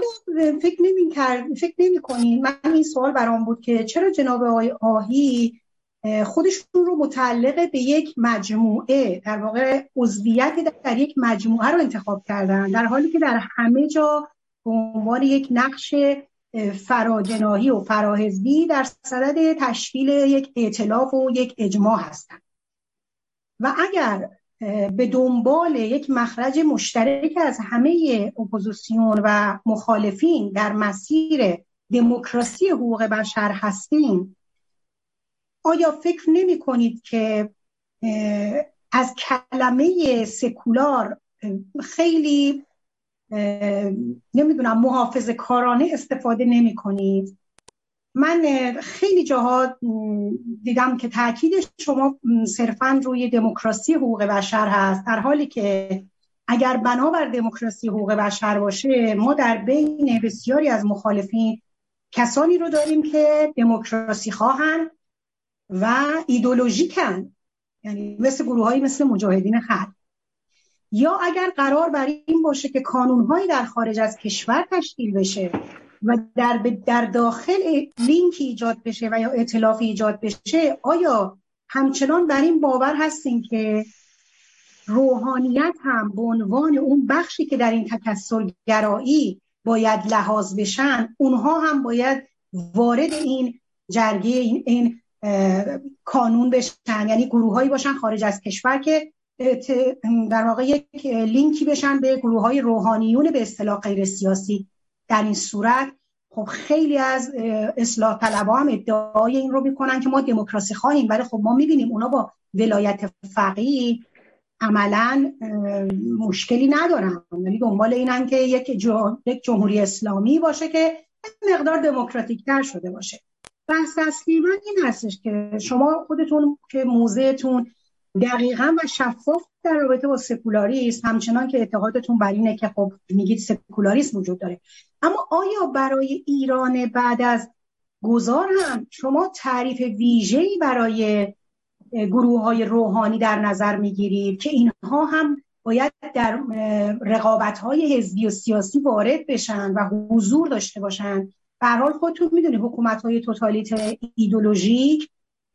فکر نمی کنین، من این سوال برام بود که چرا جناب آقای آهی خودشون رو متعلق به یک مجموعه، در واقع عضویت در یک مجموعه رو انتخاب کردن، در حالی که در همه جا به عنوان یک نقش فراجناحی و فراحزبی در صدد تشکیل یک ائتلاف و یک اجماع هستند. و اگر به دنبال یک مخرج مشترک از همه اپوزیسیون و مخالفین در مسیر دموکراسی حقوق بشر هستیم، آیا فکر نمی کنید که از کلمه سکولار خیلی نمیدونم محافظه کارانه استفاده نمی کنید؟ من خیلی جاها دیدم که تاکید شما صرفاً روی دموکراسی حقوق بشر هست، در حالی که اگر بنابر دموکراسی حقوق بشر باشه، ما در بین بسیاری از مخالفین کسانی رو داریم که دموکراسی خواهن و ایدئولوژیکن، یعنی مثل گروهایی مثل مجاهدین خلق. یا اگر قرار بر این باشه که کانونهایی در خارج از کشور تشکیل بشه و در داخل لینکی ایجاد بشه و یا ائتلافی ایجاد بشه، آیا همچنان بر این باور هستیم که روحانیت هم به عنوان اون بخشی که در این تکثرگرایی باید لحاظ بشن، اونها هم باید وارد این جرگه این کانون بشن، یعنی گروهایی باشن خارج از کشور که در واقع یک لینکی بشن به گروه‌های روحانیون به اصطلاح غیر سیاسی؟ در این صورت خب خیلی از اصلاح طلبها هم ادعای این رو میکنن که ما دموکراسی خواهیم، ولی خب ما میبینیم اونا با ولایت فقیه عملاً مشکلی ندارن، یعنی دنبال اینن که یک جمهوری اسلامی باشه که مقدار دموکراتیک تر شده باشه. بحث اصلی من این هستش که شما خودتون که موضعتون دقیقاً و شفاف در رابطه با سکولاریسم، همچنان که اعتقادتون بر اینه که خب میگید سکولاریسم وجود داره، اما آیا برای ایران بعد از گذار هم شما تعریف ویژه‌ای برای گروه‌های روحانی در نظر میگیرید که اینها هم باید در رقابت‌های حزبی و سیاسی وارد بشن و حضور داشته باشن؟ به هر حال خودتون میدونید حکومت‌های توتالیتر ایدئولوژیک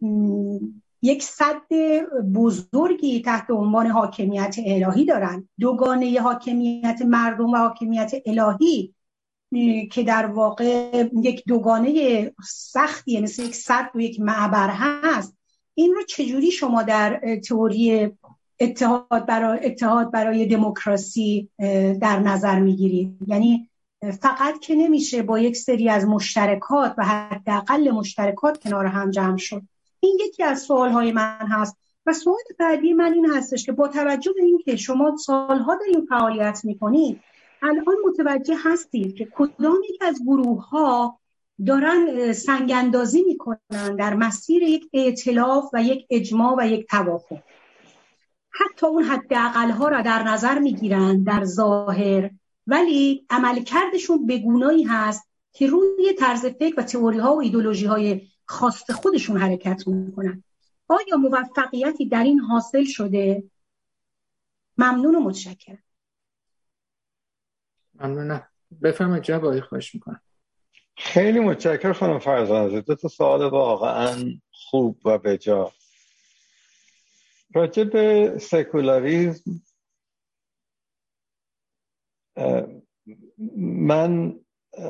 یک سد بزرگی تحت عنوان حاکمیت الهی دارن. دوگانه حاکمیت مردم و حاکمیت الهی که در واقع یک دوگانه سختیه، مثل یک سد و یک معبر هست، این رو چجوری شما در تئوری اتحاد برای دموکراسی در نظر میگیرید؟ یعنی فقط که نمیشه با یک سری از مشترکات و حداقل مشترکات کنار هم جمع شد. این یکی از سوالهای من هست. و سوال بعدی من این هستش که با توجه به این که شما سالها دارین فعالیت میکنید، الان متوجه هستید که کدام یک از گروه‌ها دارن سنگ‌اندازی میکنن در مسیر یک ائتلاف و یک اجماع و یک توافق، حتی اون حداقل‌ها را در نظر میگیرن در ظاهر، ولی عملکردشون بگونه‌ای هست که روی طرز فکر و تئوری‌ها و ایدئولوژی‌های خاص خودشون حرکت میکنن. آیا موفقیتی در این حاصل شده؟ ممنون و متشکرم. ممنونم. بفرمایید جناب آقای، خواهش میکنم. خیلی متشکرم خانم فرزانه. دو تا سوال واقعا خوب و بجا. راجع به سکولاریسم من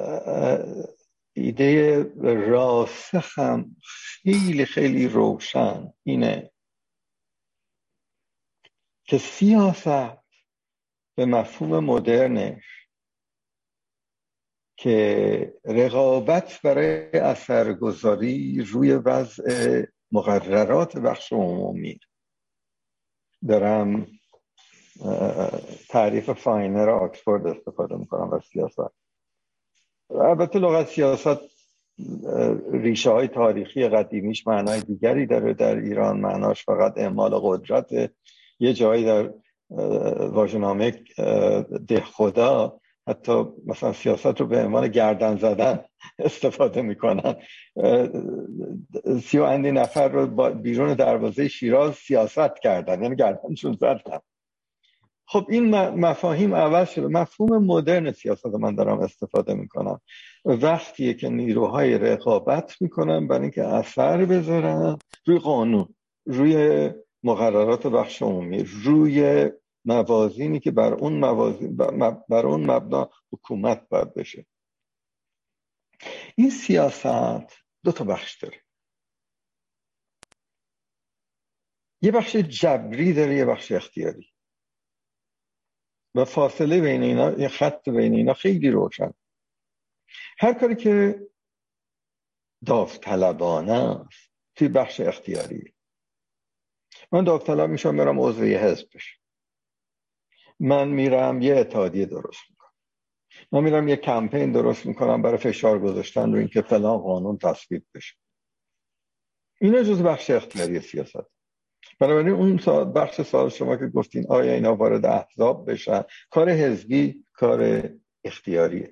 ایده راسخم خیلی خیلی روشن اینه که سیاست به مفهوم مدرنش که رقابت برای اثرگذاری روی وضع مقررات بخش عمومی، دارم تعریف فاینر آکسفورد استفاده میکنم و سیاست. البته لغت سیاست ریشه های تاریخی قدیمیش معنای دیگری داره. در ایران معناش فقط اعمال قدرت. یه جایی در واژه‌نامه دهخدا حتی مثلا سیاست رو به عنوان گردن زدن استفاده میکنن. 30 و اندی نفر رو بیرون دروازه شیراز سیاست کردن، یعنی گردنشون زدن. خب این مفاهیم عوض شده. مفهوم مدرن سیاست من دارم استفاده میکنم وقتیه که نیروهای رقابت میکنن برای اینکه اثر بذارن روی قانون، روی مقررات بخش عمومی، روی موازینی که بر اون مبنا حکومت باید بشه. این سیاست دو تا بخش داره. یه بخش جبری داره، یه بخش اختیاری. و فاصله بین اینا، یه خط بین اینا خیلی روشن. هر کاری که داوطلبانه است توی بخش اختیاری. من داوطلب میشم برم عضو یه حزب بشم. من میرم یه اتحادیه درست میکنم. من میرم یه کمپین درست میکنم برای فشار گذاشتن رو اینکه فلان قانون تصویب بشه. اینا جز بخش اختیاری سیاست. بنابراین اون بخش سوال شما که گفتین آیا اینا وارد احزاب بشن، کار حزبی کار اختیاریه.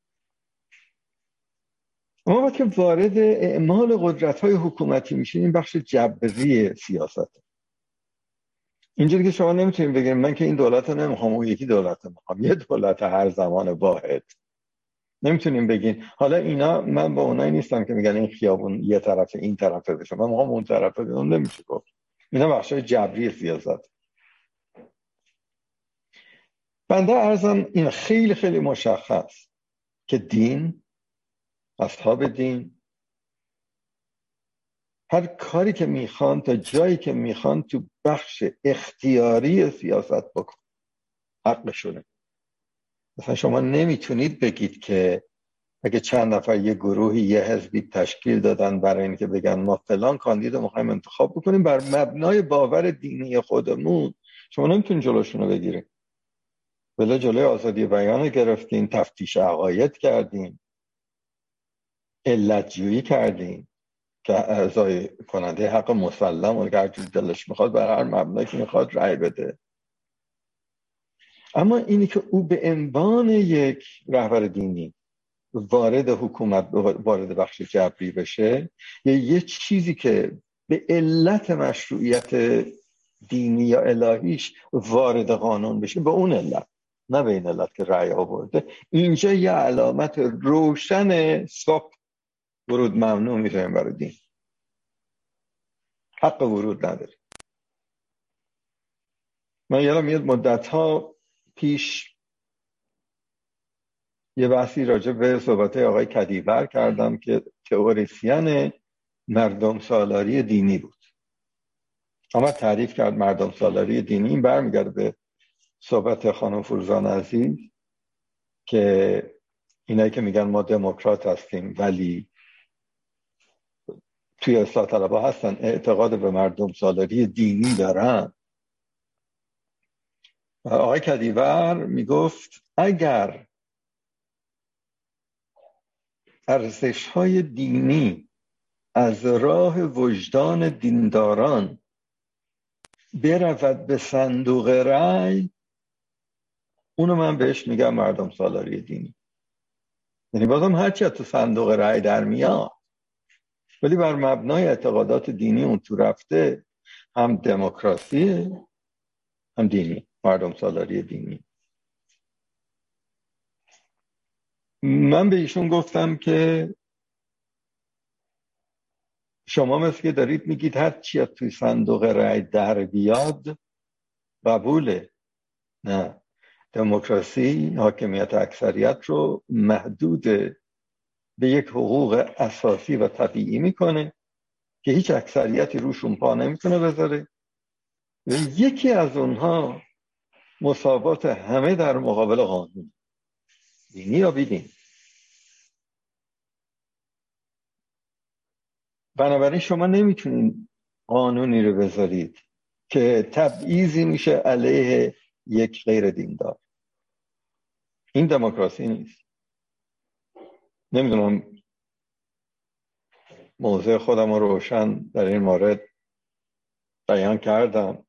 اما وقتی که وارد اعمال قدرت‌های حکومتی میشین، این بخش جبری سیاست. اینجوری که شما نمیتونید بگید من که این دولت رو نمیخوام، اون یکی دولت رو میخوام. یه دولت هر زمان واحد. نمیتونیم بگین حالا اینا، من با اونایی نیستم که میگن این خیابون یه طرفه این طرفه بشه، من میخوام اون طرفه بشه. اون نمیشه گفت. اینا بخشای جبری سیاست. بنده عرضم این خیلی خیلی مشخص که دین، اصحاب دین، هر کاری که میخوان تا جایی که میخوان تو بخش اختیاری سیاست بکن. حقشونه. مثلا شما نمیتونید بگید که اگه چند نفر یه گروهی یه حزبی تشکیل دادن برای اینکه بگن ما فلان کاندید رو میخوایم انتخاب بکنیم بر مبنای باور دینی خودمون، شما نمیتونید جلوشون رو بگیرید. بلا جلوی آزادی بیان رو گرفتین، تفتیش عقاید کردین، علت جویی کردین که اعضای کننده حق مسلم و هر چیز دلش میخواد بر هر مبنایی که میخواد رأی بده. اما اینی که او به عنوان یک رهبر دینی وارد حکومت، وارد بخش جبری بشه، یه چیزی که به علت مشروعیت دینی یا الهیش وارد قانون بشه، به اون علت، نه به این علت که رأی آورده، اینجا یه علامت روشن ساپ ورود ممنوع میذاریم برای دین. حق ورود نداره. من یادم میاد مدت‌ها پیش یه بحثی راجع به صحبت‌های آقای کدیور کردم که تئوریسین مردم سالاری دینی بود. اما تعریف کرد مردم سالاری دینی. این برمیگرده به صحبت خانم فروزان عزیز که اینایی که میگن ما دموکرات هستیم ولی توی اصلاح طلبها هستن اعتقاد به مردم سالاری دینی دارن. آقای کدیور میگفت اگر ارزش‌های دینی از راه وجدان دینداران برود به صندوق رأی، اونو من بهش میگم مردم سالاری دینی. یعنی بازم هرچی از تو صندوق رأی در میاد ولی بر مبنای اعتقادات دینی اون تو رفته، هم دموکراسی هم دینی، مردم سالاری دینی. من به ایشون گفتم که شما مثل که دارید میگید هر چی از توی صندوق رأی در بیاد قبوله. نه، دموکراسی حاکمیت اکثریت رو محدود به یک حقوق اساسی و طبیعی میکنه که هیچ اکثریتی روشون پا نمیتونه بذاره و یکی از اونها مساوات همه در مقابل قانون، دینی یا بیدین. بنابراین شما نمیتونید قانونی رو بذارید که تبعیضی میشه علیه یک غیر دیندار. این دموکراسی نیست. نمیدونم موضع خودم رو روشن در این مورد بیان کردم.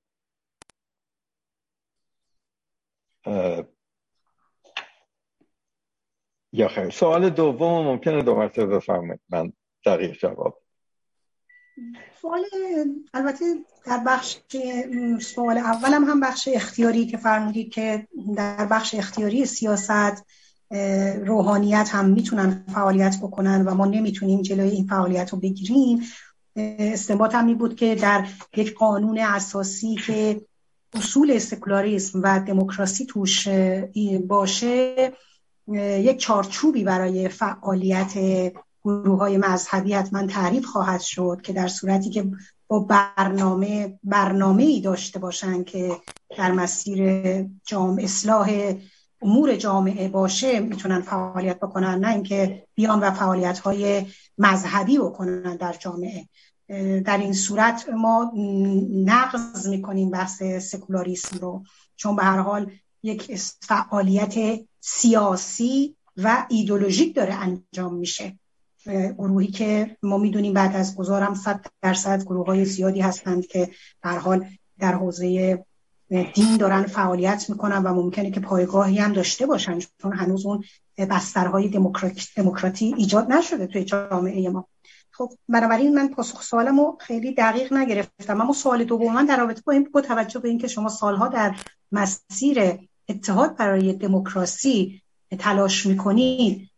یا خیر، سوال دوم ممکنه دو مرتبه بفرمایید من دقیق جواب. سوال البته در بخش سوال اولم هم بخش اختیاری که فرمودید که در بخش اختیاری سیاست روحانیت هم میتونن فعالیت بکنن و ما نمیتونیم جلوی این فعالیت رو بگیریم. استنباط هم بود که در یک قانون اساسی که اصول سکولاریسم و دموکراسی توش باشه یک چارچوبی برای فعالیت گروه‌های مذهبی حتما تعریف خواهد شد که در صورتی که با برنامه‌ای داشته باشن که در مسیر اصلاح امور جامعه باشه میتونن فعالیت بکنن، نه اینکه بیان و فعالیت‌های مذهبی بکنن در جامعه. در این صورت ما نقض میکنیم بحث سکولاریسم رو، چون به هر حال یک فعالیت سیاسی و ایدئولوژیک داره انجام میشه. گروهی که ما میدونیم بعد از گذارم 100% گروه‌های زیادی هستند که به هر حال در حوزه دین دارن فعالیت میکنن و ممکنه که پایگاهی هم داشته باشن چون هنوز اون بسترهای دموکراتی ایجاد نشده توی جامعه ما. خب بنابراین من پاسخ سوالمو خیلی دقیق نگرفتم. اما سوال دوم در رابطه با این، با توجه به اینکه شما سالها در مسیر اتحاد برای دموکراسی تلاش میکنید،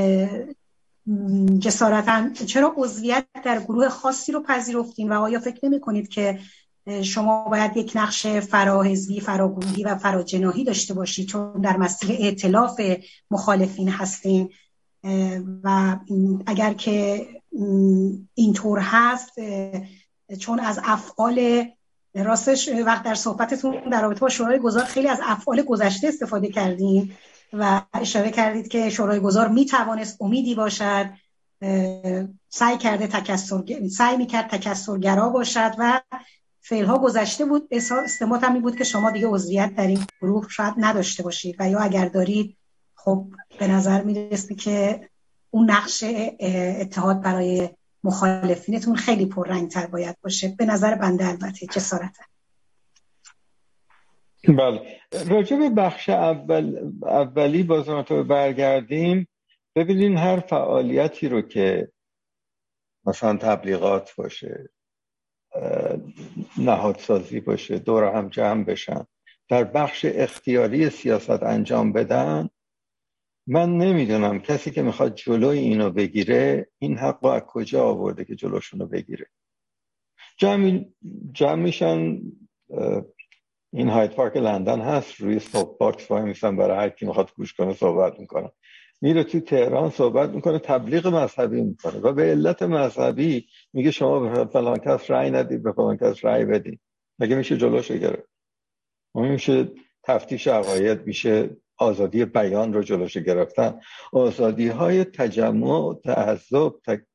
جسارتاً چرا عضویت در گروه خاصی رو پذیرفتین و آیا فکر نمی‌کنید که شما باید یک نقش فراحزبی، فراگروهی و فراجناحی داشته باشید چون در مسیر ائتلاف مخالفین هستین؟ و اگر که اینطور هست، چون از افعال راستش وقت در صحبتتون در رابطه با شورای گذار خیلی از افعال گذشته استفاده کردین و اشاره کردید که شورای گذار میتوانست امیدی باشد، سعی میکرد تکثرگرا باشد و فعلها گذشته بود. استنباط هم بود که شما دیگه عضویت در این گروه شاید نداشته باشید و یا اگر دارید خب به نظر میرسه که اون نقش اتحاد برای مخالفینتون خیلی پررنگ‌تر باید باشه به نظر بنده، البته جسارتا. بله، راجع به بخش اولی بازم تو برگردیم. ببینین هر فعالیتی رو که مثلا تبلیغات باشه، نهادسازی باشه، دور هم جمع بشن، در بخش اختیاری سیاست انجام بدن، من نمیدونم کسی که میخواد جلوی اینو بگیره این حق رو از کجا آورده که جلوشونو بگیره. جمع میشن، این هاید پارک لندن هست، روی استاپ باکس وای میسن برای هر کی میخواد گوش کنه صحبت میکنن. میره توی تهران صحبت میکنه، تبلیغ مذهبی میکنه و به علت مذهبی میگه شما به فلان کس رأی ندید، به فلان کس رأی بدید. مگه میشه جلوشو گرفت؟ میشه تفتیش عقاید، میشه آزادی بیان رو جلوشو گرفتن. آزادی های تجمع، تعصب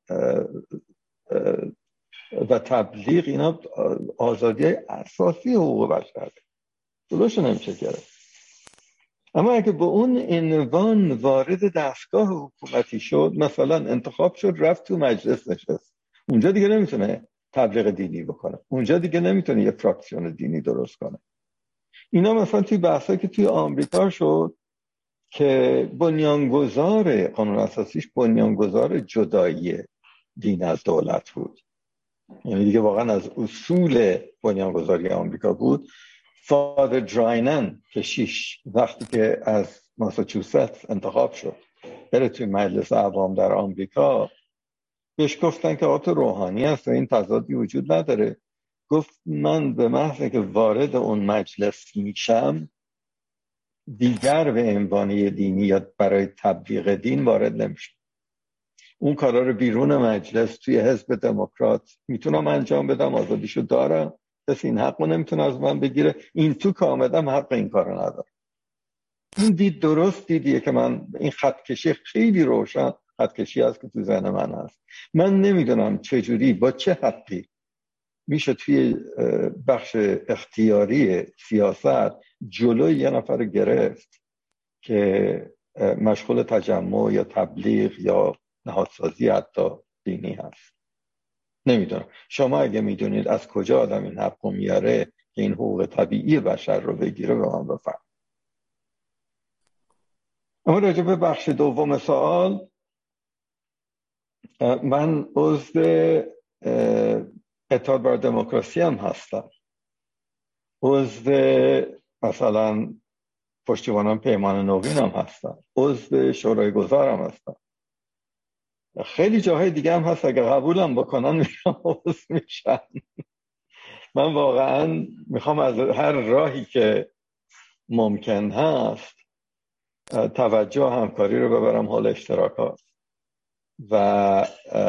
و تبلیغ، اینا آزادی اساسی حقوق بشر، جلوشو نمیشه گرفت. اما اگه به اون عنوان وارد دستگاه حکومتی شد، مثلا انتخاب شد رفت تو مجلس نشست، اونجا دیگه نمیتونه تبلیغ دینی بکنه، اونجا دیگه نمیتونه یه فراکسیون دینی درست کنه. اینا مثلا توی بحثایی که توی آمریکا شد که بنیانگذار قانون اساسیش بنیانگذار جدایی دین از دولت بود، یعنی دیگه واقعا از اصول بنیانگذاری آمریکا بود. فادر دراینن کشیش وقتی که از ماساچوست انتخاب شد بره توی مجلس عوام در آمریکا، بهش گفتن که آقا روحانی هست و این تضادی وجود نداره. گفت من به محض که وارد اون مجلس میشم دیگر به عنوان دینی یا برای تبلیغ دین وارد نمیشم. اون کارا رو بیرون مجلس توی حزب دموکرات میتونم انجام بدم، آزادیشو دارم، کسی این حق رو نمیتونه از من بگیره. این تو که آمدم حق این کارو ندارم. این دید درست دیدیه که من این خطکشی خیلی روشن، خطکشی هست که تو ذهن من هست. من نمیدونم چجوری با چه حقی میشه توی بخش اختیاری سیاست جلوی یه نفر رو گرفت که مشغول تجمع یا تبلیغ یا نهادسازی حتی دینی هست. نمیدونم شما اگه میدونید از کجا آدم این حق رو میاره که این حقوق طبیعی بشر رو بگیره به من بفرم. اما راجع به بخش دوم سوال، من عضو اتحاد برای دموکراسی هم هستم، عضو مثلا پشتیبانان پیمان نوین هم هستم، عضو شورای گذار هم هستم، خیلی جاهای دیگه هم هست. اگه قبولم بکنن میرم عضو میشن. من واقعا میخوام از هر راهی که ممکن هست توجه و همکاری رو ببرم حال اشتراکات و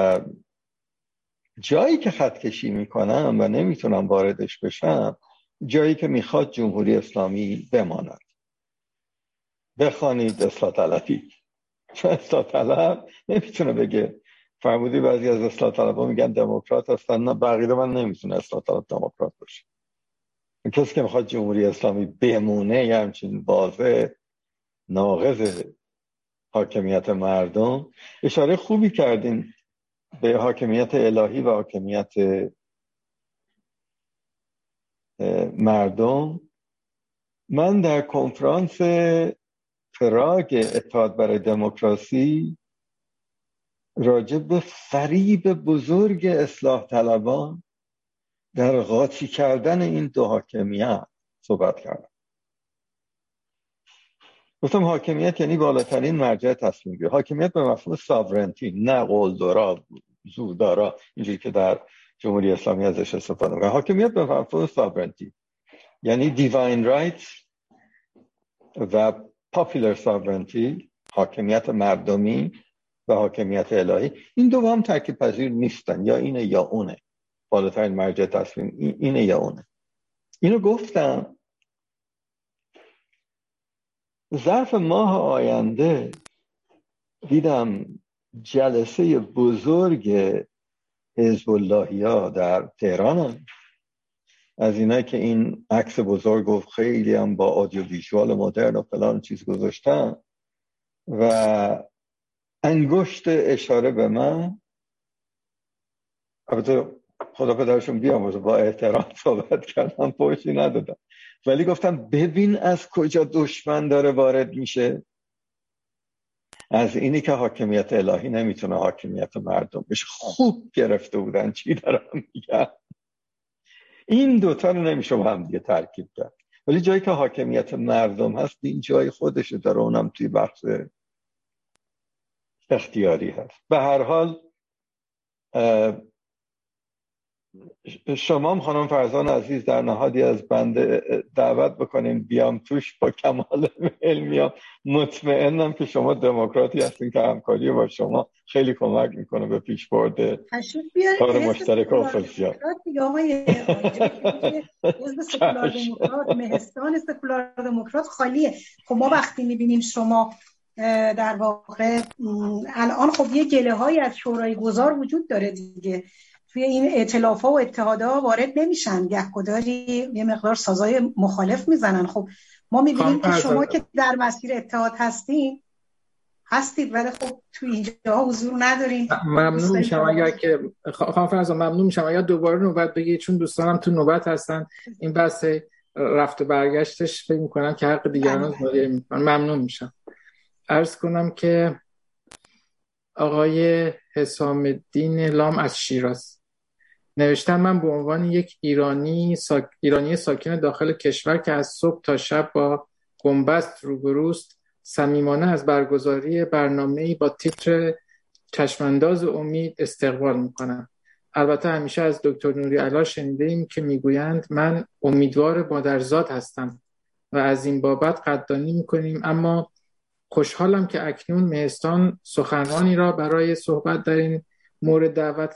جایی که خط کشی میکنم و نمیتونم واردش بشم، جایی که میخواد جمهوری اسلامی بماند. بخوانید اصلاح طلبی، چون اصلاح طلب نمیتونه بگه، فرمودی بعضی از اصلاح طلبا میگن دموکرات هستن، نه بقیه من نمیتونه اصلاح طلب دموکرات باشه. کسی که میخواد جمهوری اسلامی بمونه یه همچین واضح ناقض حاکمیت مردم. اشاره خوبی کردین به حاکمیت الهی و حاکمیت مردم. من در کنفرانس پراگ اتحاد برای دموکراسی راجع به فریب بزرگ اصلاح طلبان در قاطی کردن این دو حاکمیت صحبت کردم. گفتم حاکمیت یعنی بالاترین مرجع تصمیم گیری. حاکمیت به مفهوم ساورنتی، نه قلدرا، زوردارا، اینجوری که در جمهوری اسلامی ازش استفاده میکنه. حاکمیت به مفهوم ساورنتی یعنی دیواین رایت و پاپولار ساورنتی، حاکمیت مردمی و حاکمیت الهی. این دو با هم ترکیب پذیر نیستن، یا اینه یا اونه. بالاترین مرجع تصمیم اینه یا اونه. اینو گفتم. ظرف ماه آینده دیدم جلسه بزرگ حزب اللهی‌ها در تهران، از اینایی که این عکس بزرگ و خیلی هم با آدیو ویژوال مدرن و فلان چیز گذاشتن و انگشت اشاره به من، البته خدا پدرشون بیامرزه با احترام صحبت کردم، پوشی ندادم، ولی گفتم ببین از کجا دشمن داره وارد میشه. از اینی که حاکمیت الهی نمیتونه حاکمیت مردم بشه. خوب گرفته بودن چی دارم میگم. این دوتا رو نمیشه با هم دیگه ترکیب کرد. ولی جایی که حاکمیت مردم هست این جای خودشه داره، اونم توی بخش اختیاری هست. به هر حال شما خانم فرزان عزیز در نهادی از بنده دعوت بکنین بیام توش، با کمال علمیام مطمئنم که شما دموکراتی هستین که همکاری با شما خیلی کمک میکنه به پیش برده کار مشترک و خصوصیات. حزب سکولار دموکرات، مهستان سکولار دموکرات خالیه. خب ما وقتی میبینیم شما در واقع الان خب یه گله هایی از شورای گذار وجود داره دیگه، توی این ائتلاف‌ها و اتحادها وارد نمیشن، گهگداری یه مقدار سازای مخالف میزنن. خب ما میبینیم که شما که در مسیر اتحاد هستید ولی خب توی اینجا حضور ندارین. ممنون میشم اگر که خانم فرزان ممنون میشم اگر دوباره نوبت بگید، چون دوستانم تو نوبت هستن. این بحث رفت و برگشتش فکر میکنم که حق دیگران ضایع میکنه. ممنون میشم. عرض کنم که آقای حسام الدین لام از شیراز نوشتن من به عنوان یک ایرانی ساکن داخل کشور که از صبح تا شب با بن‌بست روبروست، صمیمانه از برگزاری برنامه‌ای با تیتر چشمانداز امید استقبال می‌کنم. البته همیشه از دکتر نوری علا شنیده‌ایم که میگویند من امیدوار مادرزاد هستم و از این بابت قدردانی می‌کنیم، اما خوشحالم که اکنون مهستان سخنرانی را برای صحبت در این مورد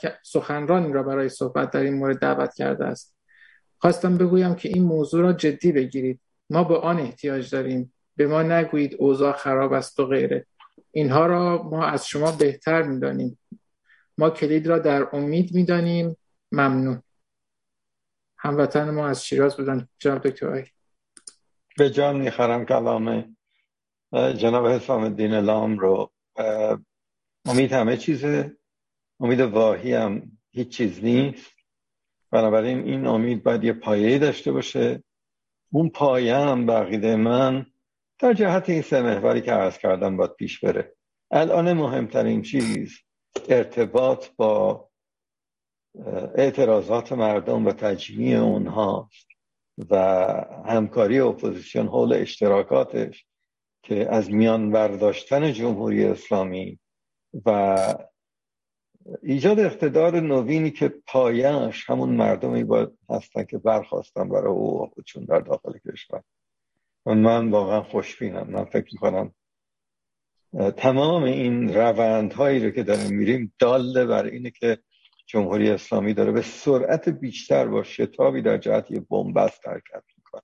دعوت کرده است. خواستم بگویم که این موضوع را جدی بگیرید. ما به آن احتیاج داریم. به ما نگویید اوضاع خراب است و غیره. اینها را ما از شما بهتر می‌دانیم. ما کلید را در امید می‌دانیم. ممنون. هموطن ما از شیراز بودن. جناب دکتر آقی به جان می‌خرم کلام جناب حسام الدین لام رو. امید همه چیزه، امید واهی هم هیچ چیز نیست. بنابراین این امید باید یه پایه‌ای داشته باشه. اون پایه هم به عقیده من در جهت این سه محوری که عرض کردم باید پیش بره. الان مهمترین چیز ارتباط با اعتراضات مردم و تجمیع اونهاست و همکاری اپوزیسیون حول اشتراکاتش که از میان برداشتن جمهوری اسلامی و ایجاد اقتدار نوینی که پایه‌اش همون مردمی باید هستن که برخواستن برای حقوق خودشون در داخل کشور. من واقعا خوشبینم. من فکر می‌کنم تمام این روندهایی رو که داریم میریم داله بر اینه که جمهوری اسلامی داره به سرعت بیشتر با شتابی در جهت یه بن‌بست حرکت میکنه.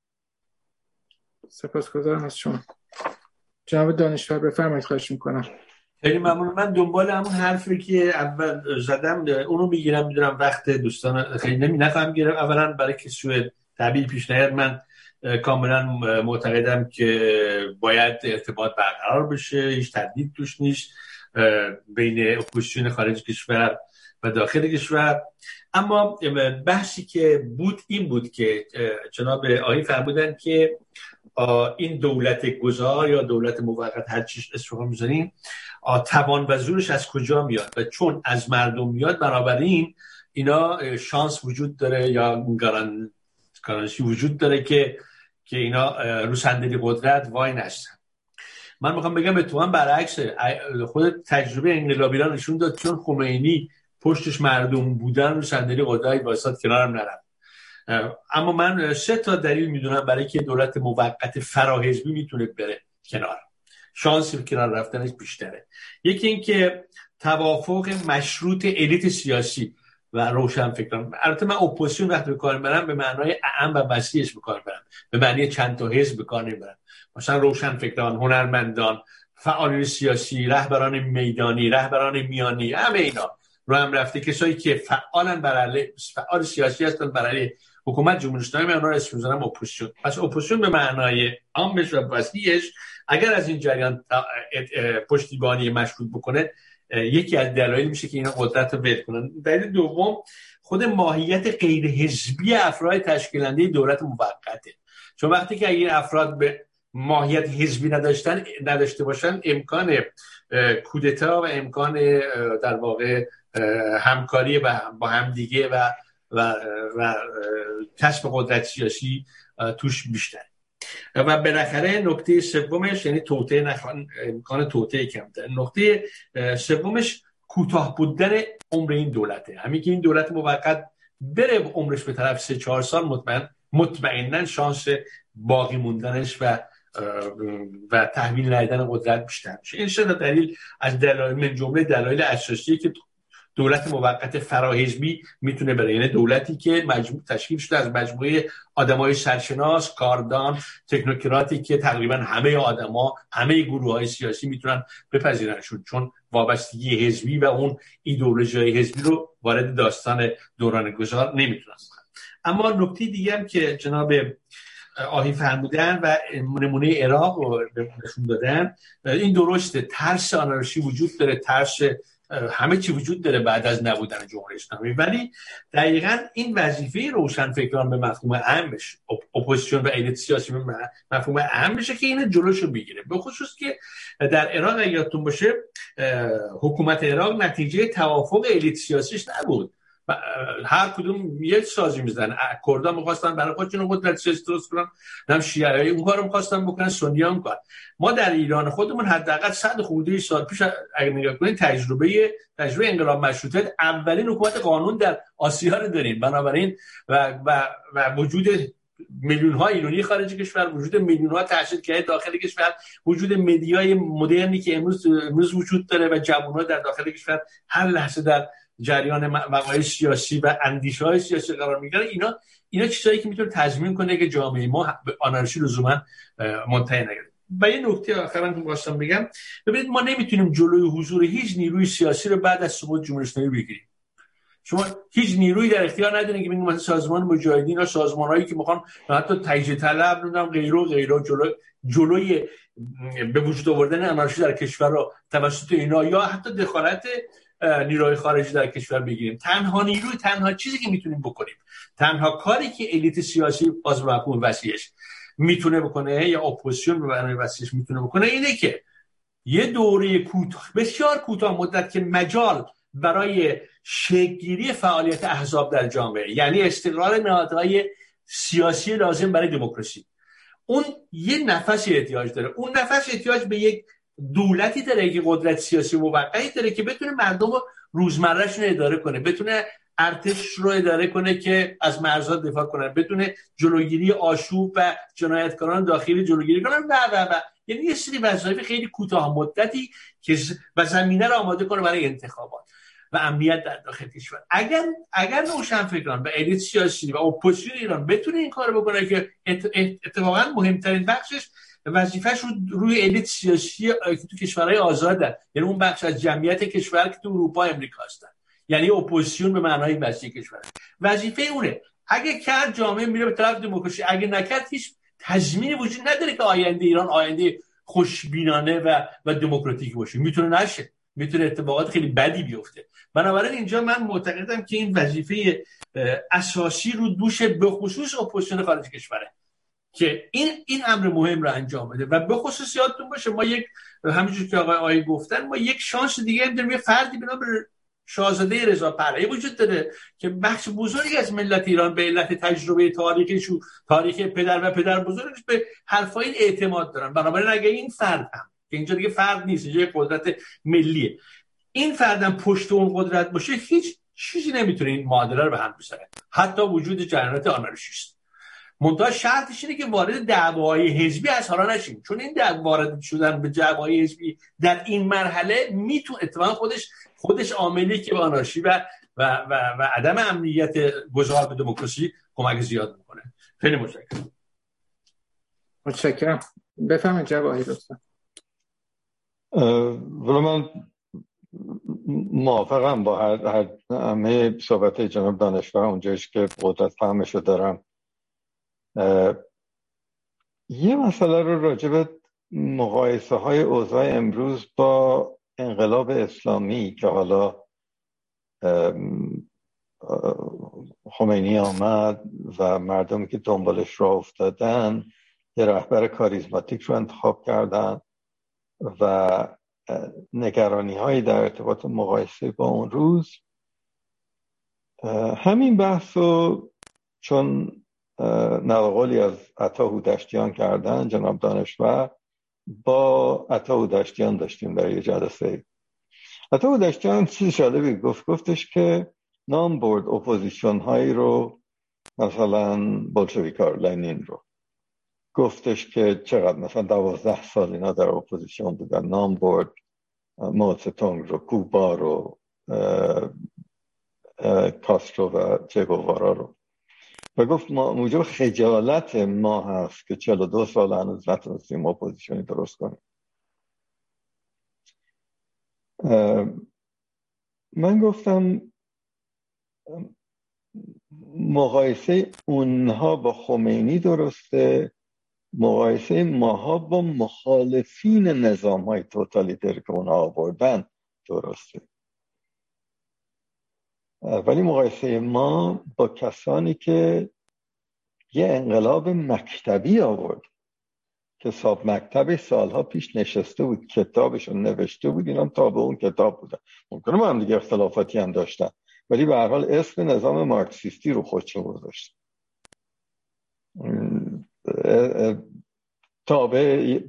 سپاسگزارم از شما. جناب دانشور بفرمایید. خواهش میکنم. خیلی ممنون. من دنبال همون حرفی که اول زدم اونو میگیرم. میدونم وقت دوستان خیلی نخواهم گیرم. اولا برای که سوء تعبیر پیش نیاد، من کاملا معتقدم که باید ارتباط برقرار بشه، هیچ تردید توش نیست بین اپوزیسیون خارج کشور و داخل کشور. اما بحثی که بود این بود که جناب آقای فرمودن که این دولت گذار یا دولت موقت هر چیش اسمش می‌ذاریم توان و زورش از کجا میاد و چون از مردم میاد بنابراین اینا شانس وجود داره یا گارانتی وجود داره که اینا رو صندلی قدرت وای نشن. من میخوام بگم اتفاقا برعکس، خود تجربه انقلابی را نشون داد چون خمینی پشتش مردم بودن رو صندلی قدرت وایساد کنارم نرفت. اما من 3 تا دلیل میدونم برای که دولت موقت فراحزبی میتونه بره کنار، شانسی کنار رفتنش بیشتره. یکی این که توافق مشروط الیت سیاسی و روشنفکران. البته من اپوزیسیون وقتی به کار میبرم به معنای اعم و وسیعش به کار میبرم، به معنی چند تا حزب به کار نمیبرم. مثلا روشنفکران، هنرمندان، فعالین سیاسی، رهبران میدانی، رهبران میانی، همه اینا رو هم رفته کسایی که فعال سیاسی هستن برای حکومت جمهوری اسلامی. من اونها رو اسم می‌ذارم اپوزیسیون. پس اپوزیسیون به معنای عامش و وسیعش اگر از این جریان پشتیبانی مشروط بکنه یکی از دلایل میشه که اینا قدرت رو ول کنن. دلیل دوم خود ماهیت غیر حزبی افراد تشکیلنده دولت موقته. چون وقتی که این افراد به ماهیت حزبی نداشته باشن امکان کودتا و امکان در واقع همکاری با همدیگه و کسب قدرت سیاسی توش بیشتر. و بالاخره نکته سومش یعنی امکان توطئه کمتر. نکته سومش کوتاه بودن عمر این دولته. همین که این دولت موقت بره عمرش به طرف 3-4 سال مطمئناً شانس باقی موندنش و تحویل ندادن قدرت بیشتر میشه. این شده دلیل از دلایل من جمله دلایل اساسی که دولت موقت فراحزبی میتونه بره، یعنی دولتی که تشکیل شده از مجموعه آدمای سرشناس، کاردان، تکنوکراتی که تقریبا همه گروه‌های سیاسی میتونن بپذیرنشون، چون وابستگی حزبی و اون ایدئولوژی حزبی رو وارد داستان دوران گذار نمیتونن. اما نکته دیگه هم که جناب آهی فرمودن و نمونه عراق رو نشون دادن، این درسته، ترس آنارشی وجود داره، ترس همه چی وجود داره بعد از نبودن جمهوری اسلامی، ولی دقیقاً این وظیفه روشنفکران به مفهوم عامش، اپوزیسیون و الیت سیاسی به مفهوم عام بشه که این جلوشو بگیره. به خصوص که در عراق یادتون باشه حکومت عراق نتیجه توافق الیت سیاسیش نبود، هر کدوم یه سازی میزنن. کردها می‌خواستن برای خودشون قدرت سیاسی درست کنن، هم شیعه اون کارو می‌خواستن بکنن، سنی‌ها اون کار. ما در ایران خودمون حداقل 100 خورده سال پیش اگه نگاه کنید تجربه انقلاب مشروطه، اولین حکومت قانون در آسیا رو داریم. بنابراین و وجود میلیون‌ها ایرانی خارج کشور، وجود میلیون‌ها تحصیلکرده داخل کشور، وجود مدیای مدرنی که امروز وجود داره و جوان‌ها در داخل کشور هر لحظه در جریان وقایع سیاسی و اندیشه‌های سیاسی قرار می‌گیره. اینا چیزایی که میتونه تضمین کنه که جامعه ما به آنارشی لزوما منتهی نشه. و یه نکته آخرام که می‌خواستم بگم، ببینید ما نمیتونیم جلوی حضور هیچ نیروی سیاسی رو بعد از سقوط جمهوری اسلامی بگیریم. شما هیچ نیرویی در اختیار ندارین که بگید مثلا سازمان مجاهدین یا سازمان‌هایی که میخوان حتی تجزیه طلب نمیدونم غیره جلوی به وجود آوردن آنارشی در کشور رو توسط اینا یا حتی دخالت نیروهای خارجی در کشور بگیریم. تنها چیزی که میتونیم بکنیم، تنها کاری که الیت سیاسی باز به مفهوم وسیعش میتونه بکنه یا اپوزیسیون به معنای وسیعش میتونه بکنه اینه که یه دوره بسیار کوتاه مدت که مجال برای شکل‌گیری فعالیت احزاب در جامعه، یعنی استقرار نهادهای سیاسی لازم برای دموکراسی، اون یه نفسی احتیاج داره. اون نفس احتیاج به یک دولتی داره که قدرت سیاسی موقتی داره که بتونه مردم رو روزمرهشون اداره کنه، بتونه ارتش رو اداره کنه که از مرزها دفاع کنه، بتونه جلوگیری آشوب و جنایتکاران داخلی جلوگیری کنه و یعنی یه سری وظایف خیلی کوتاه مدتی که و زمینه رو آماده کنه برای انتخابات و امنیت در داخل کشور. اگر روشنفکران و الیت سیاسی و اپوزیسیون ایران بتونه این کارو بکنه که اتفاقا مهمترین بخشش وظیفه‌ش روی الیت سیاسی که تو کشورهای آزادن، یعنی اون بخش از جمعیت کشور که تو اروپا امریکا هستن، یعنی اپوزیسیون به معنای وسیع کشور، وظیفه اونه. اگه کرد جامعه میره به طرف دموکراسی، اگه نکرد هیچ تضمینی وجود نداره که آینده ایران آینده خوشبینانه و دموکراتیک باشه. میتونه اتفاقات خیلی بدی بیفته. بنابراین اینجا من معتقدم که این وظیفه اساسی رو دوش به خصوص اپوزیسیون خارج کشوره که این امر مهم رو انجام بده. و به خصوص یادتون باشه ما همینجور که آقای گفتن، ما یک شانس دیگه هم داریم. یه فردی به نام شاهزاده رضا پهلوی وجود داره که بخش بزرگی از ملت ایران به علت تجربه تاریخ پدر و پدر بزرگش به حرفای اعتماد دارن. بنابراین اگه این فرد هم که اینجا دیگه فرد نیست، اینجا یک قدرت ملیه، این فردم پشت اون قدرت باشه، هیچ چیزی نمیتونه این معادله رو به هم بزنه، حتی وجود جریانات آنارشیست. منتها شرطش اینه که وارد دعواهای حزبی از حالا نشیم، چون این وارد شدن به دعواهای حزبی در این مرحله میتونه اتفاقا خودش عاملی که به آنارشی و عدم امنیت گذار به دموکراسی کمک زیاد میکنه. خیلی متشکرم. بفرمایید جواهی لطفا. ولی من موافقم با همه صحبت جناب دانشور اونجایش که قدرت فهمشو دارم. یه مسئله رو راجع به مقایسه های اوضاع امروز با انقلاب اسلامی که حالا خمینی آمد و مردمی که دنبالش را افتادن یه رهبر کاریزماتیک رو انتخاب کردن و نگرانی هایی در ارتباط مقایسه با اون روز، همین بحث رو چون نقلی از عطا هودشتیان کردن جناب دانشور، با عطا هودشتیان داشتیم در یه جلسه. عطا هودشتیان چیز جالبی گفتش که نام برد اپوزیشن هایی رو، مثلا بولشویک‌ها، لنین رو، گفتش که چقدر مثلا 12 سال اینا در اپوزیشن بودن، نام برد ماوتسه رو، کوبا رو، کاسترو و چه گوارا رو، و گفت موجب خجالت ما هست که 42 سال هنوز نتونستیم اپوزیشنی درست کنیم. من گفتم مقایسه اونها با خمینی درسته، مقایسه ماها با مخالفین نظام های توتالیتر که اونها آوردن درسته، ولی مقایسه ما با کسانی که یه انقلاب مکتبی آورد که صاحب مکتب سالها پیش نشسته بود کتابشو نوشته بود، اینا هم تابع اون کتاب بودن، ممکنه ما هم دیگه اختلافاتی هم داشتن ولی به هر حال اسم نظام مارکسیستی رو خودشون گذاشت، تابع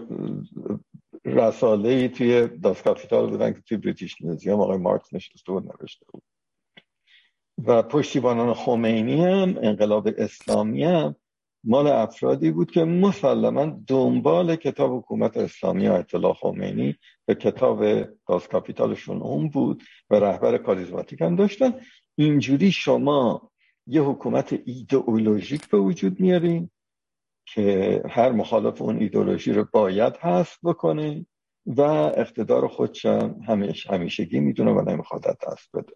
رساله‌ای توی داس کاپیتال بودن که توی بریتیش میوزیوم آقای مارکس نشسته بود نوشته بود. و پشتیبانان خمینی هم، انقلاب اسلامی هم مال افرادی بود که مسلما دنبال کتاب حکومت اسلامی و اطلاع خمینی به کتاب داس کاپیتالشون اون بود و رهبر کاریزماتیک هم داشتن. اینجوری شما یه حکومت ایدئولوژیک به وجود میارین که هر مخالف اون ایدئولوژی رو باید حذف بکنه و اقتدار خودشم همیشگی میدونه و نمیخواد دست بده.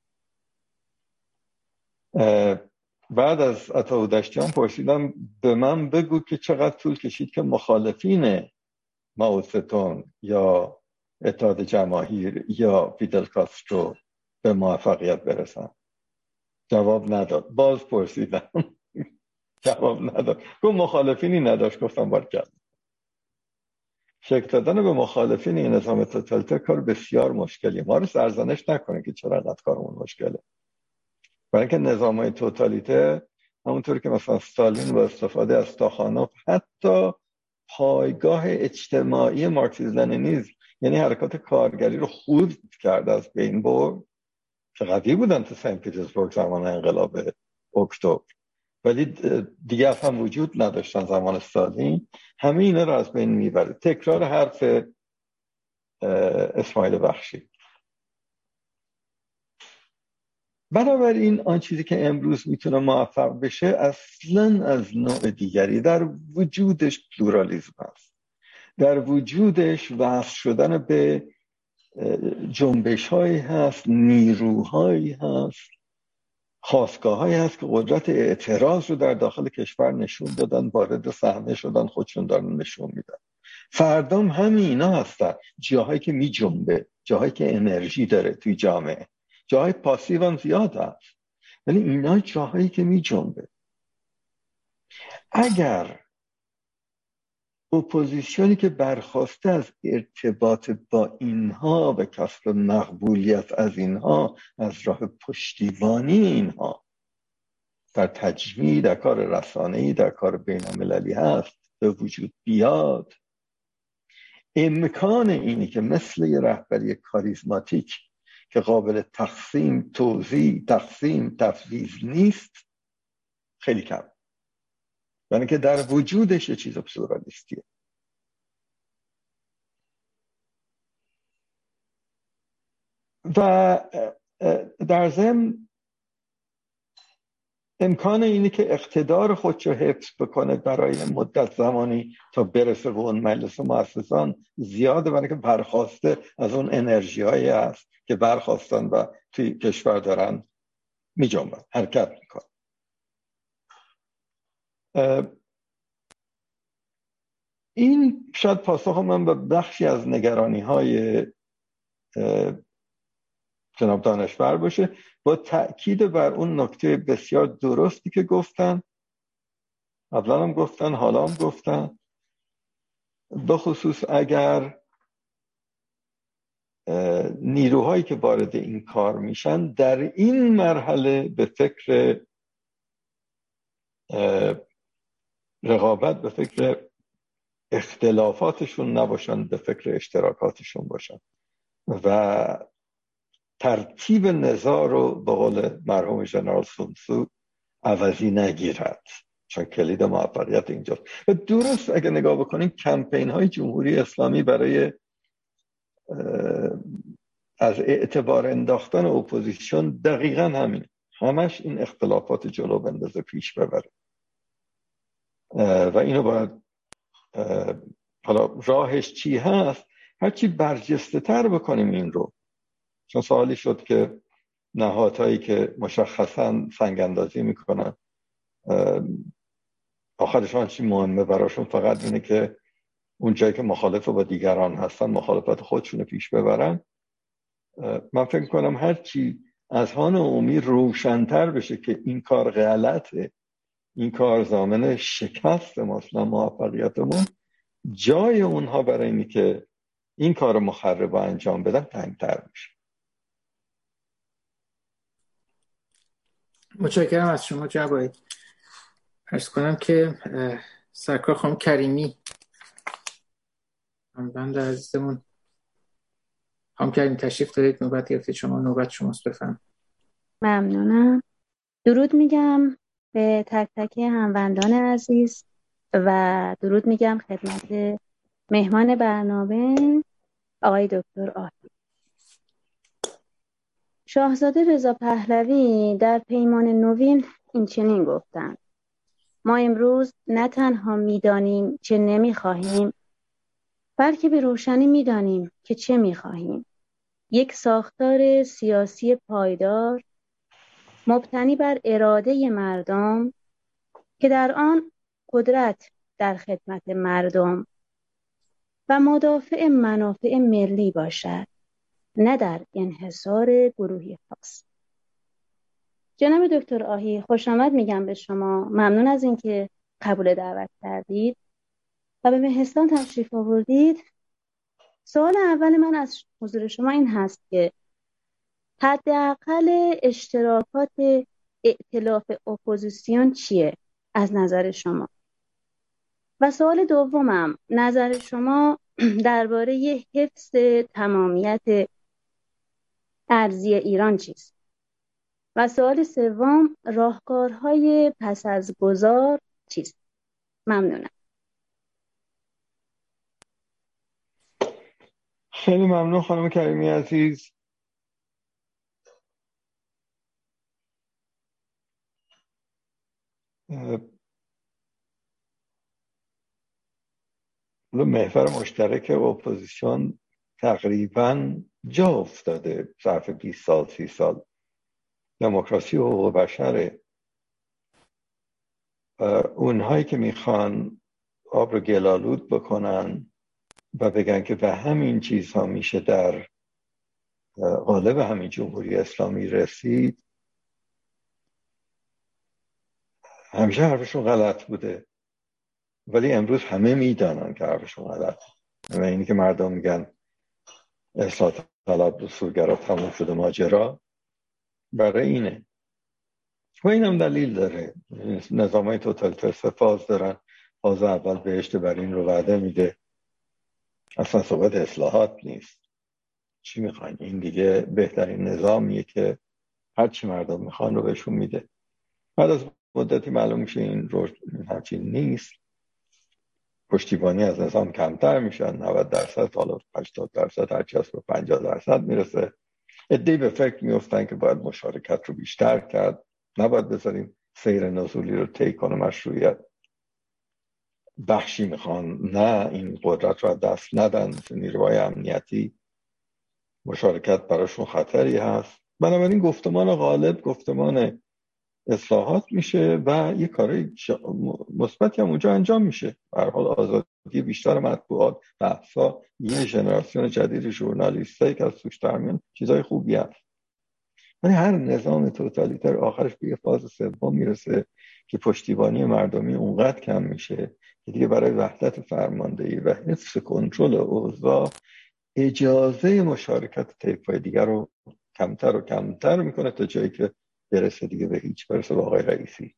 بعد از عطا دشتیان پرسیدم به من بگو که چقدر طول کشید که مخالفین مائو یا اتحاد جماهیر یا فیدل کاسترو به موفقیت برسن. جواب نداد. باز پرسیدم جواب نداد. گفت مخالفینی نداشت. گفتم بارکلا. شک دادن به مخالفین این نظام توتالیتر کار بسیار مشکلی. ما رو سرزنش نکنه که چرا انقدر کارمون مشکله. برای اینکه نظام‌های توتالیتر همونطور که مثلا استالین با استفاده از استاخانوف حتی پایگاه اجتماعی مارکسیسم لنینیسم یعنی حرکات کارگری رو خود کرد، از بین برد که قوی بودن تو سن پترزبورگ زمان انقلاب اکتبر ولی دیگه اصلا وجود نداشتن زمان استالین. همه اینا رو از بین میبره. تکرار حرف اسماعیل بخشی. بنابراین آن چیزی که امروز میتونه موفق بشه اصلا از نوع دیگری، در وجودش پلورالیسم هست، در وجودش وصل شدن به جنبش هایی هست، نیروهایی هست، خاستگاه هایی هست که قدرت اعتراض رو در داخل کشور نشون دادن، وارد صحنه شدن، خودشون دارن نشون میدن. فردام همین اینا هستن، جاهایی که می جنبه، جاهایی که انرژی داره توی جامعه. جاهای پاسیو هم زیاد هست ولی اینا جاهایی که می جنبه. اگر اپوزیسیونی که برخواسته از ارتباط با اینها و کسب مقبولیت از اینها از راه پشتیبانی اینها در تجمیع، در کار رسانه‌ای، در کار بین‌المللی هست به وجود بیاد، امکان اینی که مثل یه رهبری کاریزماتیک که قابل تقسیم، توزیع، تقسیم، تفویض نیست خیلی کم. یعنی که در وجودش یه چیز پلورالیستیه. و در ضمن امکان اینه که اقتدار خودشو حفظ بکنه برای مدت زمانی تا برسه به اون مجلس مؤسسان زیاده، برای که برخواسته از اون انرژی هایی هست که برخواستن و توی کشور دارن می جنبن، حرکت میکنن. این شاید پاسخ من به بخشی از نگرانی های جناب دانشور باشه، با تأکید بر اون نکته بسیار درستی که گفتن، قبلا هم گفتن، حالا هم گفتن، به خصوص اگر نیروهایی که وارد این کار میشن در این مرحله به فکر رقابت، به فکر اختلافاتشون نباشن، به فکر اشتراکاتشون باشن و ترتیب نزاع رو به قول مرحوم ژنرال سونسو عوضی نگیرد، چون کلید موفقیت اینجاست. و درست اگه نگاه بکنیم کمپین های جمهوری اسلامی برای از اعتبار انداختن اپوزیسیون دقیقا همین، همش این اختلافات جلو بندازه، پیش ببره. و اینو باید حالا راهش چی هست، هرچی برجسته تر بکنیم این رو. چون سوالی شد که نهادهایی که مشخصا سنگ اندازی میکنن آخرشان چی مهمه براشون؟ فقط اینه که اون جایی که مخالف با دیگران هستن مخالفت خودشون پیش ببرن. من فکر کنم هرچی اذهان عمومی روشن‌تر بشه که این کار غلطه، این کار ضامن شکست مثلا موفقیتمون، جای اونها برای اینی که این کار مخرب انجام بدن تنگ‌تر میشه. متشکرم از شما جواد. عرض کنم که سرکار خانم کریمی بنده عزیزمون، خانم کریمی تشریف دارید، نوبت گرفتید شما، نوبت شماست، بفرمایید. ممنونم. درود میگم به تک تک هموندان عزیز و درود میگم خدمت مهمان برنامه آقای دکتر آهی. شاهزاده رضا پهلوی در پیمان نوین این چنین گفتند: ما امروز نه تنها میدانیم چه نمیخواهیم، بلکه به روشنی میدانیم که چه میخواهیم. یک ساختار سیاسی پایدار مبتنی بر اراده مردم که در آن قدرت در خدمت مردم و مدافع منافع ملی باشد، نه در انحصار گروهی خاص. جناب دکتر آهی، خوش آمد میگم به شما. ممنون از اینکه قبول دعوت کردید و به مهستان تشریف آوردید. سوال اول من از حضور شما این هست که حداقل اشتراکات ائتلاف اپوزیسیون چیه از نظر شما؟ و سوال دومم، نظر شما درباره حفظ تمامیت ارضی ایران چیست؟ و سوال سوم، راهکارهای پس از گذار چیست؟ ممنونم. خیلی ممنون خانم کریمی عزیز. محور مشترک اپوزیسیون تقریبا جا افتاده ظرف 20 سال 30 سال. دموکراسی و حقوق بشره. اونهایی که میخوان آب رو گلالود بکنن و بگن که به همین چیزها میشه در قالب همین جمهوری اسلامی رسید، همیشه حرفشون غلط بوده، ولی امروز همه میدانن که حرفشون غلط. و اینی که مردم میگن اصلاح طلب دستورگرا تموم شده ماجرا، برای اینه. و اینم دلیل داره. نظامای توتالیتر سه فاز دارن. فاز اول بهشت بر این رو وعده میده، اصلا صحبت اصلاحات نیست. چی میخواین؟ این دیگه بهترین نظامیه که هر چی مردم میخوان رو بهشون میده. بعد از مدتی معلوم میشه این همچین نیست. پشتیبانی از نظام کمتر میشن، 90%، حالا 80%، هرچی از 50% میرسه. عده‌ای به فکر میفتن که باید مشارکت رو بیشتر کرد، نباید بذاریم سیر نزولی رو طی کنه مشروعیت. بخشی میخوان نه این قدرت رو دست ندن، مثل نیروهای امنیتی، مشارکت براشون خطری هست. بنابراین گفتمان غالب گفتمان اصلاحات میشه و یه کاری مثبتی هم اونجا انجام میشه. به هر حال آزادی بیشتر مطبوعات، بحثا، یه ژنراسیون جدید ژورنالیستایی که از توش درمیان چیزای خوبی هست. ولی هر نظام توتالیتر آخرش به یه فاز سوم میرسه که پشتیبانی مردمی اونقدر کم میشه که دیگه برای وحدت فرماندهی و حفظ کنترل اوضاع اجازه مشارکت طیف‌های دیگر رو کمتر و کمتر میکنه تا جایی که برسه دیگه به هیچ، برسه به آقای رئیسی.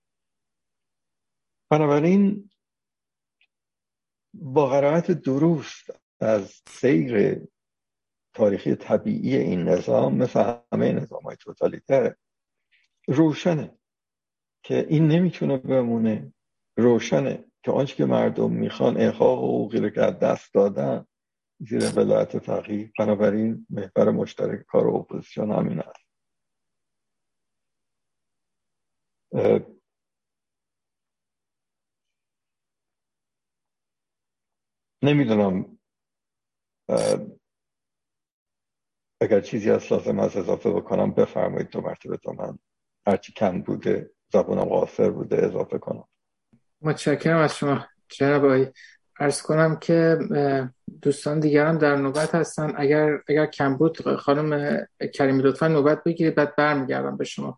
بنابراین با قرائت درست از سیر تاریخی طبیعی این نظام مثل همه نظام‌های توتالیتره روشنه که این نمیتونه بمونه، روشنه که آنچه که مردم میخوان احقاق حقوقی رو که از دست دادن زیر ولایت فقیه، بنابراین محور مشترک کار اپوزیسیون همین است. نمیدونم اگر چیزی هست لازم از اضافه بکنم بفرمایید، 2 مرتبه تا من هرچی کم بوده، زبانم قاصر بوده اضافه کنم. متشکرم از شما جناب آقای. عرض کنم که دوستان دیگران در نوبت هستن، اگر کم بود خانم کریمی لطفا نوبت بگیرید، بعد برمیگردم به شما.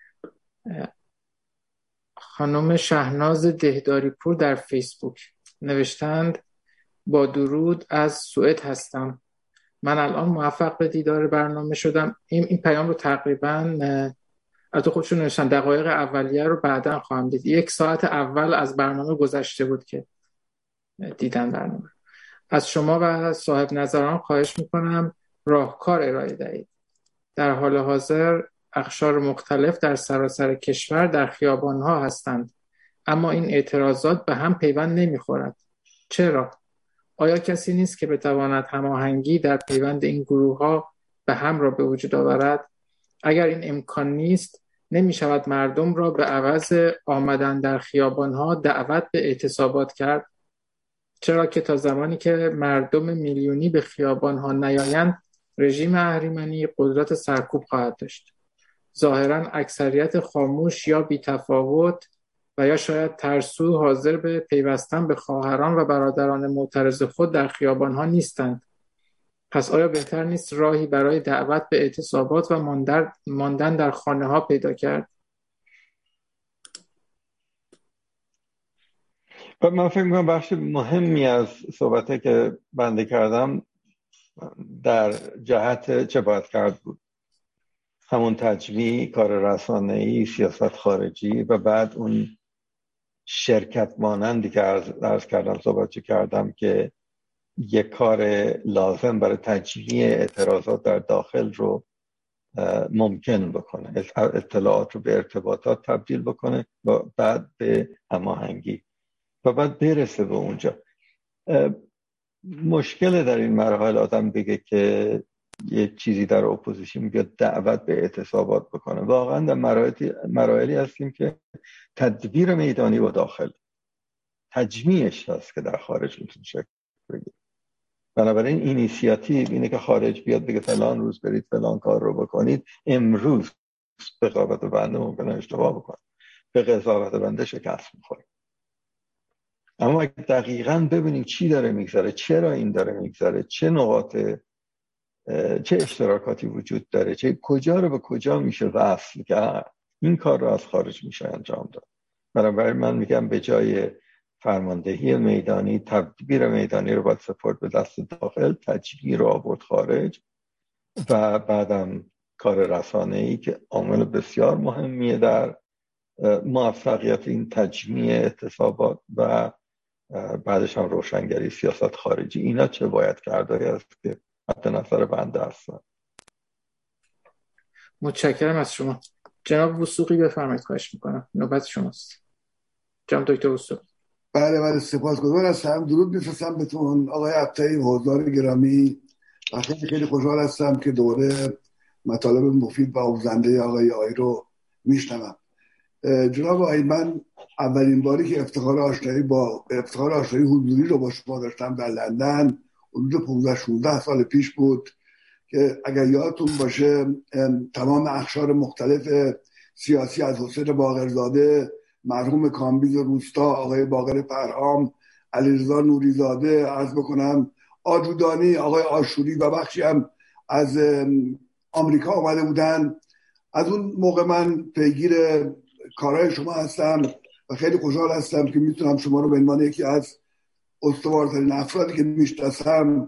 خانم شهناز دهداری پور در فیسبوک نوشتند با درود از سوئد هستم. من الان موفق به دیدار برنامه شدم. این پیام رو تقریباً از خودشون نوشتن دقایق اولیه رو بعداً خواهم دید. 1 ساعت اول از برنامه گذشته بود که دیدن برنامه. از شما و صاحب نظران خواهش میکنم راهکار ارائه دهید. در حال حاضر اقشار مختلف در سراسر کشور در خیابانها هستند، اما این اعتراضات به هم پیوند نمیخورد. چرا؟ آیا کسی نیست که بتواند هماهنگی در پیوند این گروه‌ها به هم را به وجود آورد؟ اگر این امکان نیست، نمی شود مردم را به عوض آمدن در خیابان‌ها دعوت به اعتصابات کرد؟ چرا که تا زمانی که مردم میلیونی به خیابان‌ها نیایند، رژیم اهریمنی قدرت سرکوب خواهد داشت. ظاهراً اکثریت خاموش یا بی‌تفاوت و یا شاید ترسو حاضر به پیوستن به خواهران و برادران معترض خود در خیابان‌ها نیستند. پس آیا بهتر نیست راهی برای دعوت به اعتصابات و ماندن در خانه‌ها پیدا کرد؟ من فکر می‌کنم بخش مهمی از صحبته که بنده کردم در جهت چه باید کرد بود، همون تجمیع، کار رسانه‌ای، سیاست خارجی و بعد اون شرکت مانندی که عرض کردم صحبت کردم که یک کار لازم برای تجمیع اعتراضات در داخل رو ممکن بکنه، اطلاعات رو به ارتباطات تبدیل بکنه و بعد به هماهنگی و بعد برسه به اونجا. مشکل در این مراحل آدم بگه که یه چیزی در اپوزیسیون بیاد دعوت به اعتصابات بکنه. واقعا در مراحلی هستیم که تدبیر میدانی و داخل تجمیعش هست که در خارج میتونه شکل بگیره. بنابراین اینیشیاتیو اینه که خارج بیاد بگه فلان روز برید فلان کار رو بکنید. امروز به قضاوت بنده ممکنه اشتباه بکنه، به قضاوت بنده شکست میخوره. اما اگه دقیقاً ببینیم چی داره میگذره، چرا این داره میگذره، چه اشتراکاتی وجود داره، کجا رو به کجا میشه وصل که این کار رو از خارج میشه انجام داد. بنابراین من میگم به جای فرماندهی میدانی، تدبیر میدانی رو باید سپرد به دست داخل، تجمیع رو آورد خارج و بعدم کار رسانه‌ای که عامل بسیار مهمیه در موفقیت این تجمیع اعتصابات و بعدش هم روشنگری سیاست خارجی. اینا چه باید کرده‌ای است که مد نظر بنده هستن. متشکرم از شما. جناب وثوقی بفرمایید، خواهش میکنم، نوبت شماست. جناب دکتر وثوقی. بله سپاسگزار هستم. درود میفرستم بهتون آقای عبدی حضار گرامی و خیلی خوشحال هستم که دوره مطالب مفید و آموزنده آقای آقای رو میشنوم. جناب آقای، من اولین باری که افتخار آشنایی حضوری رو با شما داشتم در لندن حدود 15-16 سال پیش بود که اگر یادتون باشه تمام اقشار مختلف سیاسی از حسین باقرزاده، مرحوم کامبیز روستا، آقای باقر فرهام، علیرضا نوریزاده، عرض بکنم آجودانی، آقای آشوری و بخشی هم از آمریکا آمده بودن. از اون موقع من پیگیر کارهای شما هستم و خیلی خوشحال هستم که میتونم شما رو به عنوان یکی از استوارترین افرادی که میشناسم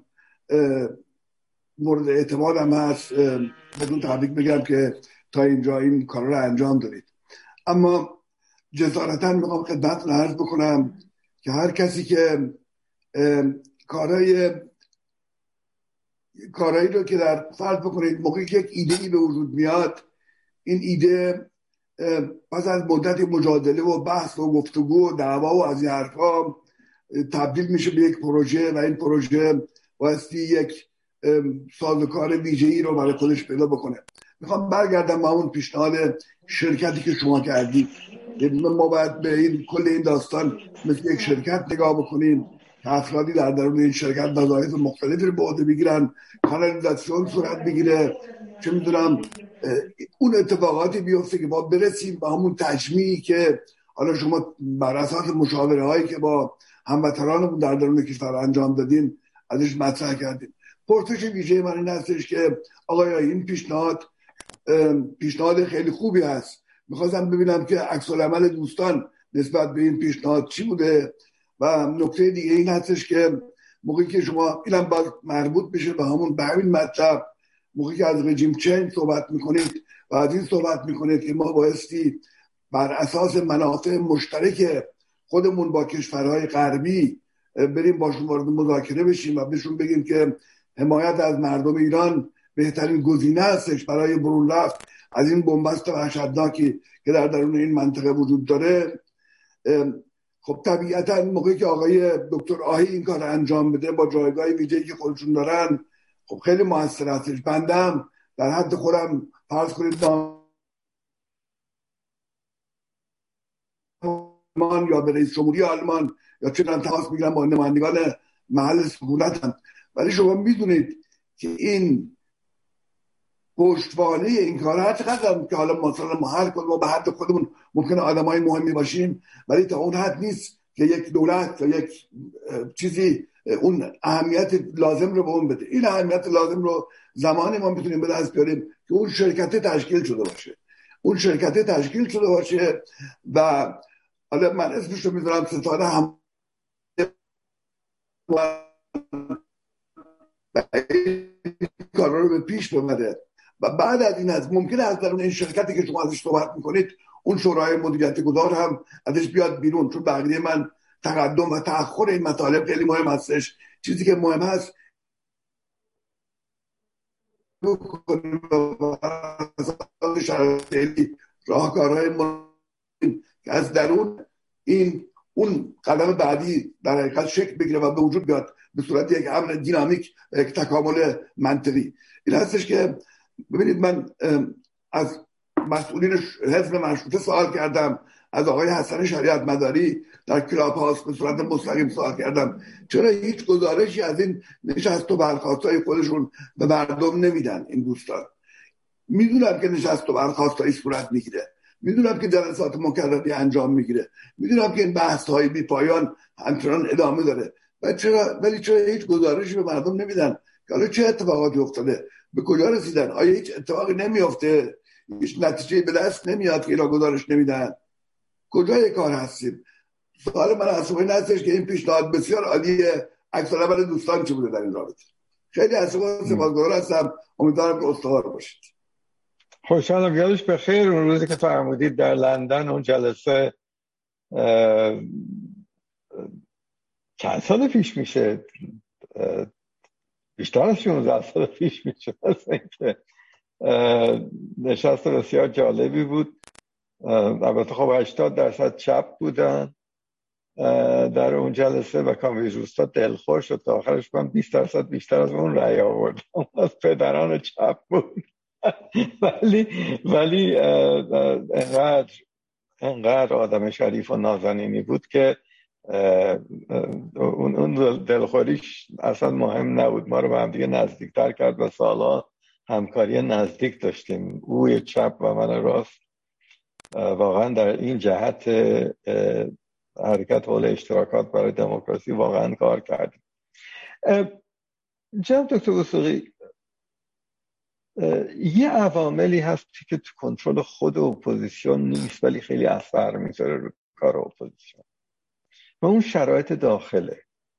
مورد اعتمادم هست بدون تبریک بگم که تا اینجا این کارا رو انجام دادید. اما جسارتاً میخوام خدمتتون عرض بکنم که هر کسی که کارهای کارهایی رو که در فرض بکنید موقعی که یک ایده‌ای به وجود میاد، این ایده پس از مدت مجادله و بحث و گفتگو و دعوا و از این حرفا تبدیل میشه به یک پروژه و این پروژه بایستی یک سازوکار ویژه‌ای رو برای خودش پیدا بکنه. میخوام برگردم به اون پیشنهاد شرکتی که شما کردید. ما باید به این کل این داستان مثل یک شرکت نگاه بکنیم که افرادی در درون این شرکت وظایف مختلفی رو به عهده بگیرن، کانالیزاسیون صورت بگیره، چه میدونم اون اتفاقاتی بیفته که ما برسیم به همون تجمیعی که حالا شما بر اساس مشاوره هایی که با هموطنانمون در درون کشور انجام دادیم ازش مطرح کردیم. پرسش ویژه من این هستش که آقای این پیشنهاد خیلی خوبی هست. میخواستم ببینم که عکس العمل دوستان نسبت به این پیشنهاد چی بوده. و نکته دیگه این هستش که موقعی که شما اینم باز مربوط بشه به همین مطلب، موقعی که از رژیم چنج صحبت میکنید و از این صحبت میکنید که ما بایستی بر اساس منافع مشترک خودمون با کشورهای غربی بریم باشون وارد مذاکره بشیم و بهشون بگیم که حمایت از مردم ایران بهترین گزینه هستش برای برون رفت از این بنبست وحشتناکی که در درون این منطقه وجود داره. خب طبیعتا موقعی که آقای دکتر آهی این کار انجام بده با جایگاه ویژه‌ای که خودشون دارن، خب خیلی موثر هستش. بندم در حد خودم فرض کنید آلمان یا به رئیس جمهوری آلمان یا چه تماس میگیرن با نمایندگان محل سکونت، ولی شما میدونید که این پشتوانه این کار هر چقدر که حالا مثلا ما هر کدوم به حد خودمون ممکنه آدمای مهمی باشیم، ولی تا اون حد نیست که یک دولت یا یک چیزی اون اهمیت لازم رو به اون بده. این اهمیت لازم رو زمانی ما میتونیم به دست بیاریم که اون شرکت تشکیل شده باشه و حالا من اسمش رو میذارم ستاره هم کارا رو به پیش ببره. و بعد از این ممکنه از درون این شرکتی که شما ازش صحبت میکنید اون شورای مدیریت گذار هم ازش بیاد بیرون، چون بقیه من تقدم و تأخر این مطالب خیلی مهم هستش. چیزی که مهم هست راهکارهای که از درون این اون قدم بعدی در حقیقت شکل بگیره و به وجود بیاد به صورت یک امر دینامیک و یک تکامل منطقی. این هستش که ببینید من از مسئولین حزب مشروطه سوال کردم، از آقای حسن شریعت مداری در کلاب هاوس به صورت مستقیم سوال کردم چرا هیچ گزارشی از این نشست و برخاستای خودشون به مردم نمیدن. این دوستان میدونم که نشست و برخاستایی صورت میگیره، میدونم که جلسات مکرری انجام میگیره، میدونم که این بحث های بی پایان همچنان ادامه داره، ولی چرا هیچ گزارشی به مردم نمیدن که حالا چه اتفاقاتی افتاده، به کجا رسیدن، آیا هیچ اتفاقی نمیفته، هیچ نتیجه به دست نمیاد که اینا گزارش نمیدن؟ کجای کار هستیم؟ سوال من از شما این هستش که این پیشنهاد بسیار عالیه، عکس العمل دوستان چه بوده در این رابطه؟ خیلی از شما سپاسگزار هستم، امیدوارم که استوار باشید. خوشحالم، یادش بخیر اون روزی که فرمودید در لندن اون جلسه چند سال پیش میشه، بیشتر از 16 سال پیش میشه، که نشست بسیار جالبی بود. البته خب 80% چپ بودن در اون جلسه و کامویز روستا دلخور شد تا آخرش من 20% بیشتر از اون رأی آوردم، از پدران چپ بود. ولی انقدر آدم شریف و نازنینی بود که اون دلخوریش اصلا مهم نبود، ما رو به هم دیگه نزدیکتر کرد و سالها همکاری نزدیک داشتیم، اوی چپ و من راست. واقعا در این جهت حرکت حول اشتراکات برای دموکراسی واقعا کار کردیم. جناب دکتر وثوقی، یه عواملی هست که تو کنترل خود اپوزیسیون نیست ولی خیلی اثر میذاره رو کار اپوزیسیون و اون شرایط داخله.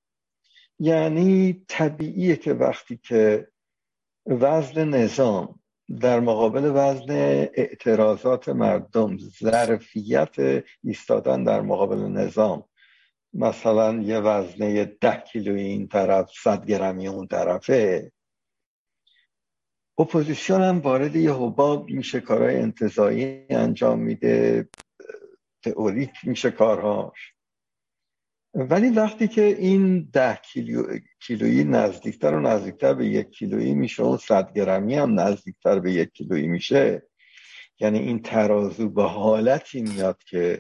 یعنی طبیعیه که وقتی که وزن نظام در مقابل وزن اعتراضات مردم، ظرفیت ایستادن در مقابل نظام، مثلا یه وزنه 10 کیلویی این طرف 100 گرمی اون طرفه، اپوزیسیون هم وارد یه حباب میشه، کارهای انتزاعی انجام میده، تئوریک میشه کارهاش. ولی وقتی که این 10 کیلویی نزدیکتر و نزدیکتر به 1 کیلویی میشه، اون 100 گرمی هم نزدیکتر به 1 کیلویی میشه، یعنی این ترازو به حالتی میاد که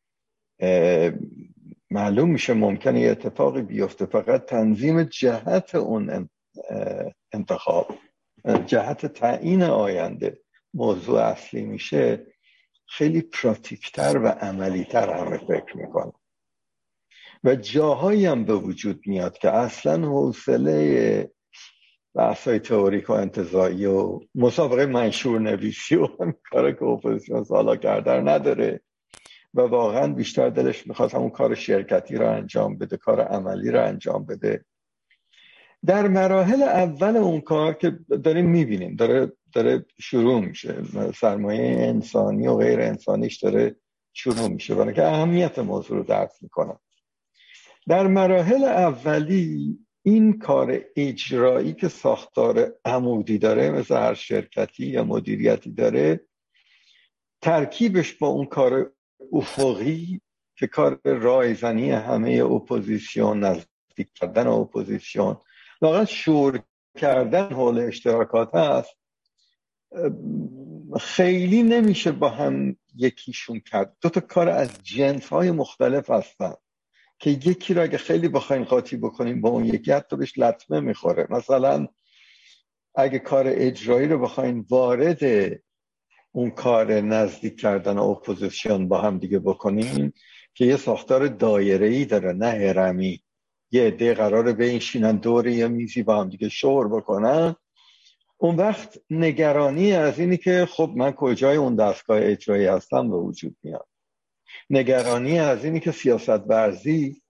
معلوم میشه ممکنه یه اتفاقی بیفته، فقط تنظیم جهت اون انتخاب، جهت تعیین آینده موضوع اصلی میشه، خیلی پراتیکتر و عملیتر همه فکر میکنه و جاهایی هم به وجود میاد که اصلا حوصله بحثای تئوریک و انتزاعی و مسابقه منشور نویسی و کاری که اپوزیسیون سالا کرده نداره و واقعا بیشتر دلش میخواد همون کار شرکتی رو انجام بده، کار عملی رو انجام بده. در مراحل اول اون کار که داریم میبینیم داره شروع میشه، سرمایه انسانی و غیر انسانیش داره شروع میشه، برای که اهمیت موضوع رو درک میکنم. در مراحل اولی این کار اجرایی که ساختار عمودی داره، مثل هر شرکتی یا مدیریتی داره، ترکیبش با اون کار افقی که کار رایزنی همه اپوزیسیون، نزدیک کردن اپوزیسیون، واقعا شور کردن حول اشتراکات هست، خیلی نمیشه با هم یکیشون کرد. دو تا کار از جنس‌های مختلف هستن که یکی رو اگه خیلی بخواین قاطی بکنیم با اون یکی، حتی بهش لطمه میخوره. مثلا اگه کار اجرایی رو بخواین وارد اون کار نزدیک کردن اپوزیسیون با هم دیگه بکنین که یه ساختار دایره‌ای داره نه هرمی، یه عده قراره بنشینن دور یه میزی با هم دیگه شور بکنن، اون وقت نگرانی از اینی که خب من کجای اون دستگاه اجرایی هستم به وجود میاد. نگرانی از اینی که سیاست ورزی،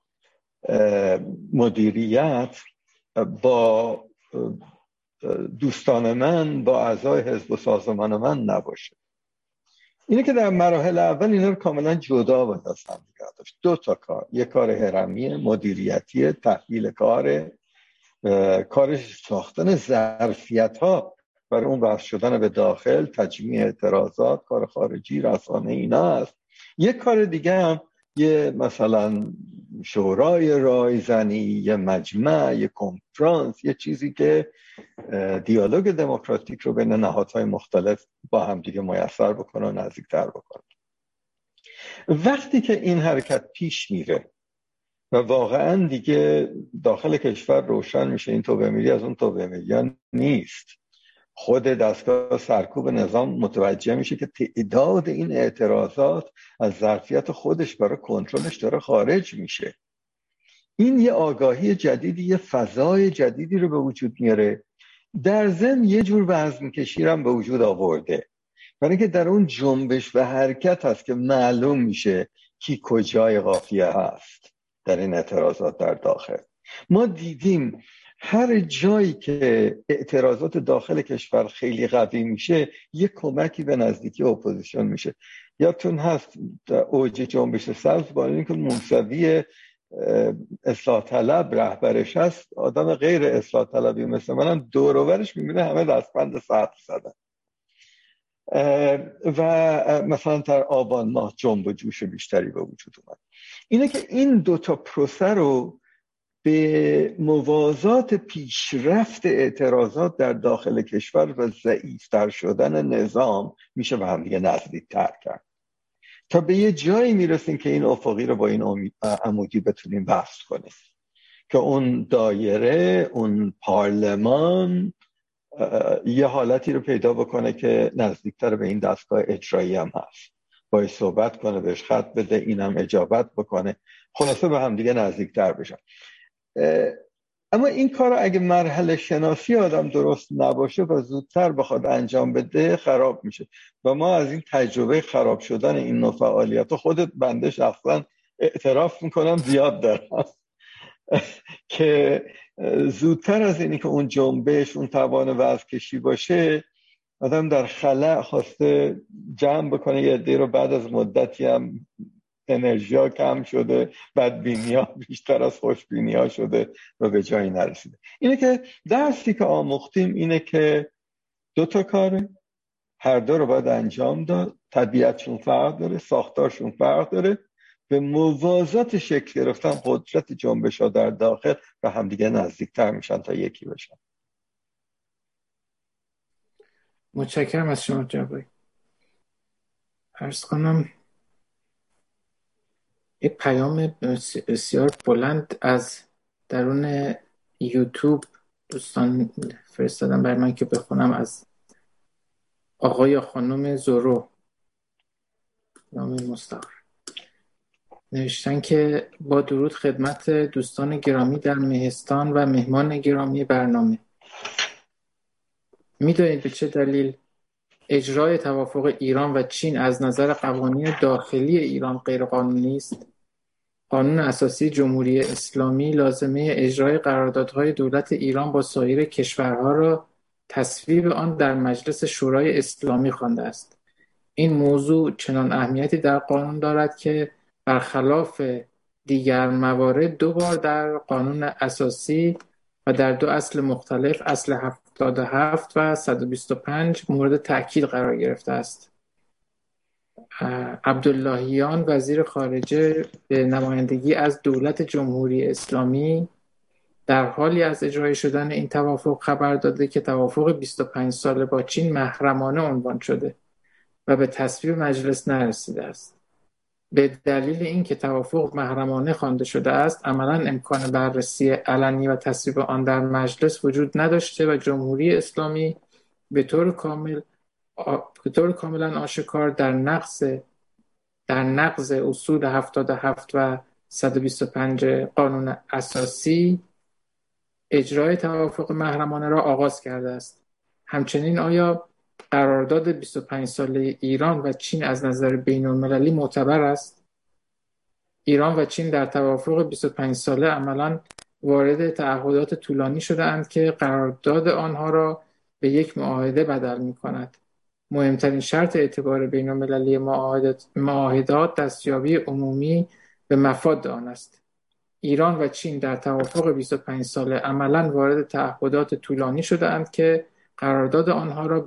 مدیریت با دوستان من، با اعضای حزب و سازمان من نباشه. اینه که در مراحل اول اینا رو کاملا جدا باید از هم نگاه داشت. دو تا کار، یک کار هرمی مدیریتی، تحویل کار ساختن ظرفیت ها برای اون بحث شدن به داخل، تجمیع اعتراضات، کار خارجی، رسانه، اینا است. یک کار دیگه هم یه مثلا شورای رایزنی، یه مجمع، یه کنفرانس، یه چیزی که دیالوگ دموکراتیک رو بین نهادهای مختلف با هم دیگه میسر بکنه و نزدیکتر بکنه. وقتی که این حرکت پیش میره و واقعا دیگه داخل کشور روشن میشه این توبه میری از اون توبه میری نیست، خود دستگاه سرکوب نظام متوجه میشه که تعداد این اعتراضات از ظرفیت خودش برای کنترلش داره خارج میشه، این یه آگاهی جدیدی، یه فضای جدیدی رو به وجود میاره. در ضمن یه جور وزن کشی هم به وجود آورده، برای اینکه در اون جنبش و حرکت هست که معلوم میشه کی کجای قافیه هست در این اعتراضات در داخل. ما دیدیم هر جایی که اعتراضات داخل کشور خیلی قوی میشه، یه کمکی به نزدیکی اپوزیسیون میشه. یادتون هست اوج جنبش سبز با اینکه موسوی اصلاح طلب رهبرش هست، آدم غیر اصلاح طلبی مثل منم دور و برش میبینه همه دستبند سطح زدن و مثلا در آبان ماه جنب و جوش بیشتری به وجود اومد. اینه که این دوتا پروسه رو به موازات پیشرفت اعتراضات در داخل کشور و ضعیفتر شدن نظام میشه به هم دیگه نزدیک‌تر کرد تا به یه جایی میرسیم که این افقی رو با این عمودی بتونیم بحث کنیم که اون دایره، اون پارلمان یه حالتی رو پیدا بکنه که نزدیکتر به این دستگاه اجرایی هم هست، باید صحبت کنه، بهش خط بده، اینم اجابت بکنه، خلاصه به هم دیگه نزدیکتر بشن. اما این کار اگه مرحله شناسی آدم درست نباشه و زودتر بخواد انجام بده خراب میشه و ما از این تجربه خراب شدن این نوع فعالیت خودت بنده شخصا اعتراف میکنم زیاد دارم که زودتر از اینی که اون جنبش، اون توان وزن کشی باشه، آدم در خلأ خواسته جمع بکنه یه عده رو، بعد از مدتی هم انرژی ها کم شده، بدبینی ها بیشتر از خوشبینی ها شده و به جایی نرسیده. اینه که درسی که آموختیم اینه که دو تا کاره، هر دو رو باید انجام داد. طبیعتشون فرق داره، ساختارشون فرق داره. به موازات شکل گرفتن قدرت جنبش ها در داخل و همدیگه نزدیکتر میشن تا یکی بشن. متشکرم از شما جوابی. عرض کنم یک پیام بسیار بلند از درون یوتیوب دوستان فرستادن برای من که بخونم، از آقای یا خانم زورو، نام مستعار. نوشتن که با درود خدمت دوستان گرامی در مهستان و مهمان گرامی برنامه. می‌دانید به چه دلیل اجرای توافق ایران و چین از نظر قوانین داخلی ایران غیرقانونی است؟ قانون اساسی جمهوری اسلامی لازمه اجرای قراردادهای دولت ایران با سایر کشورها را تصویب آن در مجلس شورای اسلامی خوانده است. این موضوع چنان اهمیتی در قانون دارد که برخلاف دیگر موارد 2 بار در قانون اساسی و در 2 اصل مختلف، اصل 77 و 125 مورد تأکید قرار گرفته است. عبداللهیان وزیر خارجه به نمایندگی از دولت جمهوری اسلامی در حالی از اجرای شدن این توافق خبر داده که توافق 25 ساله با چین محرمانه عنوان شده و به تصویب مجلس نرسیده است. به دلیل اینکه توافق محرمانه خوانده شده است، عملاً امکان بررسی علنی و تصویب آن در مجلس وجود نداشته و جمهوری اسلامی به طور کاملا آشکار در نقض اصول 77 و 125 قانون اساسی اجرای توافق محرمانه را آغاز کرده است. همچنین آیا قرارداد 25 ساله ایران و چین از نظر بین‌المللی معتبر است؟ ایران و چین در توافق 25 ساله عملاً وارد تعهدات طولانی شده اند که قرارداد آنها را به یک معاهده بدل می‌کند. مهمترین شرط اعتبار بین‌المللی معاهدات دستیابی عمومی به مفاد آن است. ایران و چین در توافق 25 ساله عملاً وارد تعهدات طولانی شده اند که قرارداد آنها را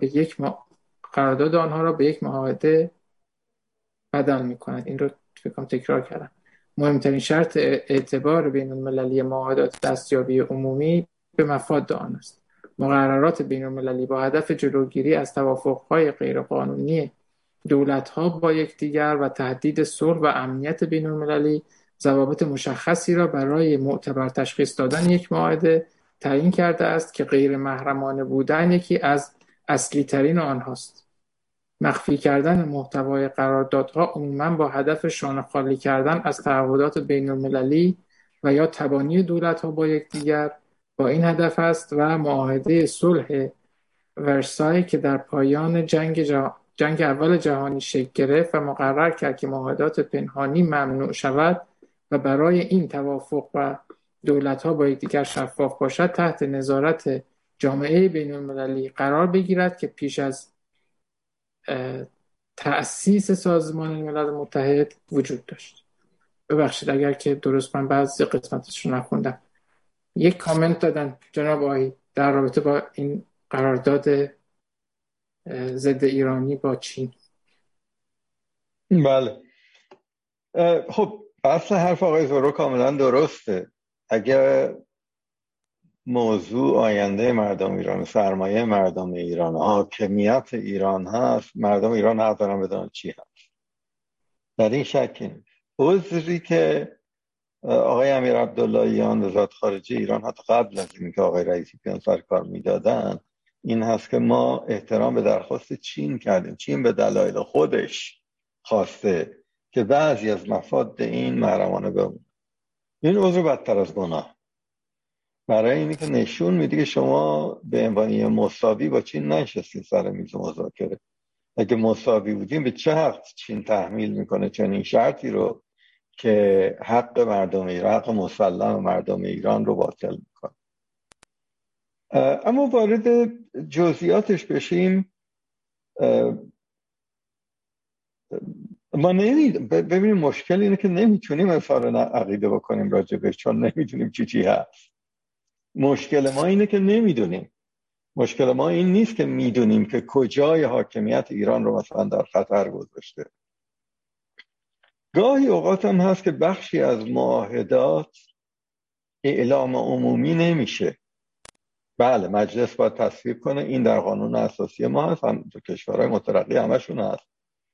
به یک معاهده بدل می‌کند. این رو فکرم تکرار کردم. مهمترین شرط اعتبار بین‌المللی معاهدات دستیابی عمومی به مفاد آن است. مقررات بین‌المللی با هدف جلوگیری از توافق‌های غیرقانونی دولت‌ها با یکدیگر و تهدید صلح و امنیت بین‌المللی ضوابط مشخصی را برای معتبر تشخیص دادن یک معاهده تعیین کرده است که غیر محرمانه بودن یکی از اصلی ترین آنهاست. مخفی کردن محتوای قراردادها عموماً با هدف شانه خالی کردن از تعهدات بین‌المللی و یا تبانی دولت‌ها با یکدیگر با این هدف است و معاهده صلح ورسای که در پایان جنگ اول جهانی شکل گرفت و مقرر کرد که معاهدات پنهانی ممنوع شود و برای این توافق و دولت‌ها با یکدیگر شفاف باشد تحت نظارت جامعه بین‌المللی قرار بگیرد که پیش از تأسیس سازمان ملل متحد وجود داشت. ببخشید اگر که درست من بعضی قسمتش رو نخوندم. یک کامنت دادن جناب آقای در رابطه با این قرارداد ضد ایرانی با چین. بله، خب اصل حرف آقای زورو کاملا درسته. اگر موضوع آینده مردم ایران، سرمایه مردم ایران، حاکمیت ایران هست، مردم ایران حق دارن بدونن چی هست. در این شکی نیست. عذری که آقای امیر عبداللهیان وزارت خارجه ایران حتی قبل از اینکه آقای رئیسی بیان سر کار میدادن این هست که ما احترام به درخواست چین کردیم. چین به دلایل خودش خواسته که بعضی از مفاد این محرمانه بمونه. این عذر بدتر از گناه، برای اینی که نشون میده که شما به عنوان مساوی با چین نشستین سر میز مذاکره. اگه مساوی بودیم به چه حق چین تحمیل میکنه چنین شرطی رو که حق مردم ایران، حق مسلم مردم ایران رو باطل میکنه. اما وارد جزئیاتش بشیم. ما ببینیم مشکل اینه که نمیتونیم اظهار عقیده بکنیم راجبش چون نمیدونیم چی هست. مشکل ما اینه که نمیدونیم. مشکل ما این نیست که میدونیم که کجای حاکمیت ایران رو مثلا در خطر گذاشته. گاهی اوقات هم هست که بخشی از معاهدات اعلام عمومی نمیشه. بله مجلس باید تصویب کنه، این در قانون اساسی ما هست، هم تو کشورهای مترقی همشون هست،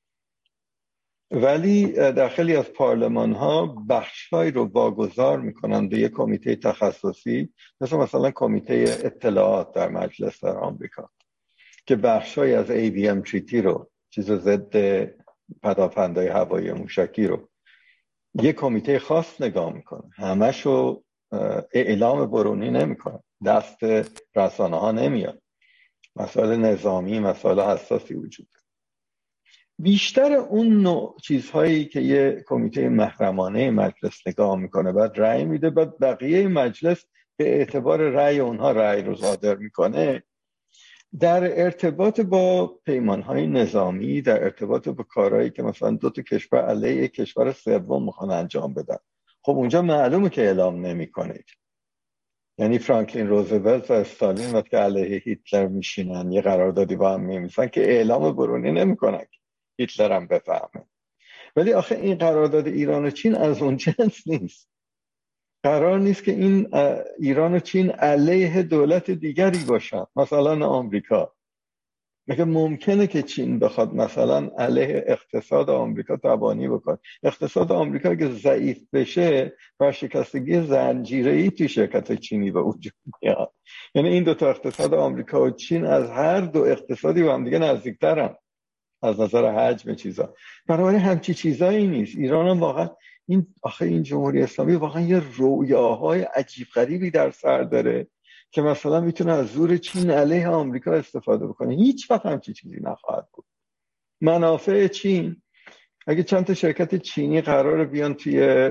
ولی در خیلی از پارلمان ها بخش‌هایی رو واگذار میکنن به یک کمیته تخصصی، مثلا کمیته اطلاعات در مجلس در آمریکا که بخش‌هایی از ABM تریتی رو، چیز ضد پدافندهای هوایی موشکی رو، یک کمیته خاص نگاه میکنه، همشو اعلام برونی نمیکنه، دست رسانه ها نمیاد، مسائل نظامی، مسائل حساسی وجود داره. بیشتر اون نوع چیزهایی که یه کمیته محرمانه مجلس نگاه میکنه، بعد رأی میده، بعد بقیه مجلس به اعتبار رأی اونها رأی رو صادر میکنه، در ارتباط با پیمانهای نظامی، در ارتباط با کارهایی که مثلا دو تا کشور علیه کشور سوم میخوان انجام بدن، خب اونجا معلومه که اعلام نمیکنید. یعنی فرانکلین روزولت و استالین وقتی که علیه هیتلر میشینن یه قراردادی با هم میمیسن که اعلام برونی نمیکنن که هیتلر هم بفهمه. ولی آخه این قرارداد ایران و چین از اون جنس نیست. قرار نیست که این ایران و چین علیه دولت دیگری باشن، مثلا آمریکا. میگه ممکنه که چین بخواد مثلا علیه اقتصاد آمریکا تبانی بکنه. اقتصاد آمریکا اگه ضعیف بشه، ورشکستگی زنجیره‌ای توی شرکت چینی به وجود میاد. یعنی این دو تا اقتصاد آمریکا و چین از هر دو اقتصادی با هم دیگه نزدیکترن از نظر حجم چیزا. بنابراین همچی چیزایی نیست. ایران هم واقعا این جمهوری اسلامی واقعا یه رویاهای عجیب غریبی در سر داره که مثلا میتونه از زور چین علیه آمریکا استفاده بکنه. هیچ وقت همچی چیزی نخواهد بود. منافع چین، اگه چند تا شرکت چینی قراره بیان توی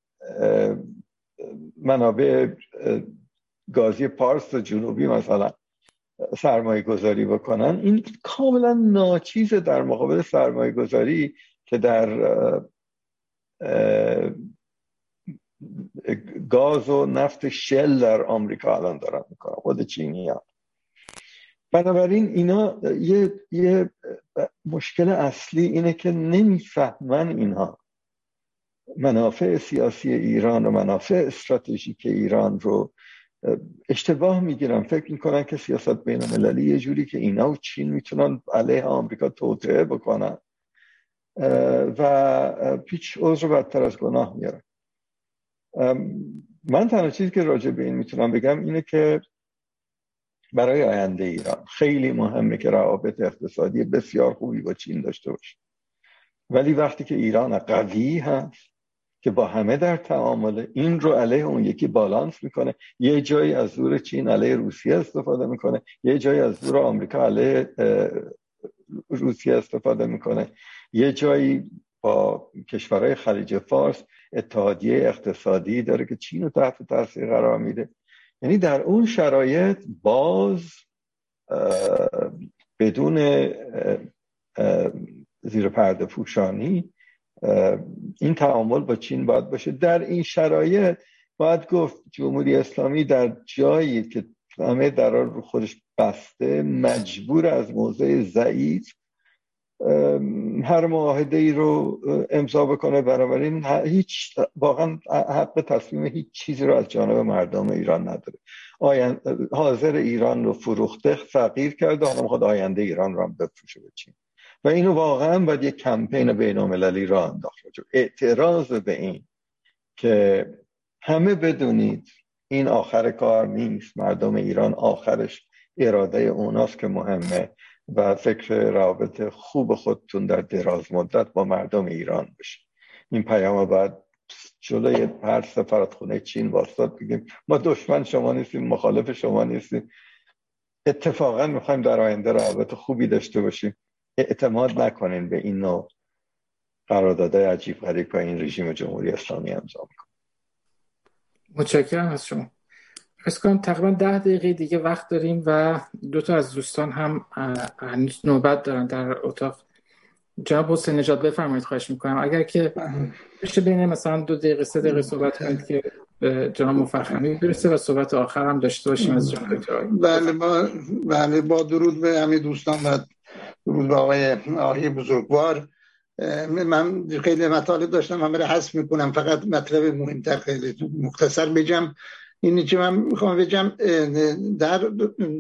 منابع گازی پارس جنوبی مثلا سرمایه گذاری بکنن، این کاملا ناچیزه در مقابل سرمایه گذاری که در گاز و نفت شل در آمریکا الان دارن میکنن، خود چینی ها. بنابراین اینا یه مشکل اصلی اینه که نمیفهمن اینها منافع سیاسی ایران و منافع استراتژیک ایران رو اشتباه میگیرن. فکر میکنن که سیاست بین المللی یه جوری که اینا و چین میتونن علیه آمریکا توطئه بکنن و پیچ عذر بدتر از گناه میارن. من تنها چیزی که راجع به این میتونم بگم اینه که برای آینده ایران خیلی مهمه که روابط اقتصادی بسیار خوبی با چین داشته باشه، ولی وقتی که ایران قوی هست که با همه در تعامل، این رو علیه اون یکی بالانس میکنه، یه جایی از زور چین علیه روسیه استفاده میکنه، یه جایی از زور آمریکا علیه روسیه استفاده میکنه، یه جایی با کشورهای خلیج فارس اتحادیه اقتصادی داره که چین رو تحت تاثیر قرار میده. یعنی در اون شرایط باز بدون زیر پرده پوشانی این تعامل با چین باید باشه. در این شرایط باید گفت جمهوری اسلامی در جایی که همه درار رو خودش بسته، مجبور از موضع ضعیف هر معاهده ای رو امضا بکنه. بنابراین هیچ واقعا حق تصمیم هیچ چیزی رو از جانب مردم ایران نداره. حاضر ایران رو فروخته، فقیر کرده، حالا میخواد آینده ایران رو هم بفروشه به چین و اینو واقعا باید یک کمپین بین‌المللی را انداخت. اعتراض به این که همه بدونید این آخر کار نیست، مردم ایران آخرش اراده اوناست که مهمه و فکر روابط خوب خودتون در دراز مدت با مردم ایران بشه. این پیام باید جلوی هر سفارتخونه چین واسطات بگیم ما دشمن شما نیستیم، مخالف شما نیستیم، اتفاقا میخوایم در آینده روابط خوبی داشته باشیم. اعتماد نکنین به این نوع قراردادهای عجیب غریب که این رژیم جمهوری اسلامی امضا میکنه. متشکرم از شما. فکر کنم تقریبا 10 دقیقه دیگه وقت داریم و 2 تا از دوستان هم هنوز نوبت دارن در اتاق. جناب حسین نژاد بفرمایید، خواهش میکنم اگر که بشه بین مثلا 2 دقیقه 3 دقیقه صحبت کنید که جناب مفخمی برسه و صحبت آخر هم داشته باشیم از جناب دکتر آهی. بله با درود به همه دوستان و درود به آقای آهی بزرگوار. من خیلی مطالب داشتم، من برای حذف میکنم، فقط مطلب مهمتر خیلی مختصر بگم. اینی که من میخوام بگم در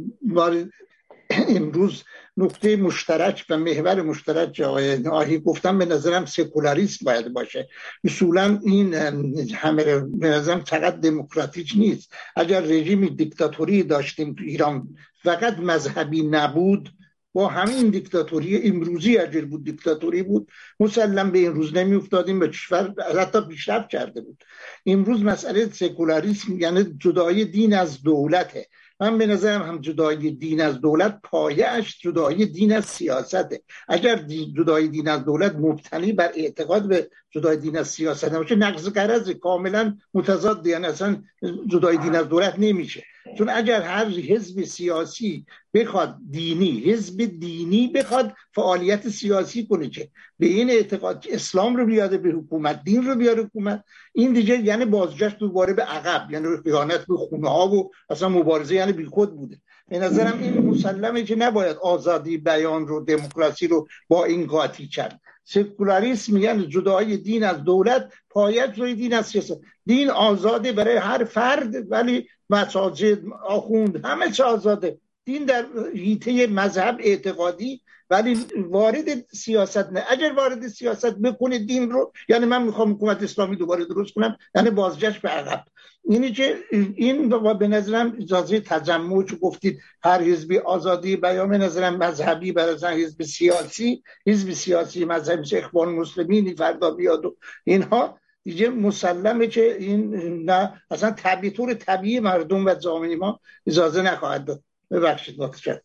امروز نقطه مشترک و محور مشترک آقای آهی گفتم به نظرم سکولاریسم باید باشه. اصولا این همه به نظرم فقط دموکراتیک نیست. اگر رژیم دیکتاتوری داشتیم تو ایران فقط مذهبی نبود، با همین دیکتاتوری امروزی اگر بود دیکتاتوری بود مسلم به این روز نمی افتادیم، به کشور حتی پیشرفت کرده بود. امروز مسئله سکولاریسم یعنی جدای دین از دولته. من به نظرم هم جدای دین از دولت پایه‌اش جدای دین از سیاسته. اگر جدای دین از دولت مبتنی بر اعتقاد به جدای دین از سیاست نباشه نقض غرض، کاملا متضاد، یعنی اصلا جدای دین از دولت نمیشه. چون اگر هر حزب سیاسی بخواد حزب دینی بخواد فعالیت سیاسی کنه که به این اعتقاد که اسلام رو بیاره به حکومت، دین رو بیاره حکومت، این دیگه یعنی بازگشت دوباره به عقب، یعنی خیانت به خونه ها و اصلا مبارزه یعنی بیخود بوده. به نظرم این مسلمه که نباید آزادی بیان رو، دموکراسی رو با این قاطی کرد. سکولاریسم یعنی جدای دین از دولت، پایه جدای دین از سیاست. دین آزاده برای هر فرد، ولی مساجد، آخوند، همه چه آزاده. دین در حیطه مذهب اعتقادی، ولی وارد سیاست نه. اگر وارد سیاست بکنه دین رو، یعنی من میخوام حکومت اسلامی دوباره درست کنم، یعنی بازگشت به عقب. یعنی که این به نظرم اجازه تجمع، چون گفتید هر حزبی آزادی بیان، به نظرم مذهبی برای حزب سیاسی مذهبی چه اخوان المسلمین فردا بیاد و اینها دیگه مسلمه که این نه اصلا طور طبیعی مردم و جامعه ما اجازه نخواهد داد. ببخشید متشکرم.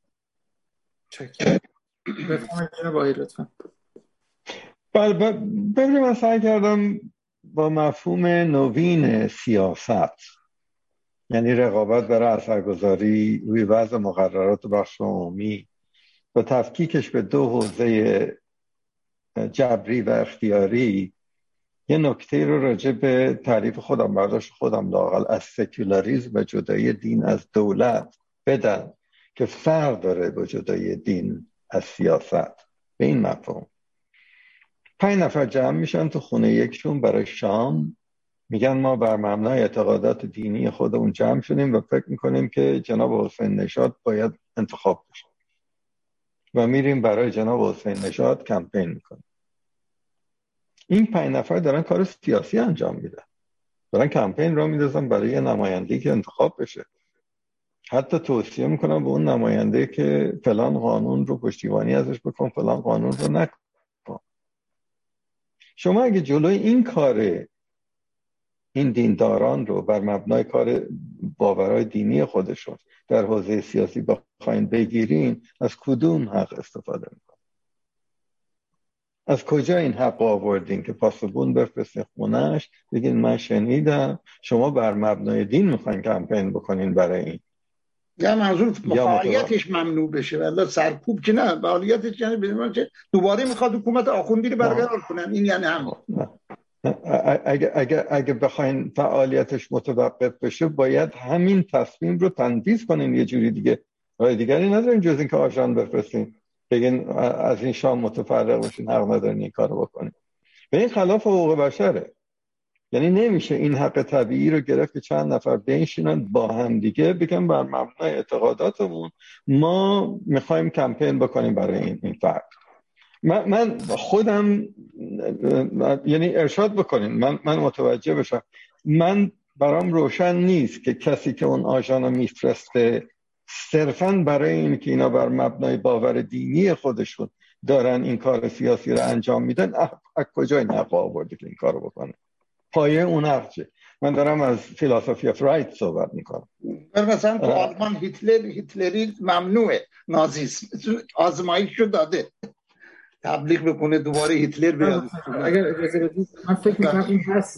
بفرمایید جناب آقای لطفا. ببینید من سعی کردم با مفهوم نوین سیاست، یعنی رقابت برای اثرگذاری روی وضع مقررات بخش عمومی و تفکیکش به دو حوزه جبری و اختیاری، یه نکته رو راجع به تعریف خودم، برداشت خودم لااقل از سکولاریسم و جدای دین از دولت بدن که فرق داره با جدای دین از سیاست. به این مفهوم 5 نفر جمع میشن تو خونه یکشون برای شام، میگن ما بر مبنای اعتقادات دینی خودمون جمع شدیم و فکر میکنیم که جناب حسین نژاد باید انتخاب بشه و میریم برای جناب حسین نژاد کمپین میکنیم. این 5 نفر دارن کار سیاسی انجام میدن، دارن کمپین را میدازن برای یه نماینده‌ای که انتخاب بشه. حتی توصیه میکنم به اون نماینده که فلان قانون رو پشتیبانی ازش بکن، فلان قانون رو نکن. شما اگه جلوی این کار این دینداران رو بر مبنای کار باورهای دینی خودشون در حوزه سیاسی بخواین بگیرین، از کدوم حق استفاده میکنین؟ از کجا این حق آوردین که پاسبون بفرستین خونهش بگین من شنیدم شما بر مبنای دین میخواین کمپین بکنین برای این؟ یا منظور فعالیتش ممنوع بشه، ولی سرکوب که نه، فعالیتش یعنی بدون که دوباره میخواد حکومت آخوندی رو برقرار کنن. این یعنی هم اگه بخواین فعالیتش متوقف بشه باید همین تصمیم رو تنفیذ کنین، یه جوری دیگه راه دیگری ندارین جز این که آژان بفرستین بگین از این شام متفرق بشین، حق ندارین این کارو بکنین. به این خلاف حقوق بشره. یعنی نمیشه این حق طبیعی رو گرفت که چند نفر بنشینن با هم دیگه بگن بر مبنای اعتقاداتمون ما میخوایم کمپین بکنیم برای این فرد. من خودم یعنی ارشاد بکنین، من متوجه بشم. من برام روشن نیست که کسی که اون آژان رو میفرسته صرفاً برای این که اینا بر مبنای باور دینی خودشون دارن این کار سیاسی رو انجام میدن، از کجا این حق آورده که این کارو بکنه؟ پایه اون حقه. من دارم از فیلسوفی اف رایت صحبت میکنم. مثلا تو آلمان هیتلری ممنوعه، نازیسم آزمایش رو داده تبلیغ بکنه دوباره هیتلر بیاد. اگر اجازه بدید من فکر میکنم این بحث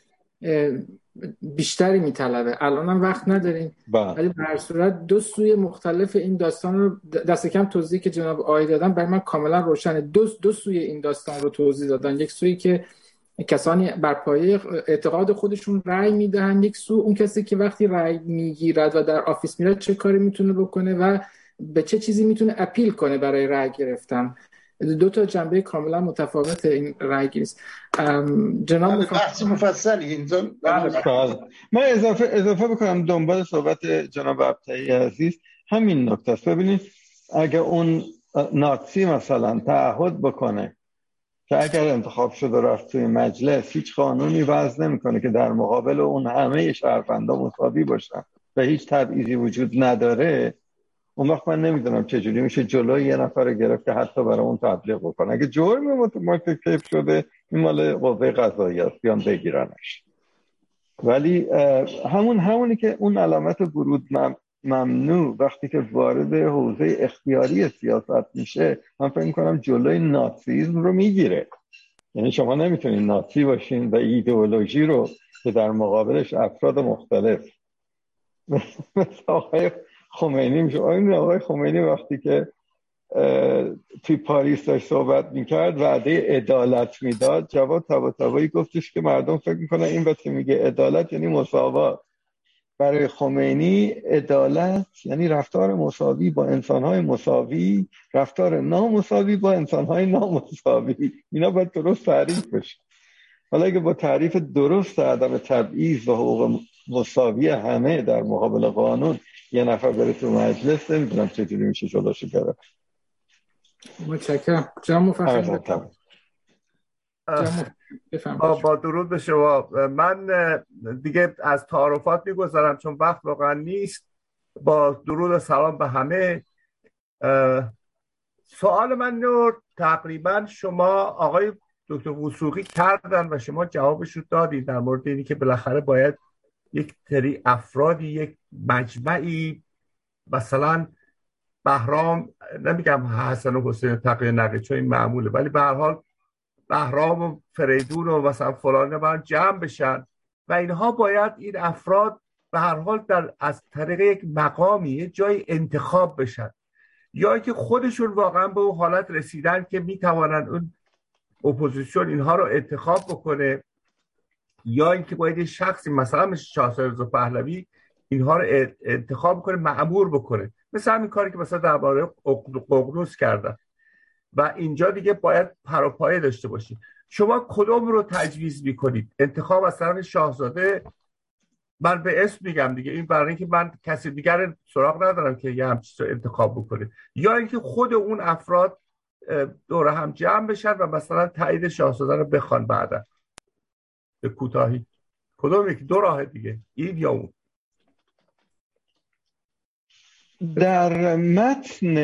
بیشتری میطلبه، الانم وقت نداریم، ولی به هر صورت دو سوی مختلف این داستان رو دست کم توضیحی که جناب آقای دادن برای من کاملا روشنه. دو سوی این داستان رو توضیح دادن. یک سویی که کسانی بر پایه اعتقاد خودشون رأی میدن یک سو، اون کسی که وقتی رأی میگیرد و در آفیس میره چه کاری میتونه بکنه و به چه چیزی میتونه اپیل کنه برای رأی گرفتن. دو تا جنبه کاملا متفاوت این رأی گیری است. جناب بحث مفصلی اینجا. من اضافه بکنم دنبال صحبت جناب عبدالطیب عزیز همین نکته است. ببینید اگه اون ناتسی مثلا تعهد بکنه که اگر انتخاب شده رفت توی مجلس هیچ قانونی وضع نمیکنه که در مقابل اون همه شهروندان مساوی باشن و هیچ تبعیضی وجود نداره، اون وقت من نمیدونم چجوری میشه جلوی یه نفر رو گرفت که حتی برای اون تبلیغ بکنه. اگه جرم مرتکب شده این مال قوه قضاییه است، بیان بگیرنش. ولی همونی که اون علامت ورود ممنوع وقتی که وارد حوزه اختیاری سیاست میشه، من فکر میکنم جلوی ناتسیسم رو میگیره. یعنی شما نمیتونید ناتسی باشین و ایدئولوژی رو که در مقابلش افراد مختلف مثل آقای خمینی میشه. آقای خمینی وقتی که توی پاریس داشت صحبت میکرد وعده عدالت میداد، جواد طباطبایی گفتش که مردم فکر میکنن این وقتی میگه عدالت یعنی مساوات. برای خمینی عدالت یعنی رفتار مساوی با انسانهای مساوی، رفتار نامساوی با انسانهای نامساوی. اینا باید درست تعریف بشه. حالا اگه با تعریف درست عدم تبعیض و حقوق مساوی همه در مقابل قانون یه نفر بره تو مجلس، نمیدونم چجوری میشه جلوشو گرفت. متشکرم. جناب مفخر با درود به شما. من دیگه از تعارفات میگذارم چون وقت واقعا نیست. با درود و سلام به همه. سوال من رو تقریبا شما آقای دکتر وثوقی کردن و شما جوابش رو دادید در مورد اینی که بالاخره باید یک سری افرادی، یک مجمعی، مثلا بهرام، نمیگم حسن و حسین تقی نقی چون این معموله، ولی به هر حال بهرام و فریدون و مثلا فلان من جمع بشن و اینها باید این افراد به هر حال از طریق یک مقامی یه جای انتخاب بشن، یا که خودشون واقعا به اون حالت رسیدن که میتوانن اون اپوزیسیون اینها رو انتخاب بکنه، یا اینکه باید یه شخصی مثلا مثل شاهزاده رضا پهلوی اینها رو انتخاب کنه، مأمور بکنه، مثل همین کاری که مثلا درباره ققنوس کردن و اینجا دیگه باید پروپایه داشته باشید. شما کدوم رو تجویز میکنید؟ انتخاب از طرف شاهزاده؟ من به اسم میگم دیگه، این برای اینکه من کسی دیگر سراغ ندارم که یه همچین رو انتخاب بکنه، یا اینکه خود اون افراد دور هم جمع بشن و مثلا تایید شاهزاده رو بخوان بعدا. به کوتاهی کدوم یکی؟ دو راه دیگه، این یا اون. در متن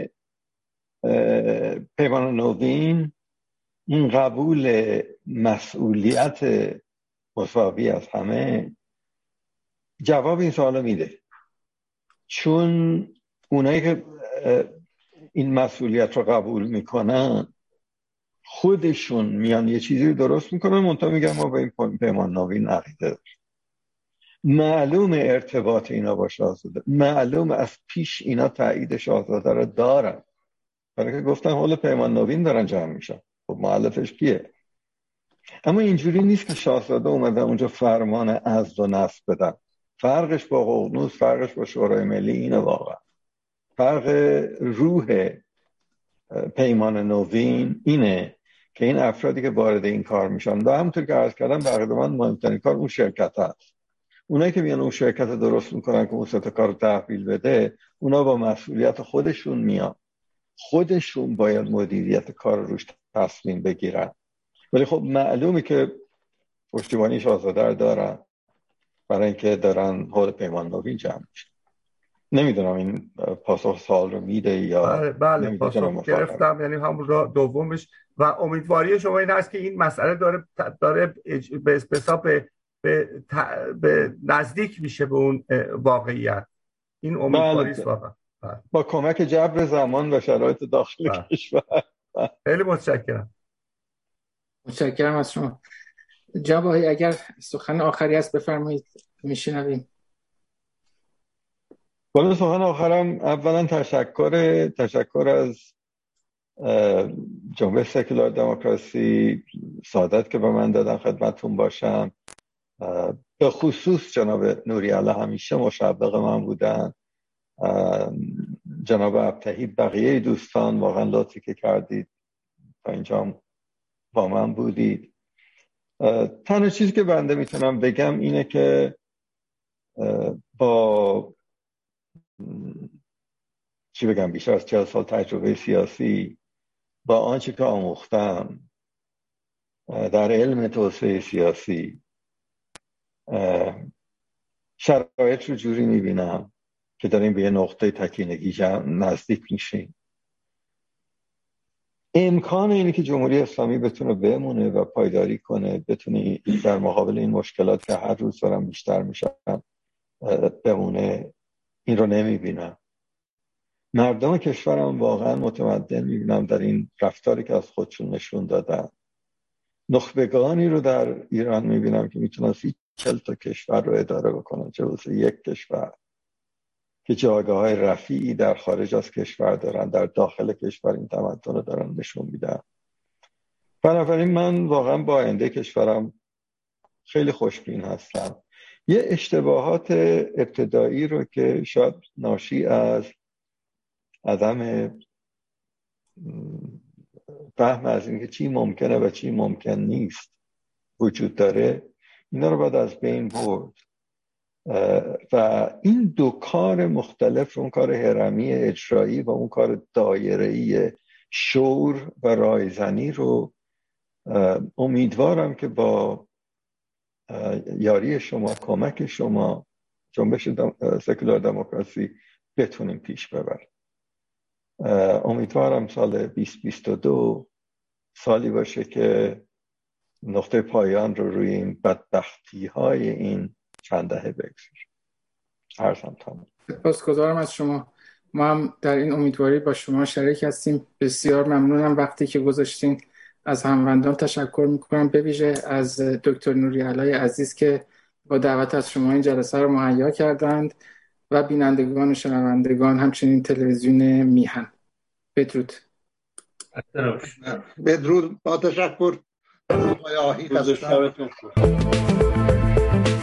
پیمان نوین این قبول مسئولیت مساوی از همه جواب این سوالو میده، چون اونایی که این مسئولیت رو قبول میکنن خودشون میان یه چیزی رو درست میکنن، منتها میگن ما به این پیمان نوین عقیده داریم. معلوم ارتباط اینا با شاهزاده، معلوم از پیش اینا تایید شاهزاده رو دارن، برای که گفتن حول پیمان نوین دارن جمع میشن. خب مؤلفش کیه؟ اما اینجوری نیست که شاهزاده اومدن اونجا فرمان عزل و نصب بدن. فرقش با ققنوس، فرقش با شورای ملی اینه. واقعا فرق روح پیمان نوین اینه که این افرادی که وارد این کار میشن و همونطور که عرض کردم در من مهمترین کار اون شرکت هست. اونایی که میان اون شرکت درست میکنن که اون سه تا کار رو تحویل بده، اونا با مسئولیت خودشون میان، خودشون باید مدیریت کار روش تصمیم بگیرن. ولی خب معلومه که پشتیبانی شاهزاده رو دارن برای اینکه دارن حول پیمان نوین جمع میشن. نمیدونم این پاسخ سوال رو میده یا بله پاسخ گرفتم، یعنی همون را دومش. و امیدواری شما این هست که این مسئله داره به نزدیک میشه به اون واقعیت. این امیدواری است واقعا با کمک جبر زمان و شرایط داخل کشور. خیلی متشکرم. متشکرم از شما. جناب آقای اگر سخن آخری هست بفرمایید، میشنویم. بالا سخن آخرم اولا تشکر از جنبش سکولار دموکراسی، سعادت که به من دادن خدمتون باشم، به خصوص جناب نوری‌علا همیشه مشوق من بودن، جناب ابطحی، بقیه دوستان واقعا لطفی که کردید تا اینجا با من بودید. تنها چیزی که بنده میتونم بگم اینه که با چی بگم بیشتر از 40 سال تجربه سیاسی، با آنچه که آموختم در علم توسعه سیاسی، شرایط رو جوری میبینم که داریم به یه نقطه تکینگی نزدیک میشیم. امکان اینه که جمهوری اسلامی بتونه بمونه و پایداری کنه، بتونه در مقابل این مشکلات که هر روز دارن بیشتر میشن بمونه، این رو نمیبینم. مردم کشورم واقعا متمدن میبینم در این رفتاری که از خودشون نشون دادن. نخبگانی رو در ایران میبینم که میتونن 40 تا کشور رو اداره بکنن، چه بسه یک کشور، که جایگاه‌های رفیعی در خارج از کشور دارن، در داخل کشور این تمدن رو دارن نشون میدن. بنابراین من واقعا با آینده کشورم خیلی خوشبین هستم. یه اشتباهات ابتدایی رو که شاید ناشی از عدم فهم از اینکه چی ممکنه و چی ممکن نیست وجود داره، اینا رو باید از بین برد و این دو کار مختلف، اون کار هرمی اجرایی و اون کار دایره‌ای شور و رایزنی رو امیدوارم که با یاری شما، کمک شما، جنبش سکولار دموکراسی بتونیم پیش ببریم. امیدوارم سال 2022 سالی باشه که نقطه پایان رو روی این بدبختی های این چند دهه بگذاریم. عرضم تمام. سپاسگزارم از شما. ما هم در این امیدواری با شما شریک هستیم. بسیار ممنونم وقتی که گذاشتین. از هموندان تشکر میکنم، به ویژه از دکتر نوری‌علای عزیز که با دعوت از شما این جلسه رو مهیا کردند و بینندگان و شنوندگان همچنین تلویزیون میهن. بدرود. بدرود، با تشکر. روز شبتون خوش.